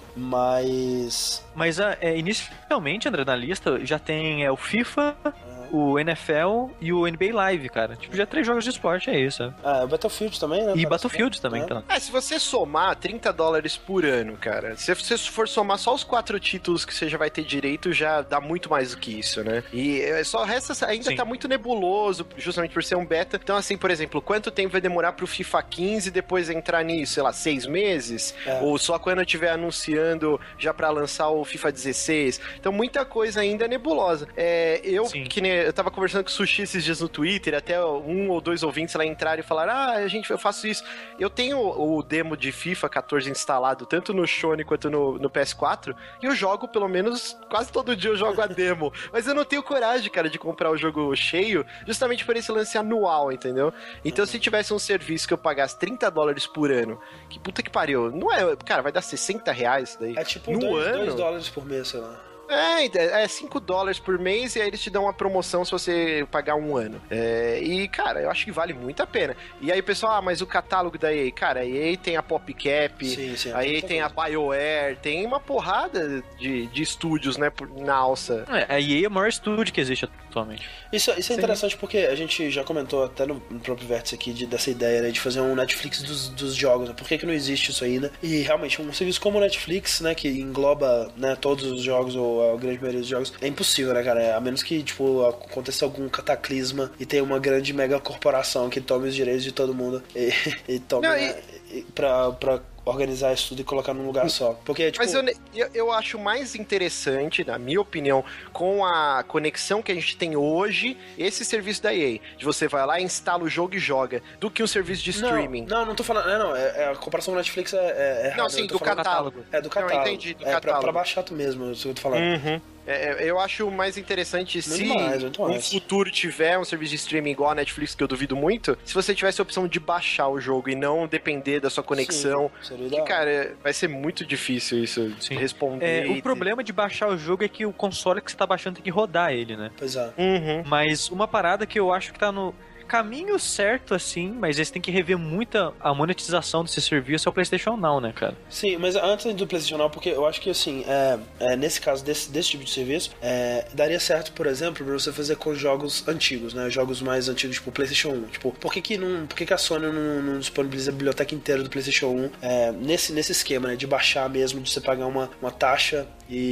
mas... Mas é, inicialmente, André, na lista já tem é, o FIFA... É. O N F L e o N B A Live, cara. Tipo, já três jogos de esporte, é isso. Ah, o Battlefield também, né? E Battlefield também, é. Tá. É, se você somar trinta dólares por ano, cara, se você for somar só os quatro títulos que você já vai ter direito, já dá muito mais do que isso, né? E só resta, ainda Sim. tá muito nebuloso, justamente por ser um beta. Então, assim, por exemplo, quanto tempo vai demorar pro FIFA quinze depois entrar nisso? Sei lá, seis meses? É. Ou só quando eu estiver anunciando já pra lançar o FIFA dezesseis? Então, muita coisa ainda é nebulosa. É, eu, Sim. que nem eu tava conversando com o Sushi esses dias no Twitter, até um ou dois ouvintes lá entraram e falaram, ah, a gente, eu faço isso. Eu tenho o demo de FIFA quatorze instalado, tanto no Sony quanto no, no P S quatro, e eu jogo, pelo menos, quase todo dia eu jogo a demo. Mas eu não tenho coragem, cara, de comprar o jogo cheio, justamente por esse lance anual, entendeu? Então, se tivesse um serviço que eu pagasse trinta dólares por ano, que puta que pariu, não é, cara, vai dar sessenta reais isso daí. É tipo no dois, ano, dois dólares por mês, sei lá. É, é cinco dólares por mês e aí eles te dão uma promoção se você pagar um ano. É, e, cara, eu acho que vale muito a pena. E aí o pessoal, ah, mas o catálogo da E A? Cara, a E A tem a PopCap, sim, sim, a E A tem a BioWare, tem uma porrada de, de estúdios, né, na alça. É, a E A é o maior estúdio que existe atualmente. Isso, isso é interessante porque a gente já comentou até no, no próprio Vértice aqui de, dessa ideia, né, de fazer um Netflix dos, dos jogos, né? Por que que não existe isso ainda? E realmente, um serviço como o Netflix, né, que engloba, né, todos os jogos ou a grande maioria dos jogos, é impossível, né, cara? A menos que, tipo, aconteça algum cataclisma e tenha uma grande mega corporação que tome os direitos de todo mundo e, e tome, não, né, e... pra... pra organizar isso tudo e colocar num lugar só. Porque, tipo... Mas eu, eu, eu acho mais interessante, na minha opinião, com a conexão que a gente tem hoje, esse serviço da E A, de você vai lá, instala o jogo e joga, do que um serviço de streaming. Não, não, não tô falando... É, não, é, é, a comparação com o Netflix é, é, é Não, sim, do catálogo. É, do catálogo. Não, entendi, do é, catálogo. Pra, pra baixar tu mesmo, isso que eu tô falando. Uhum. É, eu acho mais interessante muito se mais, muito no mais. futuro tiver um serviço de streaming igual a Netflix, que eu duvido muito, se você tivesse a opção de baixar o jogo e não depender da sua conexão, Sim, que, cara, vai ser muito difícil isso, Sim. responder. É, o problema de baixar o jogo é que o console que você tá baixando tem que rodar ele, né? Pois é. Uhum. Mas uma parada que eu acho que tá no caminho certo, assim, mas eles têm que rever muito a monetização desse serviço é o PlayStation Now, né, cara? Sim, mas antes do PlayStation Now, porque eu acho que, assim, é, é, nesse caso desse, desse tipo de serviço, é, daria certo, por exemplo, pra você fazer com jogos antigos, né? Jogos mais antigos, tipo PlayStation um. Tipo, por que que, não, por que, que a Sony não, não disponibiliza a biblioteca inteira do PlayStation um é, nesse, nesse esquema, né? De baixar mesmo, de você pagar uma, uma taxa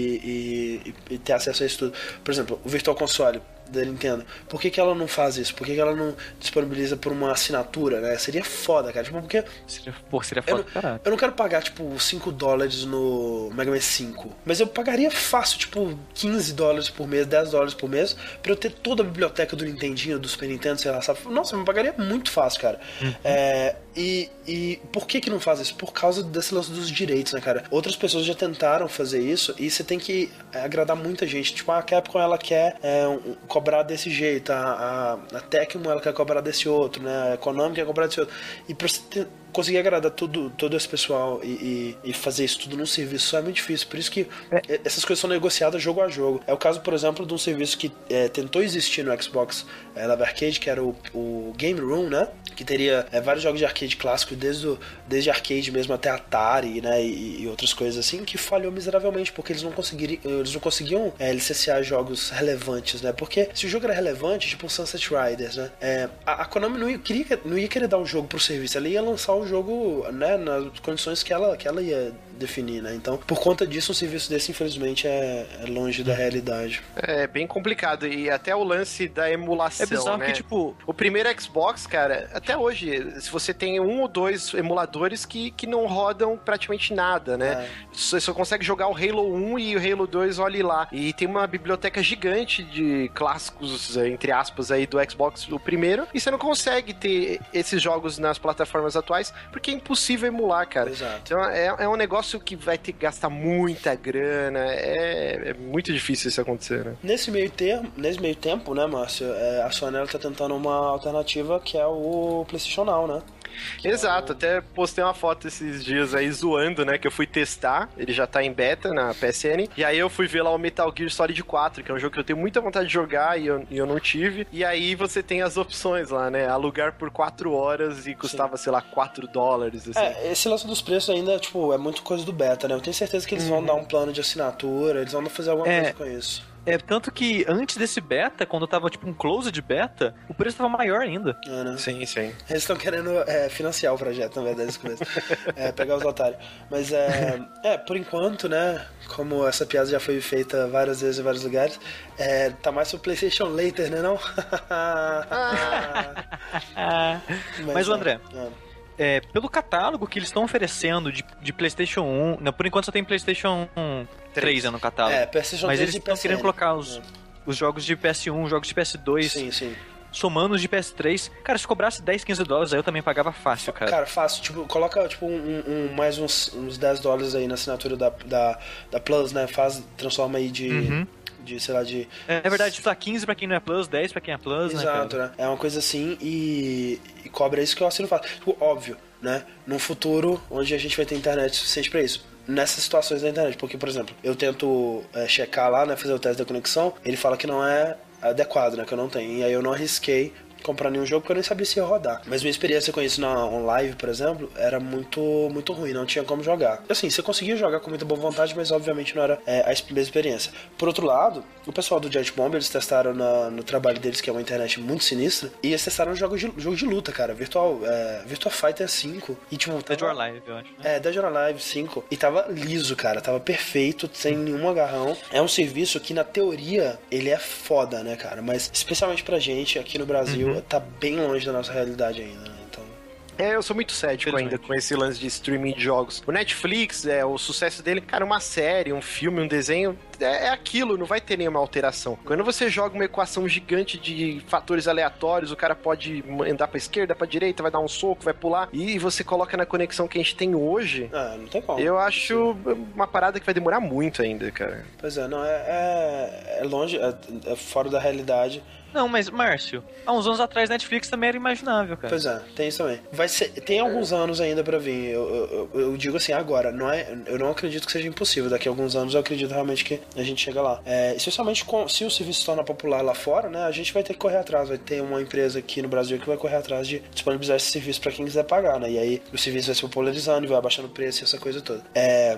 e, e, e ter acesso a isso tudo. Por exemplo, o Virtual Console da Nintendo. Por que que ela não faz isso? Por que que ela não disponibiliza por uma assinatura, né? Seria foda, cara. Tipo, porque... Seria, pô, seria foda, eu não, caralho. Eu não quero pagar, tipo, cinco dólares no Mega Man cinco. Mas eu pagaria fácil, tipo, quinze dólares por mês, dez dólares por mês, pra eu ter toda a biblioteca do Nintendinho, do Super Nintendo, sei lá, sabe? Nossa, eu me pagaria muito fácil, cara. Uhum. É... E, e por que que não faz isso? Por causa desse lance dos direitos, né, cara? Outras pessoas já tentaram fazer isso e você tem que agradar muita gente. Tipo, a Capcom, ela quer é, um, cobrar desse jeito, a, a, a Tecmo, ela quer cobrar desse outro, né? A Konami quer cobrar desse outro. E pra você ter, conseguir agradar todo, todo esse pessoal e, e, e fazer isso tudo num serviço só é muito difícil. Por isso que é. essas coisas são negociadas jogo a jogo. É o caso, por exemplo, de um serviço que é, tentou existir no Xbox é, Live Arcade, que era o, o Game Room, né? Que teria é, vários jogos de arcade clássicos, desde, o, desde arcade mesmo até Atari, né? E, e outras coisas assim, que falhou miseravelmente, porque eles não conseguiriam, eles não conseguiam é, licenciar jogos relevantes, né? Porque se o jogo era relevante, tipo Sunset Riders, né? É, a, a Konami não ia, queria, não ia querer dar um jogo pro serviço, ela ia lançar o jogo, né, nas condições que ela, que ela ia definir, né? Então, por conta disso, um serviço desse, infelizmente, é, é longe da realidade. É bem complicado. E até o lance da emulação, É bizarro, né? que, tipo... O primeiro Xbox, cara, até hoje, se você tem um ou dois emuladores que, que não rodam praticamente nada, né? É. Você só consegue jogar o Halo um e o Halo dois, olhe lá. E tem uma biblioteca gigante de clássicos, entre aspas, aí do Xbox, o primeiro, e você não consegue ter esses jogos nas plataformas atuais, porque é impossível emular, cara. Exato. Então é, é um negócio que vai ter que gastar muita grana, é, é muito difícil isso acontecer, né? Nesse meio termo, nesse meio tempo, né, Márcio, é, a Sony ela tá tentando uma alternativa que é o PlayStation Now, né? Exato, é o... até postei uma foto esses dias aí zoando, né, que eu fui testar, ele já tá em beta na P S N, e aí eu fui ver lá o Metal Gear Solid quatro, que é um jogo que eu tenho muita vontade de jogar e eu, e eu não tive, e aí você tem as opções lá, né, alugar por quatro horas e custava, Sim. sei lá, quatro dólares, assim. É, esse lance dos preços ainda, tipo, é muito coisa do beta, né, eu tenho certeza que eles vão uhum. dar um plano de assinatura, eles vão fazer alguma é... coisa com isso. É, tanto que antes desse beta, quando tava tipo um close de beta, o preço tava maior ainda. É, né? Sim, sim. Eles estão querendo é, financiar o projeto, na verdade, começo. é, pegar os otários. Mas é, é, por enquanto, né, como essa piada já foi feita várias vezes em vários lugares, é, tá mais pro PlayStation Later, né, não? Mas, Mas o André... É. É, pelo catálogo que eles estão oferecendo de, de PlayStation um, não, por enquanto só tem PlayStation três né, no catálogo. É, PlayStation mas três eles estão querendo colocar os, é. os jogos de P S um, os jogos de P S dois, sim, sim. somando os de P S três. Cara, se cobrasse dez, quinze dólares, aí eu também pagava fácil, cara. Cara, fácil. Tipo, coloca tipo, um, um, mais uns, uns dez dólares aí na assinatura da, da, da Plus, né? Faz, transforma aí de... Uhum. De, sei lá, de... É, é verdade, tipo, quinze pra quem não é Plus, dez pra quem é Plus, Exato, né, Exato, né? É uma coisa assim e, e cobra isso que eu assino fácil. Tipo, óbvio, né? Num futuro onde a gente vai ter internet suficiente pra isso. Nessas situações da internet, porque, por exemplo, eu tento é, checar lá, né? Fazer o teste da conexão, ele fala que não é adequado, né? Que eu não tenho. E aí eu não arrisquei comprar nenhum jogo porque eu nem sabia se ia rodar. Mas minha experiência com isso na on-live, por exemplo, era muito, muito ruim, não tinha como jogar. Assim, você conseguia jogar com muita boa vontade, mas obviamente não era é, a mesma experiência. Por outro lado, o pessoal do Giant Bomb, eles testaram na, no trabalho deles, que é uma internet muito sinistra, e eles testaram jogos de, jogo de luta, cara. Virtual, é, Virtua Fighter cinco. E, tipo, tava, Dead or Alive, eu acho. Né? É, Dead or Alive cinco. E tava liso, cara. Tava perfeito, sem nenhum agarrão. É um serviço que, na teoria, ele é foda, né, cara? Mas, especialmente pra gente, aqui no Brasil, uhum. tá bem longe da nossa realidade ainda, né? Então... É, eu sou muito cético ainda com esse lance de streaming de jogos. O Netflix, é, o sucesso dele, cara, uma série, um filme, um desenho, é, é aquilo, não vai ter nenhuma alteração. Quando você joga uma equação gigante de fatores aleatórios, o cara pode andar pra esquerda, pra direita, vai dar um soco, vai pular, e você coloca na conexão que a gente tem hoje, ah, não tem como. Eu acho uma parada que vai demorar muito ainda, cara. Pois é, não, é, é, é longe, é, é fora da realidade. Não, mas, Márcio, há uns anos atrás Netflix também era imaginável, cara. Pois é, tem isso também. Vai ser, tem alguns anos ainda pra vir. Eu, eu, eu digo assim, agora, não é, eu não acredito que seja impossível. Daqui a alguns anos eu acredito realmente que a gente chega lá. É, especialmente com, se o serviço se torna popular lá fora, né, a gente vai ter que correr atrás. Vai ter uma empresa aqui no Brasil que vai correr atrás de disponibilizar esse serviço pra quem quiser pagar, né? E aí o serviço vai se popularizando e vai abaixando o preço e essa coisa toda. É,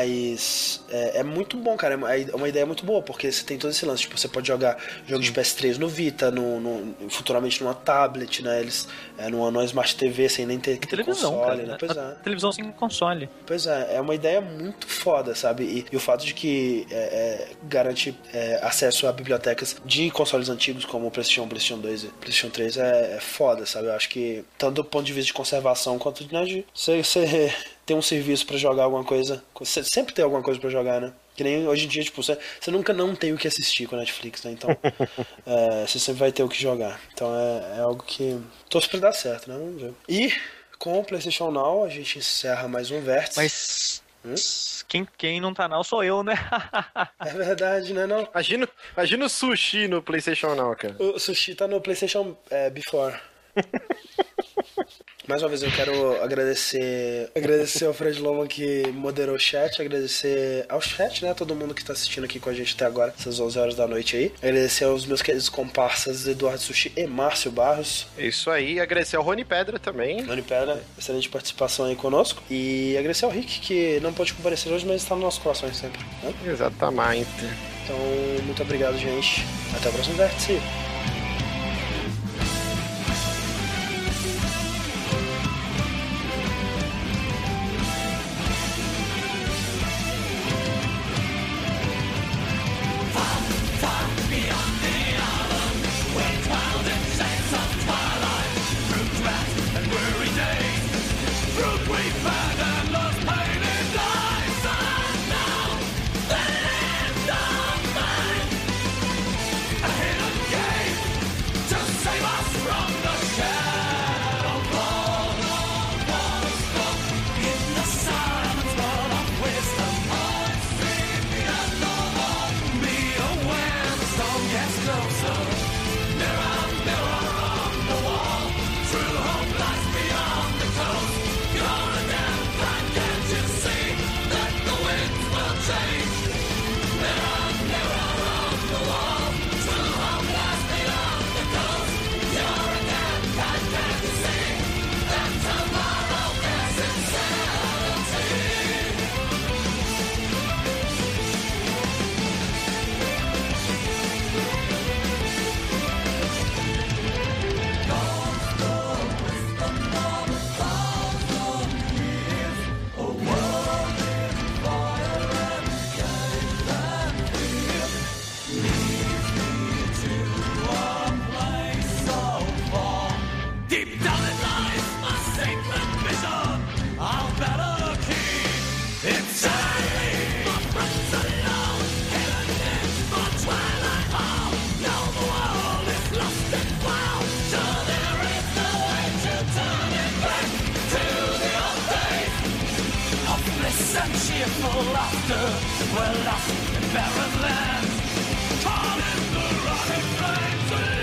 mas é, é muito bom, cara. É uma ideia muito boa, porque você tem todo esse lance. Tipo, você pode jogar jogos de P S três no Vita, no, no, futuramente numa tablet, né? Eles, é, numa, numa Smart T V sem nem ter que ter televisão, console, cara, né? Pois a é. Televisão sem console. Pois é, é uma ideia muito foda, sabe? E, e o fato de que é, é, garante é, acesso a bibliotecas de consoles antigos como o PlayStation, PlayStation dois e PlayStation três é, é foda, sabe? Eu acho que tanto do ponto de vista de conservação quanto de, né, de você, você ter um serviço pra jogar alguma coisa, você sempre tem alguma coisa pra jogar, né? Que nem hoje em dia, tipo, você, você nunca não tem o que assistir com a Netflix, né? Então, é, você sempre vai ter o que jogar. Então, é, é algo que torço pra dar certo, né? Vamos ver. E, com o PlayStation Now, a gente encerra mais um vértice. Mas... Hum? Quem, quem não tá now sou eu, né? É verdade, né? Não? Imagina, imagina o Sushi no PlayStation Now, cara. O Sushi tá no PlayStation é, Before. Mais uma vez eu quero agradecer agradecer ao Fred Loma que moderou o chat, agradecer ao chat, né, todo mundo que tá assistindo aqui com a gente até agora, essas onze horas da noite aí. Agradecer aos meus queridos comparsas Eduardo Sushi e Márcio Barros. É isso aí, agradecer ao Rony Pedra também. Rony Pedra, excelente participação aí conosco. E agradecer ao Rick, que não pôde comparecer hoje, mas está nos nossos corações sempre, né? Exatamente. Então, muito obrigado, gente. Até o próximo vértice. and cheerful laughter. We're lost in barren lands, caught in the rocket flames.